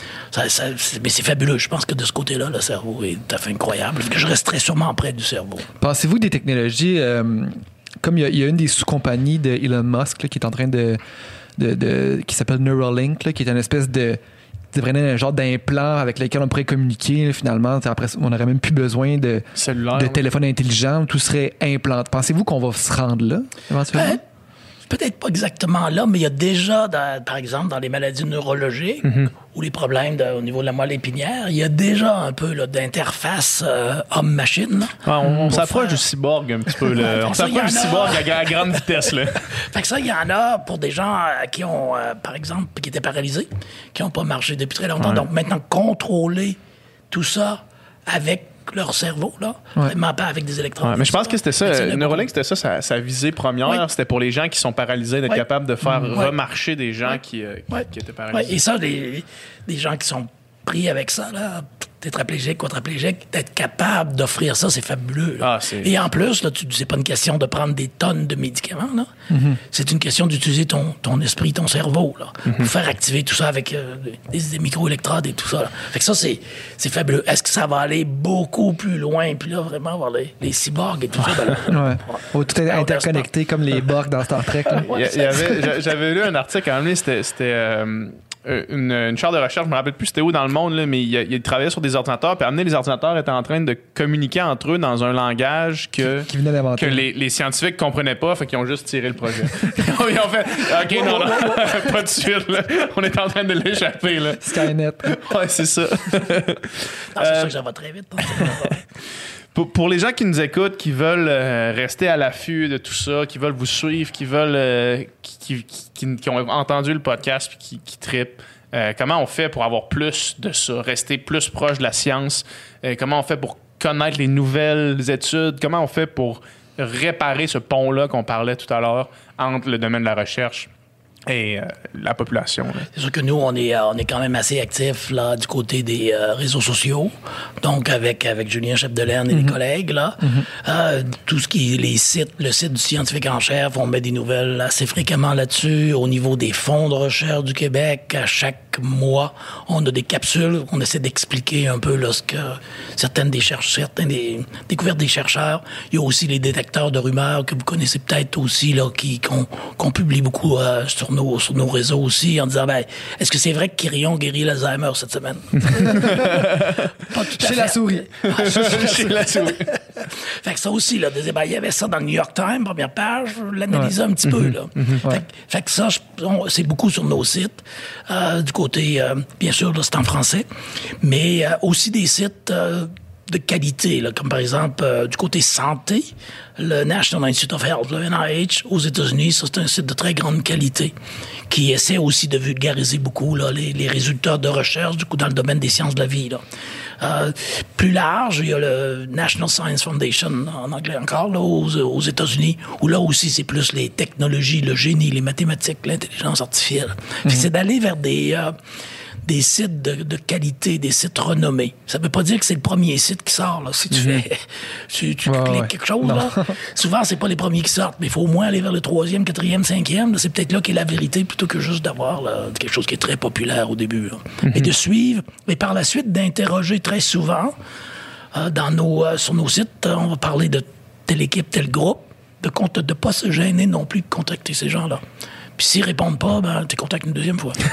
Mais c'est fabuleux. Je pense que de ce côté-là, le cerveau est tout à fait incroyable. Fait que je resterai sûrement près du cerveau. Pensez-vous que des technologies, comme il y a une des sous-compagnies de Elon Musk là, qui est en train qui s'appelle Neuralink, là, qui est une espèce de prenait un genre d'implant avec lequel on pourrait communiquer. Là, finalement, après, on n'aurait même plus besoin de téléphone intelligent. Tout serait implanté. Pensez-vous qu'on va se rendre là, éventuellement? Peut-être pas exactement là, mais il y a déjà, par exemple, dans les maladies neurologiques ou les problèmes au niveau de la moelle épinière, il y a déjà un peu là, d'interface homme-machine. On s'approche du cyborg un petit peu. Là. On s'approche du cyborg à grande vitesse. Là. Fait que ça, il y en a pour des gens qui ont, par exemple, qui étaient paralysés, qui n'ont pas marché depuis très longtemps. Ouais. Donc maintenant, contrôler tout ça avec leur cerveau, là, vraiment pas avec des électrodes. Ouais, mais je pense que c'était ça. Neuralink, c'était ça, sa visée première. Oui. C'était pour les gens qui sont paralysés, d'être capable de faire remarcher des gens qui étaient paralysés. Ouais. Et ça, des gens qui sont pris avec ça, là, tétraplégique, quadriplégique, d'être capable d'offrir ça, c'est fabuleux. Et en plus, là, c'est pas une question de prendre des tonnes de médicaments, là. C'est une question d'utiliser ton esprit, ton cerveau, là, pour faire activer tout ça avec des microélectrodes et tout ça. Là. Fait que ça, c'est fabuleux. Est-ce que ça va aller beaucoup plus loin, puis là, vraiment, voir les cyborgs et tout ça? Tout est interconnecté comme les Borg dans Star Trek. J'avais lu un article à un moment donné, c'était une chaire de recherche, je me rappelle plus c'était où dans le monde, là, mais il travaillait sur des ordinateurs, puis amener les ordinateurs étaient en train de communiquer entre eux dans un langage que les scientifiques comprenaient pas, fait qu'ils ont juste tiré le projet. Ils ont fait OK, non, pas de suite, là. On est en train de l'échapper. Là. Skynet. Ouais, c'est ça. C'est sûr que ça va très vite. Pour les gens qui nous écoutent, qui veulent rester à l'affût de tout ça, qui veulent vous suivre, qui veulent qui ont entendu le podcast et qui trippent, comment on fait pour avoir plus de ça, rester plus proche de la science? Comment on fait pour connaître les nouvelles études? Comment on fait pour réparer ce pont-là qu'on parlait tout à l'heure entre le domaine de la recherche et la population? Là. C'est sûr que nous, on est quand même assez actifs là, du côté des réseaux sociaux. Donc, avec Julien Chapdelaine et les collègues, là, tout ce qui est le site du Scientifique en chef, on met des nouvelles assez fréquemment là-dessus. Au niveau des fonds de recherche du Québec, à chaque mois, on a des capsules. On essaie d'expliquer un peu là, ce que certaines des découvertes des chercheurs. Il y a aussi les détecteurs de rumeurs que vous connaissez peut-être aussi, là, qu'on publie beaucoup sur nos réseaux aussi, en disant, est-ce que c'est vrai que Quirion guérit l'Alzheimer cette semaine? Pas tout à Chez la souris. Chez la souris. Fait que ça aussi, là, il y avait ça dans le New York Times, première page, je l'analysais un petit peu, là. Fait que ça, c'est beaucoup sur nos sites. Du côté, bien sûr, là, c'est en français, mais aussi des sites de qualité, là, comme par exemple du côté santé, le National Institute of Health, le NIH, aux États-Unis, ça, c'est un site de très grande qualité qui essaie aussi de vulgariser beaucoup là, les résultats de recherche du coup, dans le domaine des sciences de la vie. Là. Plus large, il y a le National Science Foundation, en anglais encore, là, aux États-Unis, où là aussi, c'est plus les technologies, le génie, les mathématiques, l'intelligence artificielle. C'est d'aller vers des sites de qualité, des sites renommés. Ça ne veut pas dire que c'est le premier site qui sort. Là. Si tu tu cliques quelque chose, là, souvent, c'est pas les premiers qui sortent, mais il faut au moins aller vers le 3e, 4e, 5e. Là, c'est peut-être là qu'est la vérité plutôt que juste d'avoir là, quelque chose qui est très populaire au début. Et de suivre, et par la suite d'interroger très souvent sur nos sites, on va parler de telle équipe, tel groupe, de ne pas se gêner non plus de contacter ces gens-là. Puis s'ils répondent pas, tu contactes une deuxième fois.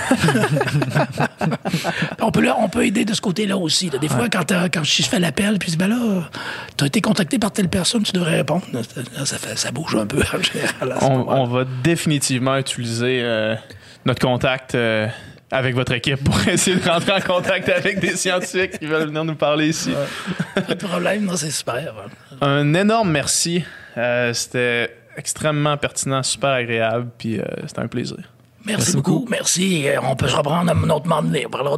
on peut aider de ce côté-là aussi. Là. Des fois, quand je fais l'appel, puis tu as été contacté par telle personne, tu devrais répondre. Là, ça bouge un peu en général. On va définitivement utiliser notre contact avec votre équipe pour essayer de rentrer en contact avec des scientifiques qui veulent venir nous parler ici. Pas de problème, non, c'est super. Un énorme merci. C'était extrêmement pertinent, super agréable, puis c'était un plaisir. Merci beaucoup. Merci. On peut se reprendre à un autre moment donné. On parlera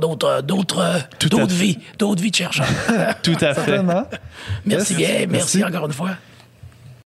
d'autres vies de chercheurs. Tout à fait. Merci bien. Merci encore une fois.